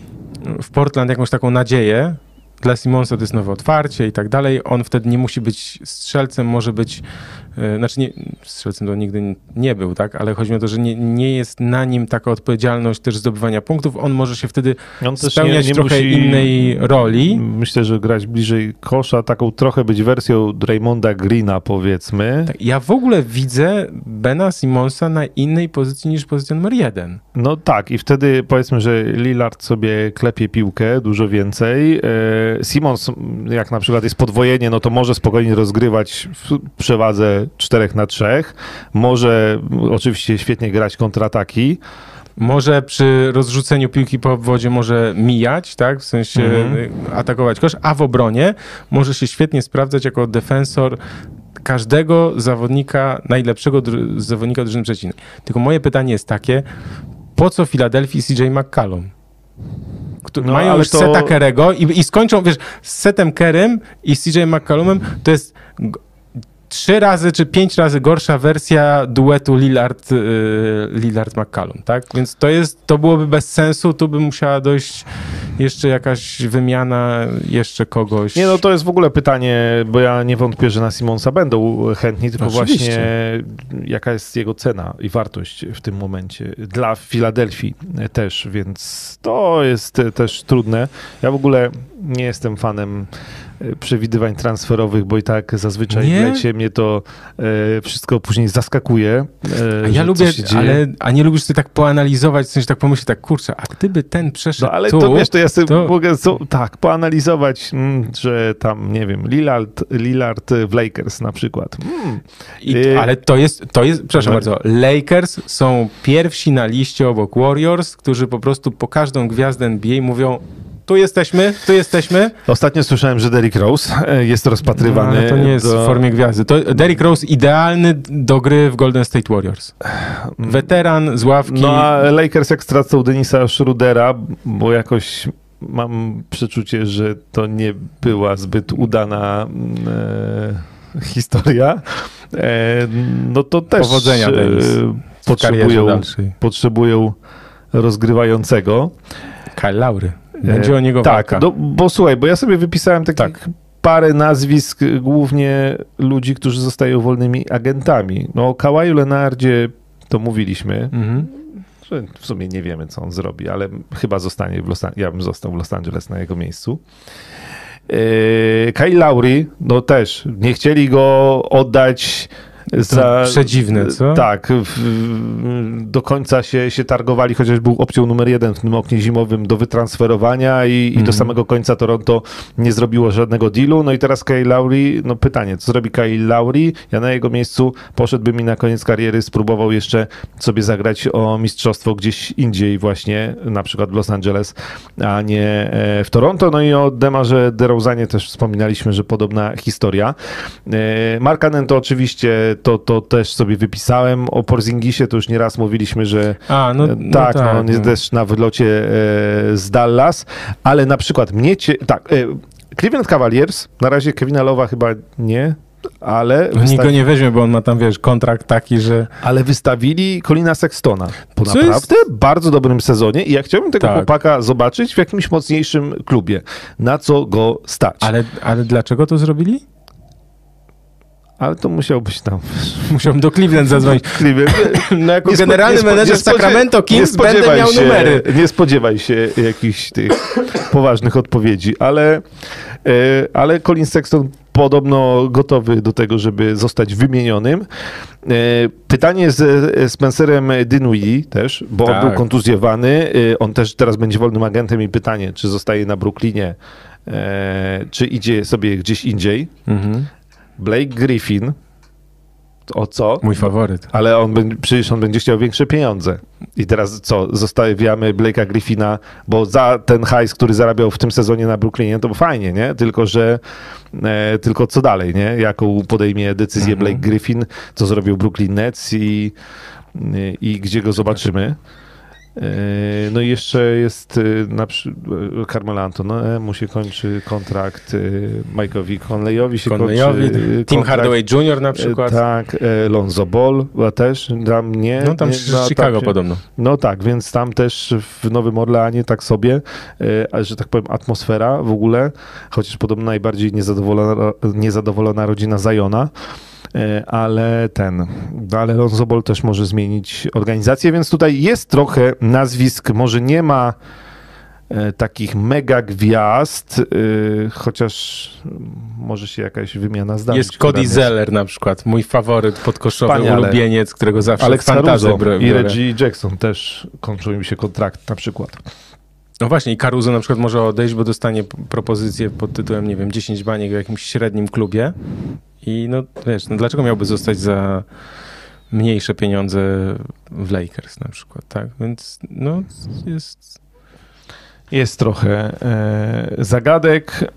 S1: w Portland jakąś taką nadzieję. Dla Simmonsa to jest nowe otwarcie i tak dalej. On wtedy nie musi być strzelcem, może być, yy, znaczy nie, strzelcem to nigdy nie był, tak? Ale chodzi mi o to, że nie, nie jest na nim taka odpowiedzialność też zdobywania punktów. On może się wtedy on spełniać nie, nie trochę musi, innej roli.
S2: Myślę, że grać bliżej kosza, taką trochę być wersją Draymonda Greena, powiedzmy.
S1: Tak, ja w ogóle widzę Bena Simmonsa na innej pozycji niż pozycja numer jeden.
S2: No tak, i wtedy powiedzmy, że Lillard sobie klepie piłkę dużo więcej. Simmons, jak na przykład jest podwojenie, no to może spokojnie rozgrywać w przewadze czterech na trzech. Może oczywiście świetnie grać kontrataki.
S1: Może przy rozrzuceniu piłki po obwodzie może mijać, tak? W sensie mm-hmm. atakować kosz, a w obronie może się świetnie sprawdzać jako defensor każdego zawodnika, najlepszego dru- zawodnika drużyny przeciwnej. Tylko moje pytanie jest takie, po co Filadelfii C J McCollum? No, mają już to... seta Kerego i, i skończą, wiesz, z setem Kerem i C J McCollumem to jest g- trzy razy czy pięć razy gorsza wersja duetu Lillard, yy, Lillard-McCollum, tak? Więc to jest, to byłoby bez sensu, tu by musiała dojść jeszcze jakaś wymiana, jeszcze kogoś.
S2: Nie, no to jest w ogóle pytanie, bo ja nie wątpię, że na Simmonsa będą chętni, tylko Oczywiście. właśnie jaka jest jego cena i wartość w tym momencie dla Filadelfii też, więc to jest też trudne. Ja w ogóle nie jestem fanem przewidywań transferowych, bo i tak zazwyczaj nie? w lecie mnie to e, wszystko później zaskakuje.
S1: E, a ja lubię, ale a nie lubisz sobie tak poanalizować, w sensie tak pomyśleć, tak kurczę, a gdyby ten przeszedł
S2: No ale
S1: tu,
S2: to wiesz, to ja sobie
S1: to...
S2: mogę so, tak poanalizować, mm, że tam, nie wiem, Lillard, Lillard w Lakers na przykład. Mm.
S1: I, y... Ale to jest, to jest, przepraszam no. bardzo, Lakers są pierwsi na liście obok Warriors, którzy po prostu po każdą gwiazdę N B A mówią: tu jesteśmy, tu jesteśmy.
S2: Ostatnio słyszałem, że Derrick Rose jest rozpatrywany.
S1: No, to nie jest do... w formie gwiazdy. To Derrick Rose idealny do gry w Golden State Warriors. Weteran z ławki.
S2: No a Lakers jak stracą Denisa Schrödera, bo jakoś mam przeczucie, że to nie była zbyt udana e, historia, e, no to też
S1: Powodzenia, Denis,
S2: potrzebują, potrzebują rozgrywającego.
S1: Kyle Lowry. Będzie o niego
S2: tak, do, bo słuchaj, bo ja sobie wypisałem takich tak. parę nazwisk, głównie ludzi, którzy zostają wolnymi agentami. No o Kawhi'u Leonardzie to mówiliśmy, mm-hmm. że w sumie nie wiemy, co on zrobi, ale chyba zostanie w Los Angeles, ja bym został w Los Angeles na jego miejscu. Yy, Kyle Lowry, no też, nie chcieli go oddać Za,
S1: przedziwne, co?
S2: Tak. W, do końca się, się targowali, chociaż był opcją numer jeden w tym oknie zimowym do wytransferowania i, i mm. do samego końca Toronto nie zrobiło żadnego dealu. No i teraz Kyle Lowry, no pytanie, co zrobi Kyle Lowry? Ja na jego miejscu poszedłbym i na koniec kariery spróbował jeszcze sobie zagrać o mistrzostwo gdzieś indziej właśnie, na przykład w Los Angeles, a nie w Toronto. No i o Demarze DeRozanie też wspominaliśmy, że podobna historia. Markkanen to oczywiście, to, to też sobie wypisałem. O Porzingisie to już nieraz mówiliśmy, że
S1: a, no, no
S2: tak,
S1: tak,
S2: no, on jest
S1: no.
S2: też na wylocie z Dallas, ale na przykład mnie, cie... tak, Cleveland Cavaliers, na razie Kevina Love'a chyba nie, ale...
S1: Wystawi... Nikt go nie weźmie, bo on ma tam, wiesz, kontrakt taki, że...
S2: Ale wystawili Collina Sextona po
S1: Co
S2: naprawdę
S1: jest?
S2: bardzo dobrym sezonie i ja chciałbym tego
S1: tak.
S2: chłopaka zobaczyć w jakimś mocniejszym klubie. Na co go stać.
S1: Ale, ale dlaczego to zrobili?
S2: Ale to musiał być tam.
S1: Musiałbym do Cleveland zadzwonić.
S2: Cleveland.
S1: No jako
S2: nie
S1: generalny
S2: spo,
S1: menedżer Sacramento Kings będę miał
S2: się,
S1: numery.
S2: Nie spodziewaj się jakichś tych poważnych odpowiedzi, ale, ale Collin Sexton podobno gotowy do tego, żeby zostać wymienionym. Pytanie z Spencerem Dinwiddie też, bo tak. on był kontuzjowany. On też teraz będzie wolnym agentem i pytanie, czy zostaje na Brooklynie, czy idzie sobie gdzieś indziej. Mhm. Blake Griffin, o co?
S1: Mój faworyt.
S2: Ale on przecież on będzie chciał większe pieniądze. I teraz co? Zostawiamy Blake'a Griffina, bo za ten hajs, który zarabiał w tym sezonie na Brooklynie, to fajnie, nie? Tylko, że e, tylko co dalej, nie? Jaką podejmie decyzję mhm. Blake Griffin, co zrobił Brooklyn Nets i, i, i gdzie go zobaczymy. No i jeszcze jest na przykład Carmelo Anthony, mu się kończy kontrakt, Mike'owi Conleyowi się
S1: Conleyowi,
S2: kończy
S1: Tim Hardaway junior na przykład.
S2: Tak, Lonzo Ball też dla mnie.
S1: No tam
S2: nie,
S1: z Chicago
S2: tak,
S1: podobno.
S2: No tak, więc tam też w Nowym Orleanie tak sobie, że tak powiem atmosfera w ogóle, chociaż podobno najbardziej niezadowolona, niezadowolona rodzina Ziona. Ale ten, ale Lonzo Ball też może zmienić organizację, więc tutaj jest trochę nazwisk, może nie ma e, takich mega gwiazd, e, chociaż może się jakaś wymiana zdarzyć.
S1: Jest Cody Zeller na przykład, mój faworyt podkoszowy,
S2: Wspaniale.
S1: Ulubieniec, którego zawsze
S2: Alex
S1: fantazję
S2: biorę. I Reggie Jackson też kończył im się kontrakt na przykład.
S1: No właśnie, i Caruso na przykład może odejść, bo dostanie propozycję pod tytułem, nie wiem, dziesięć baniek w jakimś średnim klubie. I no wiesz, no dlaczego miałby zostać za mniejsze pieniądze w Lakers na przykład, tak? Więc no jest...
S2: Jest trochę e, zagadek,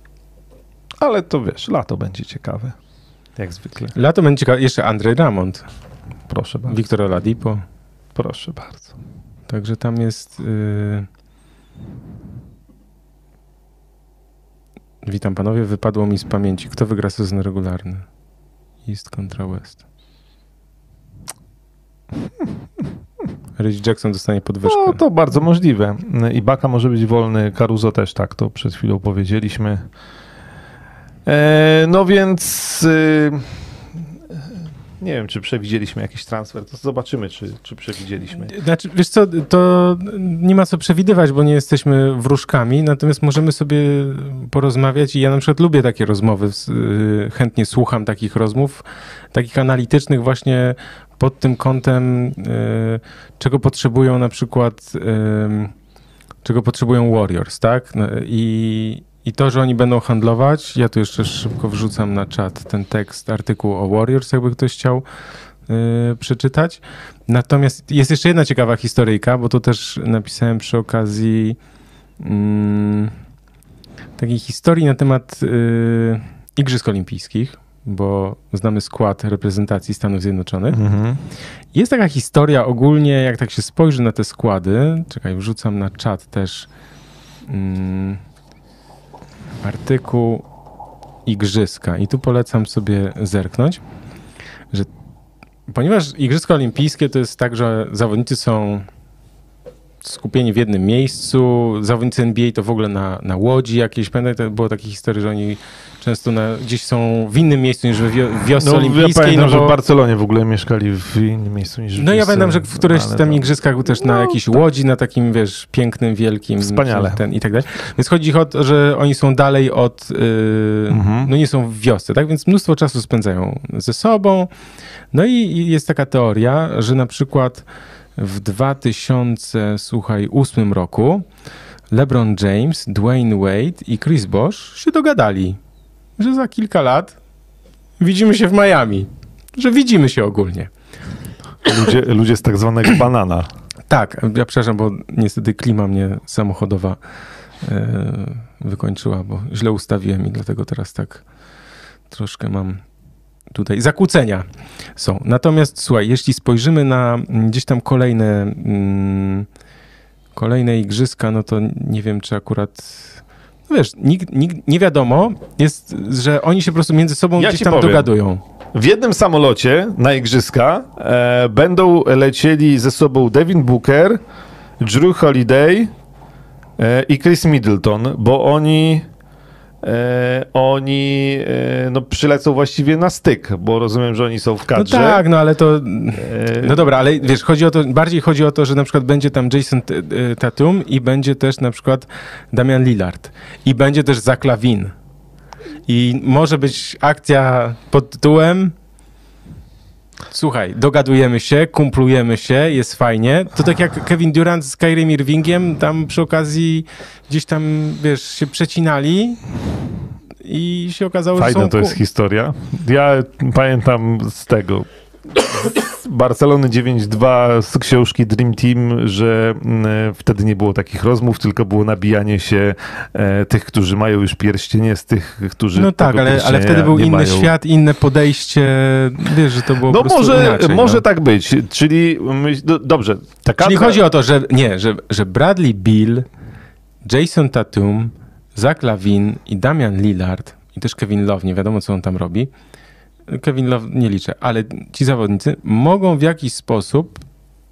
S2: ale to wiesz, lato będzie ciekawe, jak zwykle.
S1: Lato będzie ciekawe. Jeszcze Andrzej Drummond.
S2: Proszę bardzo.
S1: Victor Oladipo.
S2: Proszę bardzo.
S1: Także tam jest... Yy... Witam panowie, wypadło mi z pamięci. Kto wygra sezon regularny? East kontra West. Reggie Jackson dostanie podwyżkę.
S2: No to bardzo możliwe. Ibaka może być wolny, Caruso też tak, to przed chwilą powiedzieliśmy. E, no więc y, nie wiem, czy przewidzieliśmy jakiś transfer, to zobaczymy, czy, czy przewidzieliśmy.
S1: Znaczy, wiesz co, to nie ma co przewidywać, bo nie jesteśmy wróżkami, natomiast możemy sobie porozmawiać i ja na przykład lubię takie rozmowy, chętnie słucham takich rozmów, takich analitycznych właśnie pod tym kątem, czego potrzebują na przykład, czego potrzebują Warriors, tak? I I to, że oni będą handlować, ja tu jeszcze szybko wrzucam na czat ten tekst, artykuł o Warriors, jakby ktoś chciał yy, przeczytać. Natomiast jest jeszcze jedna ciekawa historyjka, bo to też napisałem przy okazji yy, takiej historii na temat yy, Igrzysk Olimpijskich, bo znamy skład reprezentacji Stanów Zjednoczonych. Mhm. Jest taka historia ogólnie, jak tak się spojrzy na te składy, czekaj, wrzucam na czat też yy, artykuł Igrzyska i tu polecam sobie zerknąć, że ponieważ Igrzyska Olimpijskie to jest tak, że zawodnicy są skupieni w jednym miejscu, zawodnicy N B A to w ogóle na, na łodzi jakiejś, pamiętam, to było takie historie, że oni często na, gdzieś są w innym miejscu niż w wio- wiosce
S2: no,
S1: olimpijskiej.
S2: Ja pamiętam,
S1: no bo...
S2: że w Barcelonie w ogóle mieszkali w innym miejscu niż w
S1: No ja
S2: wiosce,
S1: pamiętam, że w którejś z tam
S2: to...
S1: igrzyskach był też na
S2: no.
S1: jakiejś łodzi, na takim, wiesz, pięknym, wielkim.
S2: Wspaniale.
S1: Ten, i tak dalej. Więc chodzi o to, że oni są dalej od, yy, mhm. no nie są w wiosce, tak? Więc mnóstwo czasu spędzają ze sobą. No i, i jest taka teoria, że na przykład w dwa tysiące ósmym roku LeBron James, Dwayne Wade i Chris Bosh się dogadali, że za kilka lat widzimy się w Miami, że widzimy się ogólnie.
S2: Ludzie, ludzie z tak zwanego banana.
S1: Tak, ja przepraszam, bo niestety klima mnie samochodowa yy, wykończyła, bo źle ustawiłem i dlatego teraz tak troszkę mam tutaj zakłócenia są. Natomiast słuchaj, jeśli spojrzymy na gdzieś tam kolejne mm, kolejne igrzyska, no to nie wiem, czy akurat no wiesz, nikt, nikt, nie wiadomo jest, że oni się po prostu między sobą
S2: ja
S1: gdzieś tam
S2: powiem.
S1: dogadują.
S2: W jednym samolocie na igrzyska e, będą lecieli ze sobą Devin Booker, Jrue Holiday e, i Chris Middleton, bo oni e, oni e, no, przylecą właściwie na styk, bo rozumiem, że oni są w kadrze.
S1: No tak, no ale to... No dobra, ale wiesz, chodzi o to, bardziej chodzi o to, że na przykład będzie tam Jason Tatum i będzie też na przykład Damian Lillard i będzie też Zach LaVine. I może być akcja pod tytułem słuchaj, dogadujemy się, kumplujemy się, jest fajnie. To tak jak Kevin Durant z Kyrie Irvingiem tam przy okazji gdzieś tam, wiesz, się przecinali i się okazało,
S2: Fajna
S1: że są...
S2: to jest historia. Ja pamiętam z tego Barcelony dziewięć dwa z książki Dream Team, że e, wtedy nie było takich rozmów, tylko było nabijanie się e, tych, którzy mają już pierścienie z tych, którzy
S1: No tak, ale, ale wtedy był inny
S2: mają.
S1: świat, inne podejście. Wiesz, że to było
S2: No
S1: po prostu
S2: może,
S1: inaczej.
S2: może
S1: no.
S2: tak być. Czyli myśl, do, dobrze. Ta kadra...
S1: Czyli chodzi o to, że nie, że, że Bradley Beal, Jason Tatum, Zach LaVine i Damian Lillard i też Kevin Love, nie wiadomo co on tam robi. Kevin Love nie liczę, ale ci zawodnicy mogą w jakiś sposób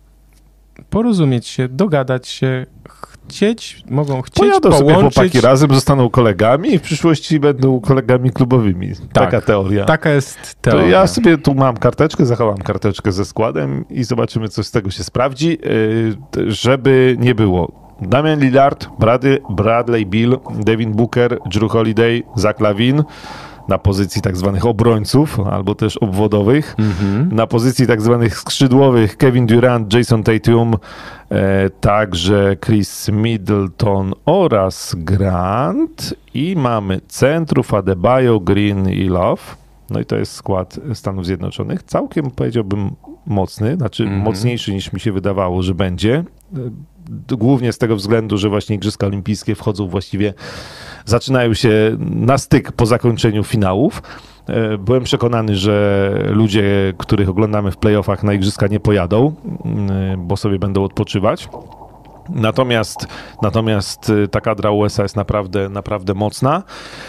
S1: porozumieć się, dogadać się, chcieć, mogą chcieć
S2: Pojadą
S1: połączyć.
S2: sobie chłopaki razem, zostaną kolegami i w przyszłości będą kolegami klubowymi.
S1: Tak,
S2: taka teoria.
S1: Taka jest teoria.
S2: To ja sobie tu mam karteczkę, zachowam karteczkę ze składem i zobaczymy, co z tego się sprawdzi. Yy, żeby nie było. Damian Lillard, Brady, Bradley Beal, Devin Booker, Jrue Holiday, Zach LaVine na pozycji tak zwanych obrońców, albo też obwodowych. Mm-hmm. Na pozycji tak zwanych skrzydłowych Kevin Durant, Jason Tatum, e, także Chris Middleton oraz Grant. I mamy centrów Adebayo, Green i Love. No i to jest skład Stanów Zjednoczonych. Całkiem powiedziałbym mocny, znaczy mm-hmm. mocniejszy niż mi się wydawało, że będzie. Głównie z tego względu, że właśnie Igrzyska Olimpijskie wchodzą właściwie, zaczynają się na styk po zakończeniu finałów. Byłem przekonany, że ludzie, których oglądamy w playoffach na Igrzyska nie pojadą, bo sobie będą odpoczywać. Natomiast, natomiast ta kadra U S A jest naprawdę, naprawdę mocna.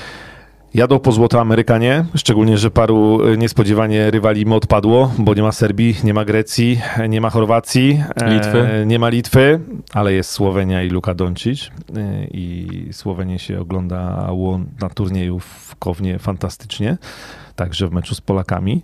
S2: Jadą po złoto Amerykanie, szczególnie, że paru niespodziewanie rywali im odpadło, bo nie ma Serbii, nie ma Grecji, nie ma Chorwacji,
S1: Litwy.
S2: E, nie ma Litwy, ale jest Słowenia i Luka Doncic. E, I Słowenię się oglądało na turnieju w Kownie fantastycznie, także w meczu z Polakami.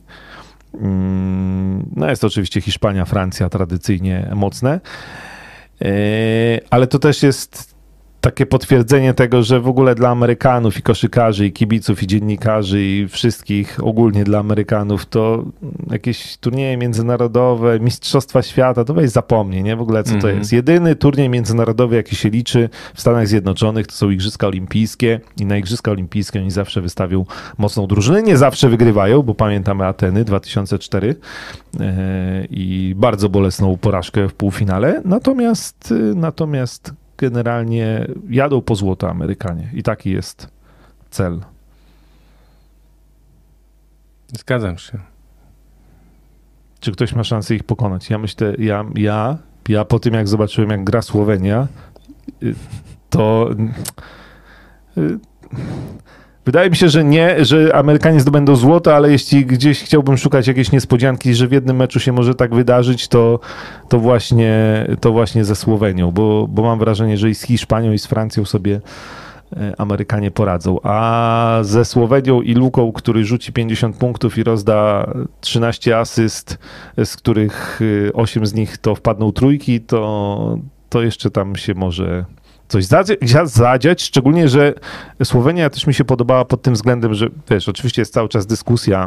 S2: Mm, no jest to oczywiście Hiszpania, Francja, tradycyjnie mocne, e, ale to też jest takie potwierdzenie tego, że w ogóle dla Amerykanów i koszykarzy, i kibiców, i dziennikarzy, i wszystkich ogólnie dla Amerykanów to jakieś turnieje międzynarodowe, mistrzostwa świata, to weź zapomnij, nie? W ogóle co to
S1: Mm-hmm.
S2: jest. Jedyny turniej międzynarodowy, jaki się liczy w Stanach Zjednoczonych, to są Igrzyska Olimpijskie i na Igrzyska Olimpijskie oni zawsze wystawią mocną drużynę. Nie zawsze wygrywają, bo pamiętamy Ateny dwa tysiące cztery yy, i bardzo bolesną porażkę w półfinale. Natomiast, yy, natomiast generalnie jadą po złoto Amerykanie i taki jest cel.
S1: Zgadzam się.
S2: Czy ktoś ma szansę ich pokonać? Ja myślę, ja, ja, ja po tym jak zobaczyłem jak gra Słowenia, to wydaje mi się, że nie, że Amerykanie zdobędą złoto, ale jeśli gdzieś chciałbym szukać jakiejś niespodzianki, że w jednym meczu się może tak wydarzyć, to, to, właśnie, to właśnie ze Słowenią, bo, bo mam wrażenie, że i z Hiszpanią, i z Francją sobie Amerykanie poradzą. A ze Słowenią i Luką, który rzuci pięćdziesiąt punktów i rozda trzynaście asyst, z których osiem z nich to wpadną trójki, to, to jeszcze tam się może coś zadziać, szczególnie, że Słowenia też mi się podobała pod tym względem, że wiesz, oczywiście jest cały czas dyskusja,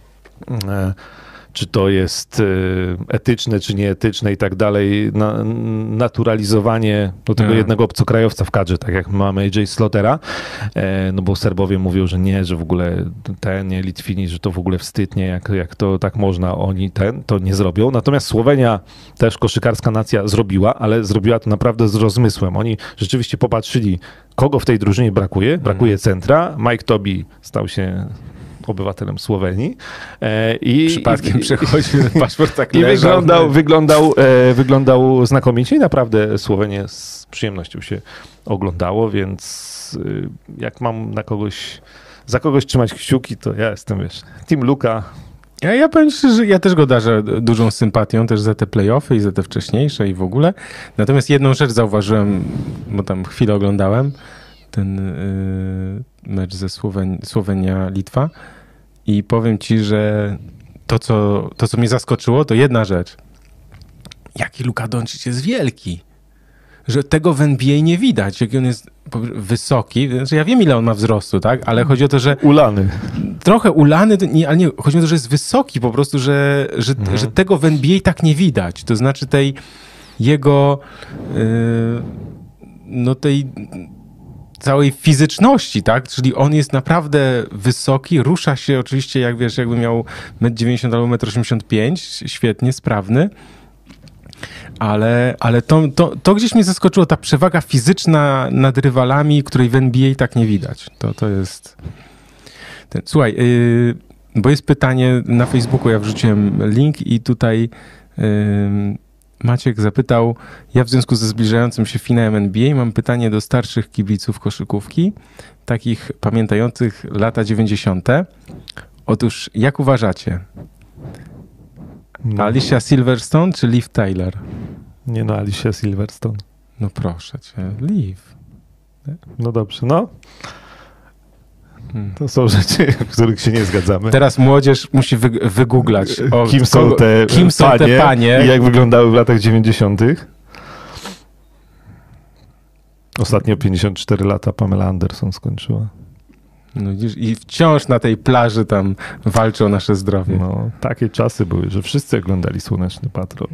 S2: czy to jest etyczne, czy nieetyczne i tak dalej, na, naturalizowanie do tego jednego obcokrajowca w kadrze, tak jak mamy A J Slotera, no bo Serbowie mówią, że nie, że w ogóle ten, nie, Litwini, że to w ogóle wstydnie, jak, jak to tak można, oni ten, to nie zrobią. Natomiast Słowenia, też koszykarska nacja, zrobiła, ale zrobiła to naprawdę z rozmysłem. Oni rzeczywiście popatrzyli, kogo w tej drużynie brakuje. Brakuje centra. Mike Tobey stał się obywatelem Słowenii. E, i,
S1: Przypadkiem
S2: i,
S1: przechodził paszport tak
S2: I
S1: leżał.
S2: wyglądał, wyglądał, e, wyglądał znakomicie i naprawdę Słowenię z przyjemnością się oglądało, więc e, jak mam na kogoś, za kogoś trzymać kciuki, to ja jestem, wiesz, Team Luka.
S1: Ja, ja powiem szczerze, że ja też go darzę dużą sympatią też za te play-offy i za te wcześniejsze i w ogóle. Natomiast jedną rzecz zauważyłem, bo tam chwilę oglądałem, ten y, mecz ze Słowen- Słowenia-Litwa i powiem ci, że to co, to, co mnie zaskoczyło, to jedna rzecz. Jaki Luka Doncic jest wielki. Że tego w N B A nie widać, jaki on jest wysoki. Znaczy ja wiem, ile on ma wzrostu, tak? Ale chodzi o to, że...
S2: Ulany.
S1: Trochę ulany, nie, ale nie, chodzi o to, że jest wysoki po prostu, że, że, mhm. że tego w N B A tak nie widać. To znaczy tej jego yy, no tej całej fizyczności, tak? Czyli on jest naprawdę wysoki, rusza się oczywiście, jak wiesz, jakby miał metr dziewięćdziesiąt albo metr osiemdziesiąt pięć, świetnie, sprawny. Ale, ale to, to, to gdzieś mnie zaskoczyło, ta przewaga fizyczna nad rywalami, której w N B A tak nie widać. To, to jest... Ten... Słuchaj, yy, bo jest pytanie na Facebooku, ja wrzuciłem link i tutaj yy, Maciek zapytał, ja w związku ze zbliżającym się finałem N B A mam pytanie do starszych kibiców koszykówki, takich pamiętających lata dziewięćdziesiąte. Otóż, jak uważacie?
S2: No.
S1: Alicia Silverstone czy Liv Tyler?
S2: Nie no, Alicia Silverstone.
S1: No proszę cię, Liv.
S2: No dobrze, no. To są rzeczy, w których się nie zgadzamy.
S1: Teraz młodzież musi wy, wygooglać. O,
S2: kim są
S1: kogo,
S2: te
S1: kim są
S2: panie,
S1: te panie
S2: i jak wyglądały w latach dziewięćdziesiątych. Ostatnio pięćdziesiąt cztery lata Pamela Anderson skończyła.
S1: No widzisz, i wciąż na tej plaży tam walczy o nasze zdrowie.
S2: No, takie czasy były, że wszyscy oglądali Słoneczny Patrol.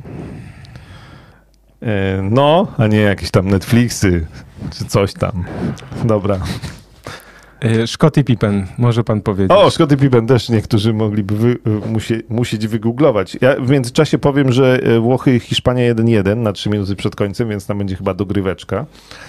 S2: E, no, a nie jakieś tam Netflixy, czy coś tam. Dobra.
S1: Scottie Pippen, może pan powiedzieć.
S2: O, Scottie Pippen też niektórzy mogliby wy, musie, musieć wygooglować. Ja w międzyczasie powiem, że Włochy i Hiszpania jeden jeden na trzy minuty przed końcem, więc tam będzie chyba dogryweczka.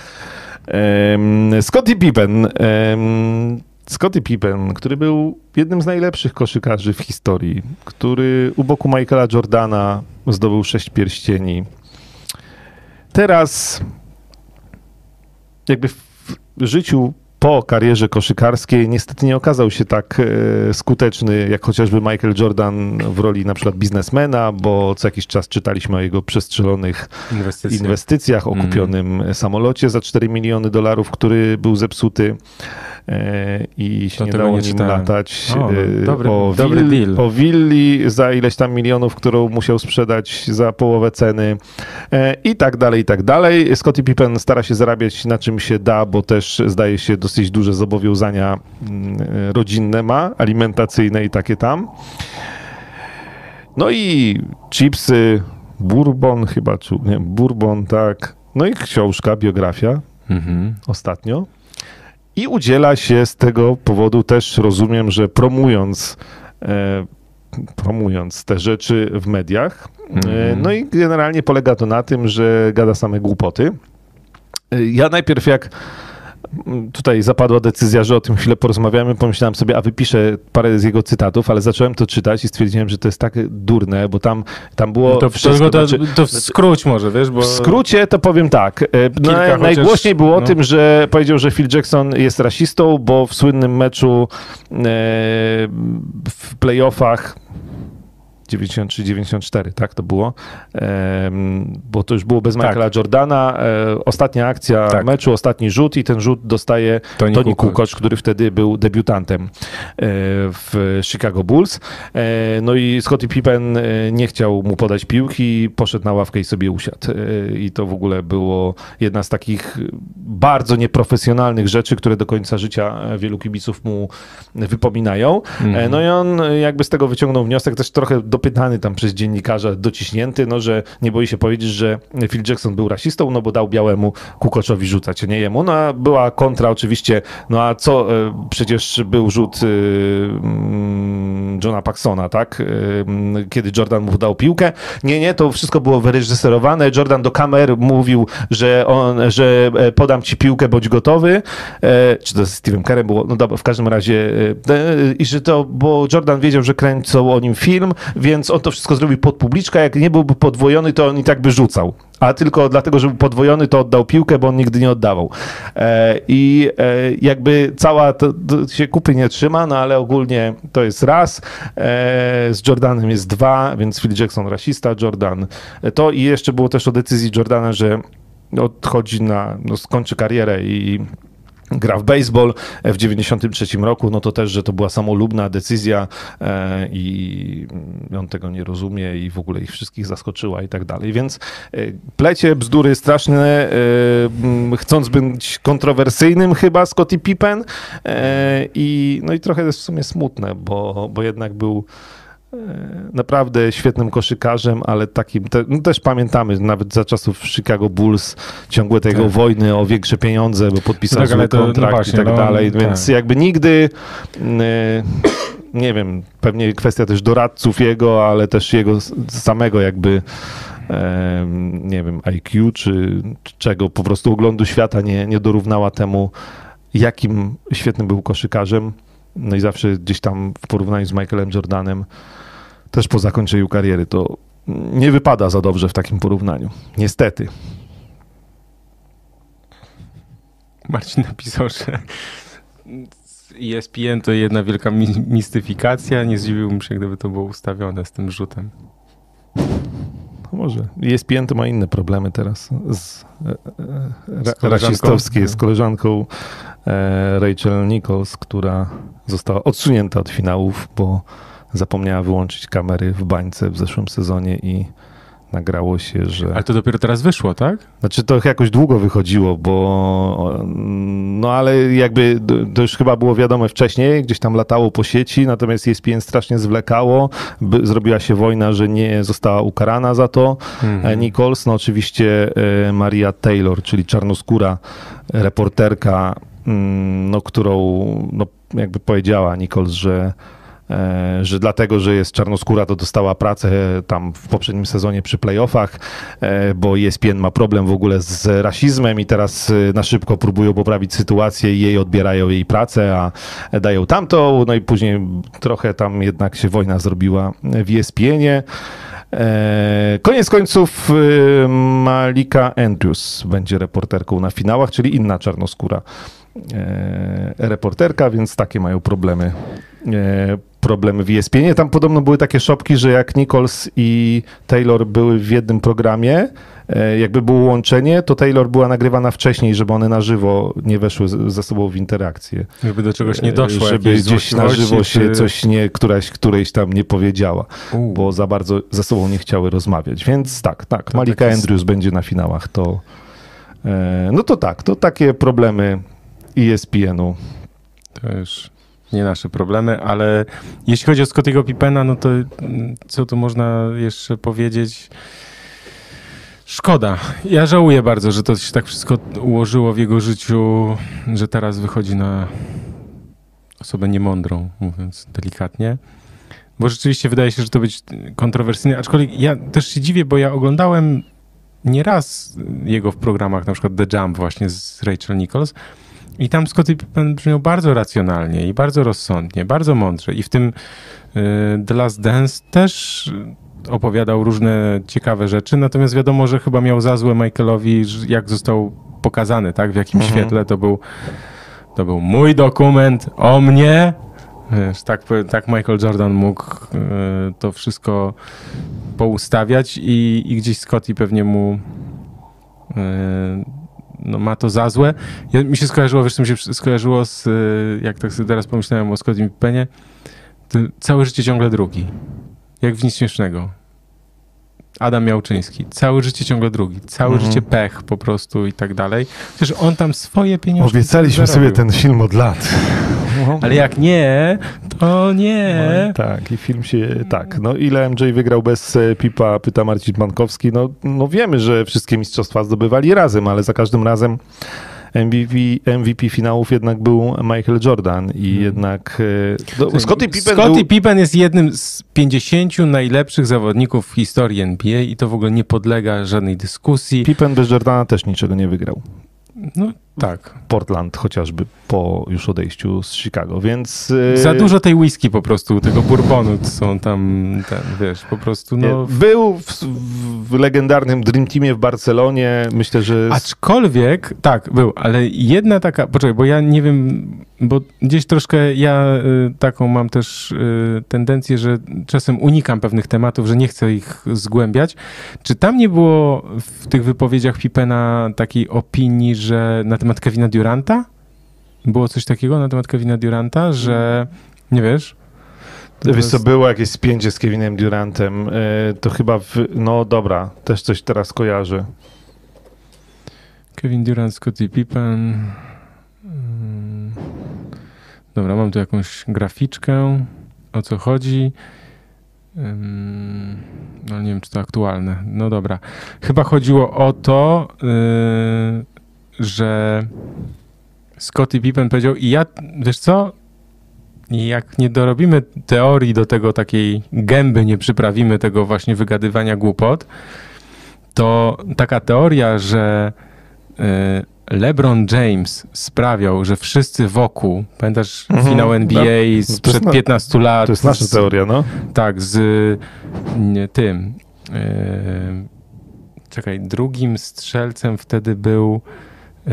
S2: Um, Scottie Pippen, um, Scottie Pippen, który był jednym z najlepszych koszykarzy w historii, który u boku Michaela Jordana zdobył sześć pierścieni. Teraz jakby w życiu po karierze koszykarskiej niestety nie okazał się tak e, skuteczny jak chociażby Michael Jordan w roli na przykład biznesmena, bo co jakiś czas czytaliśmy o jego przestrzelonych
S1: Inwestycje.
S2: inwestycjach, o kupionym mm. samolocie za cztery miliony dolarów, który był zepsuty e, i się
S1: to
S2: nie dało
S1: nie
S2: nim
S1: czytałem.
S2: latać.
S1: O,
S2: e,
S1: dobry,
S2: o,
S1: dobry
S2: will,
S1: deal.
S2: o willi za ileś tam milionów, którą musiał sprzedać za połowę ceny e, i tak dalej, i tak dalej. Scottie Pippen stara się zarabiać na czym się da, bo też zdaje się dosyć duże zobowiązania rodzinne ma, alimentacyjne i takie tam. No i chipsy, bourbon chyba, czy nie, bourbon, tak. No i książka, biografia mhm. ostatnio. I udziela się z tego powodu też, rozumiem, że promując e, promując te rzeczy w mediach. Mhm. E, no i generalnie polega to na tym, że gada same głupoty. E, ja najpierw jak tutaj zapadła decyzja, że o tym chwilę porozmawiamy, pomyślałem sobie, a wypiszę parę z jego cytatów, ale zacząłem to czytać i stwierdziłem, że to jest tak durne, bo tam, tam było
S1: no to,
S2: wszystko.
S1: To, to,
S2: znaczy,
S1: to w skrócie może, wiesz, bo...
S2: W skrócie to powiem tak. Na,
S1: chociaż,
S2: najgłośniej było o
S1: no.
S2: tym, że powiedział, że Phil Jackson jest rasistą, bo w słynnym meczu e, w playoffach dziewięćdziesiąt trzy dziewięćdziesiąt cztery, tak to było? Ehm, bo to już było bez Michaela tak. Jordana. E, ostatnia akcja tak. meczu, ostatni rzut i ten rzut dostaje Tony, Tony Kukoc, który wtedy był debiutantem e, w Chicago Bulls. E, no i Scottie Pippen nie chciał mu podać piłki, poszedł na ławkę i sobie usiadł. E, I to w ogóle było jedna z takich bardzo nieprofesjonalnych rzeczy, które do końca życia wielu kibiców mu wypominają. Mm-hmm. No i on jakby z tego wyciągnął wniosek, też trochę dopytany tam przez dziennikarza, dociśnięty, no że nie boi się powiedzieć, że Phil Jackson był rasistą, no bo dał białemu Kukoczowi rzucać, a nie jemu. No a była kontra oczywiście, no a co, przecież był rzut Johna Paxsona, tak? Kiedy Jordan mu dał piłkę. Nie, nie, to wszystko było wyreżyserowane. Jordan do kamer mówił, że on, że podam ci piłkę, bądź gotowy. Czy to z Steve'em Kerrem było? No dobra, w każdym razie i że to, bo Jordan wiedział, że kręcą o nim film, więc on to wszystko zrobił pod publiczkę. Jak nie byłby podwojony, to on i tak by rzucał. A tylko dlatego, że był podwojony, to oddał piłkę, bo on nigdy nie oddawał. E, I e, jakby cała to, to się kupy nie trzyma, no ale ogólnie to jest raz. E, z Jordanem jest dwa, więc Phil Jackson rasista, Jordan to. I jeszcze było też o decyzji Jordana, że odchodzi na, no skończy karierę i gra w baseball w dziewięćdziesiątym trzecim roku, no to też, że to była samolubna decyzja e, i on tego nie rozumie i w ogóle ich wszystkich zaskoczyła i tak dalej. Więc e, plecie bzdury straszne, e, chcąc być kontrowersyjnym chyba Scottie Pippen e, i no i trochę jest w sumie smutne, bo, bo jednak był naprawdę świetnym koszykarzem, ale takim, te, no też pamiętamy, nawet za czasów Chicago Bulls ciągłe tego tak. wojny o większe pieniądze, bo podpisał tak, zły kontrakt no właśnie, i tak no, dalej, więc tak. jakby nigdy nie wiem, pewnie kwestia też doradców jego, ale też jego samego jakby nie wiem, I Q czy, czy czego, po prostu oglądu świata nie, nie dorównała temu, jakim świetnym był koszykarzem. No i zawsze gdzieś tam w porównaniu z Michaelem Jordanem, też po zakończeniu kariery, to nie wypada za dobrze w takim porównaniu. Niestety.
S1: Marcin napisał, że E S P N to jedna wielka mistyfikacja. Nie zdziwiłbym się, gdyby to było ustawione z tym rzutem.
S2: No może. E S P N to ma inne problemy teraz z, z rasistowskie, z koleżanką e, Rachel Nichols, która została odsunięta od finałów, bo zapomniała wyłączyć kamery w bańce w zeszłym sezonie i nagrało się, że...
S1: Ale to dopiero teraz wyszło, tak?
S2: Znaczy to jakoś długo wychodziło, bo no ale jakby to już chyba było wiadome wcześniej, gdzieś tam latało po sieci, natomiast E S P N strasznie zwlekało, by, zrobiła się wojna, że nie została ukarana za to. Mhm. Nichols, no oczywiście Maria Taylor, czyli czarnoskóra reporterka, no którą no, jakby powiedziała Nichols, że że dlatego, że jest czarnoskóra, to dostała pracę tam w poprzednim sezonie przy playoffach, bo E S P N ma problem w ogóle z rasizmem i teraz na szybko próbują poprawić sytuację i jej odbierają jej pracę, a dają tamtą, no i później trochę tam jednak się wojna zrobiła w E S P N-ie. Koniec końców Malika Andrews będzie reporterką na finałach, czyli inna czarnoskóra reporterka, więc takie mają problemy problemy w E S P N-ie. Tam podobno były takie szopki, że jak Nichols i Taylor były w jednym programie, jakby było łączenie, to Taylor była nagrywana wcześniej, żeby one na żywo nie weszły ze sobą w interakcję.
S1: Żeby do czegoś nie doszło.
S2: Żeby gdzieś na żywo się czy... coś nie, któraś, którejś tam nie powiedziała, U. bo za bardzo ze sobą nie chciały rozmawiać. Więc tak, tak, to Malika tak jest... Andrews będzie na finałach. To, no to tak, to takie problemy E S P N-u.
S1: To już nie nasze problemy, ale jeśli chodzi o Scottiego Pippena, no to co tu można jeszcze powiedzieć? Szkoda. Ja żałuję bardzo, że to się tak wszystko ułożyło w jego życiu, że teraz wychodzi na osobę niemądrą, mówiąc delikatnie. Bo rzeczywiście wydaje się, że to być kontrowersyjne, aczkolwiek ja też się dziwię, bo ja oglądałem nieraz jego w programach, na przykład The Jump właśnie z Rachel Nichols, i tam Scottie Pippen brzmiał bardzo racjonalnie i bardzo rozsądnie, bardzo mądrze. I w tym y, The Last Dance też opowiadał różne ciekawe rzeczy, natomiast wiadomo, że chyba miał za złe Michaelowi, jak został pokazany, tak, w jakim mhm. świetle to był, to był mój dokument o mnie, Wiesz, tak, tak Michael Jordan mógł y, to wszystko poustawiać i, i gdzieś Scottie pewnie mu y, no, ma to za złe. Ja, mi się skojarzyło, wiesz, co mi się skojarzyło z, y, jak tak sobie teraz pomyślałem o Scottie Pippenie, to całe życie ciągle drugi. Jak w nic śmiesznego. Adam Miałczyński. Całe życie ciągle drugi. Całe mhm. życie pech po prostu i tak dalej. Przecież on tam swoje pieniądze
S2: obiecaliśmy sobie ten film od lat.
S1: Ale jak nie, to nie.
S2: No, tak, i film się... Tak, no ile M J wygrał bez Pipa, pyta Marcin Mankowski. No, no wiemy, że wszystkie mistrzostwa zdobywali razem, ale za każdym razem M V P, M V P finałów jednak był Michael Jordan i hmm. jednak... No, Scottie Pippen,
S1: Scottie
S2: był...
S1: Pippen jest jednym z pięćdziesięciu najlepszych zawodników w historii N B A i to w ogóle nie podlega żadnej dyskusji.
S2: Pippen bez Jordana też niczego nie wygrał.
S1: No tak.
S2: Portland chociażby po już odejściu z Chicago, więc...
S1: Za dużo tej whisky po prostu, tego bourbonu są tam, ten, wiesz, po prostu no...
S2: Był w, w legendarnym Dream Teamie w Barcelonie, myślę, że...
S1: Aczkolwiek, tak, był, ale jedna taka, poczekaj, bo ja nie wiem, bo gdzieś troszkę ja y, taką mam też y, tendencję, że czasem unikam pewnych tematów, że nie chcę ich zgłębiać. Czy tam nie było w tych wypowiedziach Pippena takiej opinii, że na temat Kevina Duranta? Było coś takiego na temat Kevina Duranta, że nie wiesz?
S2: To wiesz co, było jakieś spięcie z Kevinem Durantem. Yy, to chyba, w, no dobra, też coś teraz kojarzę.
S1: Kevin Durant, Scottie Pippen. Yy. Dobra, mam tu jakąś graficzkę. O co chodzi? Yy. No nie wiem, czy to aktualne. No dobra. Chyba chodziło o to, yy, że Scottie Pippen powiedział i ja, wiesz co, jak nie dorobimy teorii do tego takiej gęby, nie przyprawimy tego właśnie wygadywania głupot, to taka teoria, że LeBron James sprawiał, że wszyscy wokół, pamiętasz mhm, finał N B A no, sprzed na, piętnastu lat?
S2: To jest nasza z, teoria, no.
S1: Tak, z nie, tym... Yy, czekaj, drugim strzelcem wtedy był yy,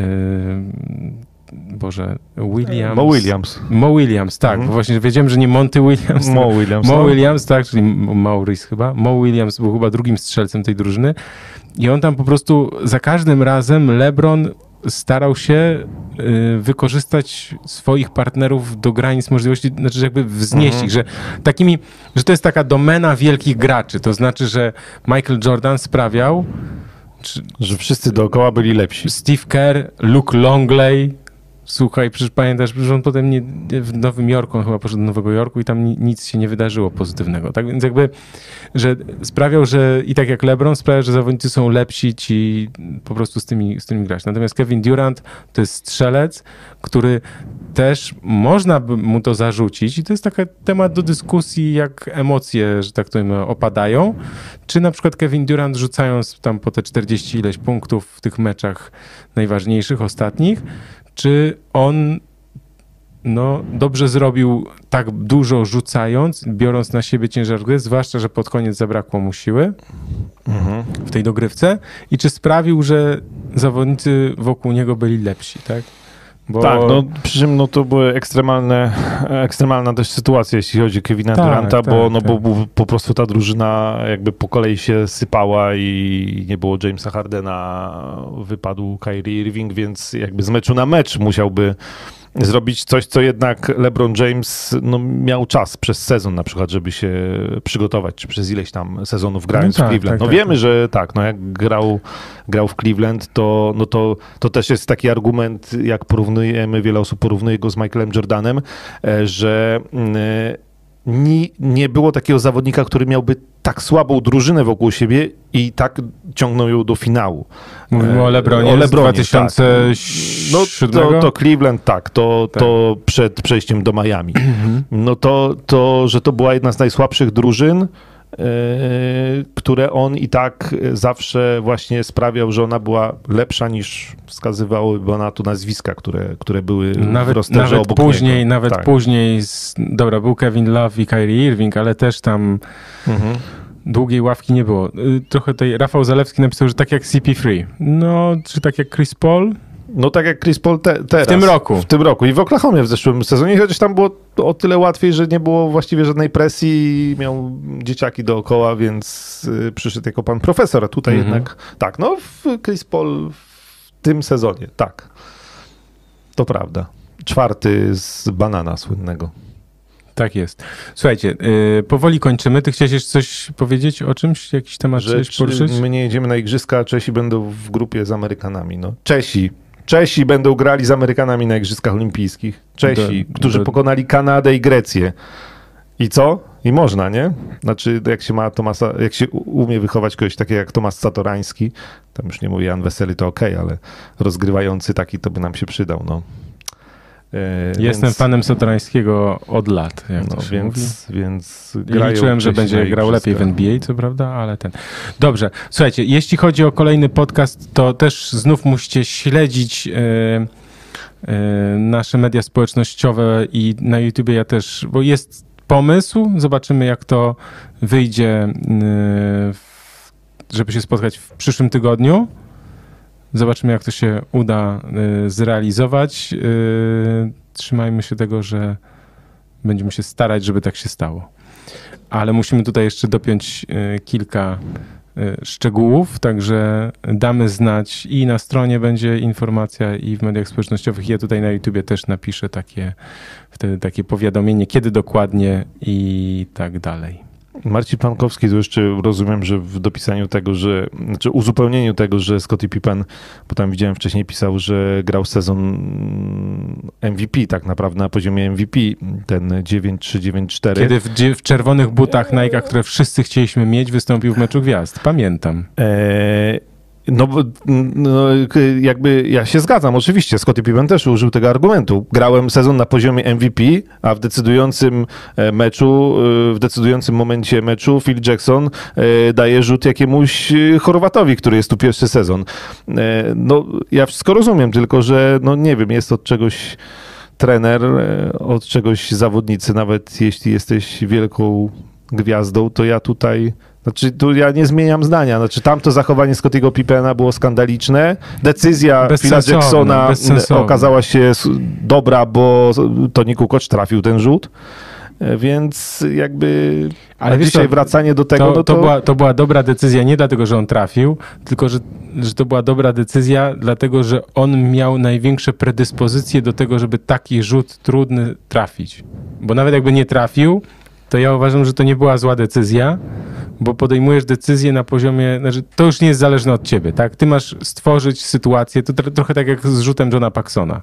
S1: Boże, Williams.
S2: Mo Williams.
S1: Mo Williams, tak. Mhm. Bo właśnie wiedziałem, że nie Monty Williams.
S2: Mo Williams.
S1: Mo Williams, tak, czyli Maurice chyba. Mo Williams był chyba drugim strzelcem tej drużyny. I on tam po prostu za każdym razem LeBron starał się y, wykorzystać swoich partnerów do granic możliwości, znaczy jakby wznieść mhm. ich, że takimi, że to jest taka domena wielkich graczy. To znaczy, że Michael Jordan sprawiał,
S2: czy, że wszyscy dookoła byli lepsi.
S1: Steve Kerr, Luke Longley. Słuchaj, przecież pamiętasz, że on potem nie, w Nowym Jorku, on chyba poszedł do Nowego Jorku i tam ni, nic się nie wydarzyło pozytywnego. Tak więc jakby, że sprawiał, że i tak jak LeBron sprawia, że zawodnicy są lepsi ci po prostu z tymi, z tymi grać. Natomiast Kevin Durant to jest strzelec, który też można by mu to zarzucić i to jest taki temat do dyskusji, jak emocje, że tak powiem, opadają. Czy na przykład Kevin Durant rzucając tam po te czterdzieści ileś punktów w tych meczach najważniejszych, ostatnich, czy on no, dobrze zrobił tak dużo rzucając, biorąc na siebie ciężar gry, zwłaszcza, że pod koniec zabrakło mu siły mhm. w tej dogrywce i czy sprawił, że zawodnicy wokół niego byli lepsi, tak?
S2: Bo... Tak, no przy czym no, to były ekstremalne, ekstremalna też sytuacja, jeśli chodzi o Kevina tak, Duranta, tak, bo, no, tak. bo, bo po prostu ta drużyna jakby po kolei się sypała i nie było Jamesa Hardena, wypadł Kyrie Irving, więc jakby z meczu na mecz musiałby zrobić coś, co jednak LeBron James no, miał czas przez sezon na przykład, żeby się przygotować, czy przez ileś tam sezonów grając no tak, w Cleveland. Tak, no tak, wiemy, tak. że tak, no jak grał, grał w Cleveland, to, no to, to też jest taki argument, jak porównujemy, wiele osób porównuje go z Michaelem Jordanem, że nie, nie było takiego zawodnika, który miałby tak słabą drużynę wokół siebie i tak ciągnął ją do finału.
S1: Mówimy o LeBronie, o LeBronie z dwa tysiące siódmego?
S2: No to, to Cleveland, tak, to, tak. to przed przejściem do Miami. No to, to, że to była jedna z najsłabszych drużyn, yy, które on i tak zawsze właśnie sprawiał, że ona była lepsza niż wskazywałyby na to nazwiska, które, które były
S1: nawet,
S2: w rosterze
S1: nawet
S2: obok
S1: później,
S2: niego.
S1: Nawet
S2: tak.
S1: później, z, dobra, był Kevin Love i Kyrie Irving, ale też tam mhm. długiej ławki nie było. Trochę tutaj Rafał Zalewski napisał, że tak jak C P trzy. No, czy tak jak Chris Paul?
S2: No tak jak Chris Paul te, teraz.
S1: W tym roku.
S2: W tym roku i w Oklahomie w zeszłym sezonie, chociaż tam było o tyle łatwiej, że nie było właściwie żadnej presji i miał dzieciaki dookoła, więc y, przyszedł jako pan profesor, a tutaj
S1: Mhm.
S2: jednak tak, no w Chris Paul w tym sezonie, tak. To prawda. Czwarty z banana słynnego.
S1: Tak jest. Słuchajcie, yy, powoli kończymy. Ty chciałeś jeszcze coś powiedzieć o czymś? Jakiś temat
S2: Że
S1: chciałeś poruszyć?
S2: my nie jedziemy na igrzyska, a Czesi będą w grupie z Amerykanami. No. Czesi. Czesi będą grali z Amerykanami na igrzyskach olimpijskich. Czesi,
S1: Do-
S2: którzy
S1: do-
S2: pokonali Kanadę i Grecję. I co? I można, nie? Znaczy, jak się ma Tomasa, jak się u- umie wychować kogoś takiego jak Tomasz Satorański, tam już nie mówię Jan Wesely, to okej, ale rozgrywający taki to by nam się przydał, no. E,
S1: Jestem
S2: więc,
S1: fanem Sotorańskiego od lat, jak
S2: no,
S1: to się mówi.
S2: więc, więc
S1: I
S2: grają
S1: liczyłem, że
S2: Czesi
S1: będzie
S2: na
S1: grał lepiej w
S2: igrzyskach.
S1: N B A, co prawda, ale ten. Dobrze, słuchajcie, jeśli chodzi o kolejny podcast, to też znów musicie śledzić e, e, nasze media społecznościowe i na YouTubie ja też, bo jest pomysł, zobaczymy jak to wyjdzie, e, w- żeby się spotkać w przyszłym tygodniu. Zobaczymy, jak to się uda y, zrealizować. Y, trzymajmy się tego, że będziemy się starać, żeby tak się stało. Ale musimy tutaj jeszcze dopiąć y, kilka y, szczegółów, także damy znać i na stronie będzie informacja i w mediach społecznościowych. Ja tutaj na YouTubie też napiszę takie, wtedy takie powiadomienie, kiedy dokładnie i tak dalej.
S2: Marcin Pankowski, to jeszcze rozumiem, że w dopisaniu tego, że, znaczy uzupełnieniu tego, że Scottie Pippen, bo tam widziałem wcześniej pisał, że grał sezon M V P tak naprawdę na poziomie M V P, ten dziewięć trzy dziewięć cztery.
S1: Kiedy w, dzie- w czerwonych butach Nike'ach, które wszyscy chcieliśmy mieć, wystąpił w meczu gwiazd. Pamiętam.
S2: Eee, no, bo, no, jakby ja się zgadzam, oczywiście. Scottie Pippen też użył tego argumentu. Grałem sezon na poziomie M V P, a w decydującym e, meczu, e, w decydującym momencie meczu Phil Jackson e, daje rzut jakiemuś e, Chorwatowi, który jest tu pierwszy sezon. E, no, ja wszystko rozumiem, tylko że, no nie wiem, jest od czegoś trener, e, od czegoś zawodnicy, nawet jeśli jesteś wielką gwiazdą, to ja tutaj... Znaczy, tu ja nie zmieniam zdania. Znaczy, tamto zachowanie Scottiego Pippena było skandaliczne. Decyzja Phila
S1: Bezsensowne,
S2: Jacksona
S1: bezsensowne.
S2: okazała się s- dobra, bo Toni Kukoc trafił ten rzut. E, Więc jakby
S1: Ale
S2: a
S1: wiesz
S2: dzisiaj
S1: co,
S2: wracanie do tego,
S1: To,
S2: no to...
S1: to, była, to była dobra decyzja nie dlatego, że on trafił, tylko że, że to była dobra decyzja dlatego, że on miał największe predyspozycje do tego, żeby taki rzut trudny trafić. Bo nawet jakby nie trafił, to ja uważam, że to nie była zła decyzja, bo podejmujesz decyzję na poziomie, znaczy to już nie jest zależne od ciebie, tak? Ty masz stworzyć sytuację, to tro, trochę tak jak z rzutem Johna Paxsona.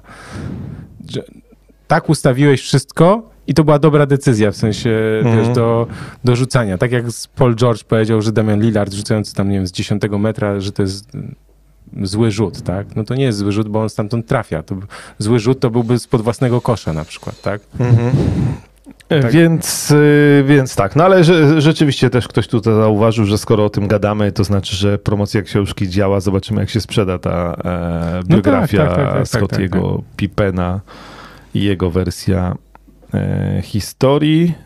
S1: Że tak ustawiłeś wszystko i to była dobra decyzja, w sensie
S2: Mhm.
S1: wiesz, do, do rzucania. Tak jak Paul George powiedział, że Damian Lillard rzucający tam, nie wiem, z dziesiątego metra, że to jest zły rzut, tak? No to nie jest zły rzut, bo on stamtąd trafia. To, zły rzut to byłby spod własnego kosza na przykład, tak?
S2: Mhm.
S1: Tak.
S2: Więc, y, więc tak, no ale że, rzeczywiście też ktoś tutaj zauważył, że skoro o tym gadamy, to znaczy, że promocja książki działa, zobaczymy jak się sprzeda ta e, biografia
S1: tak, tak, tak, tak, tak,
S2: Scottiego
S1: tak,
S2: Pippena i jego wersja e, historii.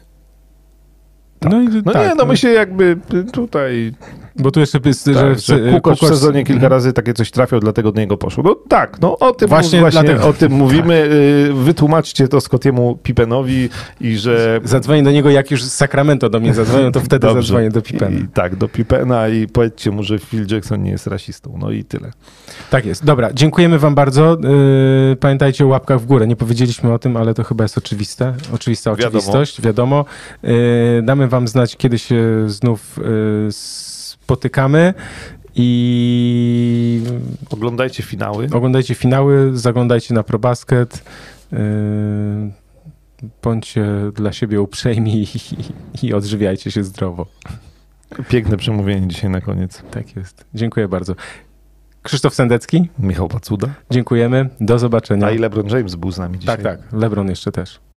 S2: Tak.
S1: No, i,
S2: No
S1: tak,
S2: nie, no my się jakby tutaj...
S1: Bo tu jeszcze jest,
S2: Tak,
S1: że,
S2: że Kukoc w sezonie kilka razy takie coś trafiał, dlatego do niego poszło. No tak, no o tym
S1: Właśnie
S2: właśnie, właśnie
S1: dlatego-
S2: o tym mówimy. Y, Wytłumaczcie to Scottiemu Pippenowi i że...
S1: Zadzwonię do niego, jak już z Sacramento do mnie zadzwonią, to wtedy
S2: Dobrze.
S1: zadzwonię do Pippena.
S2: I, tak, do Pippena i powiedzcie mu, że Phil Jackson nie jest rasistą. No i tyle.
S1: Tak jest. Dobra, dziękujemy wam bardzo. Yy, pamiętajcie o łapkach w górę. Nie powiedzieliśmy o tym, ale to chyba jest oczywiste. Oczywista
S2: Wiadomo.
S1: oczywistość, wiadomo. Yy, damy wam znać, kiedy się znów yy, spotykamy i
S2: Oglądajcie finały.
S1: oglądajcie finały, zaglądajcie na ProBasket. Yy, bądźcie dla siebie uprzejmi i, i odżywiajcie się zdrowo.
S2: Piękne przemówienie dzisiaj na koniec.
S1: Tak jest. Dziękuję bardzo. Krzysztof Sendecki,
S2: Michał Pacuda.
S1: dziękujemy. Do zobaczenia.
S2: A i LeBron James był z nami dzisiaj.
S1: Tak, tak. LeBron jeszcze też.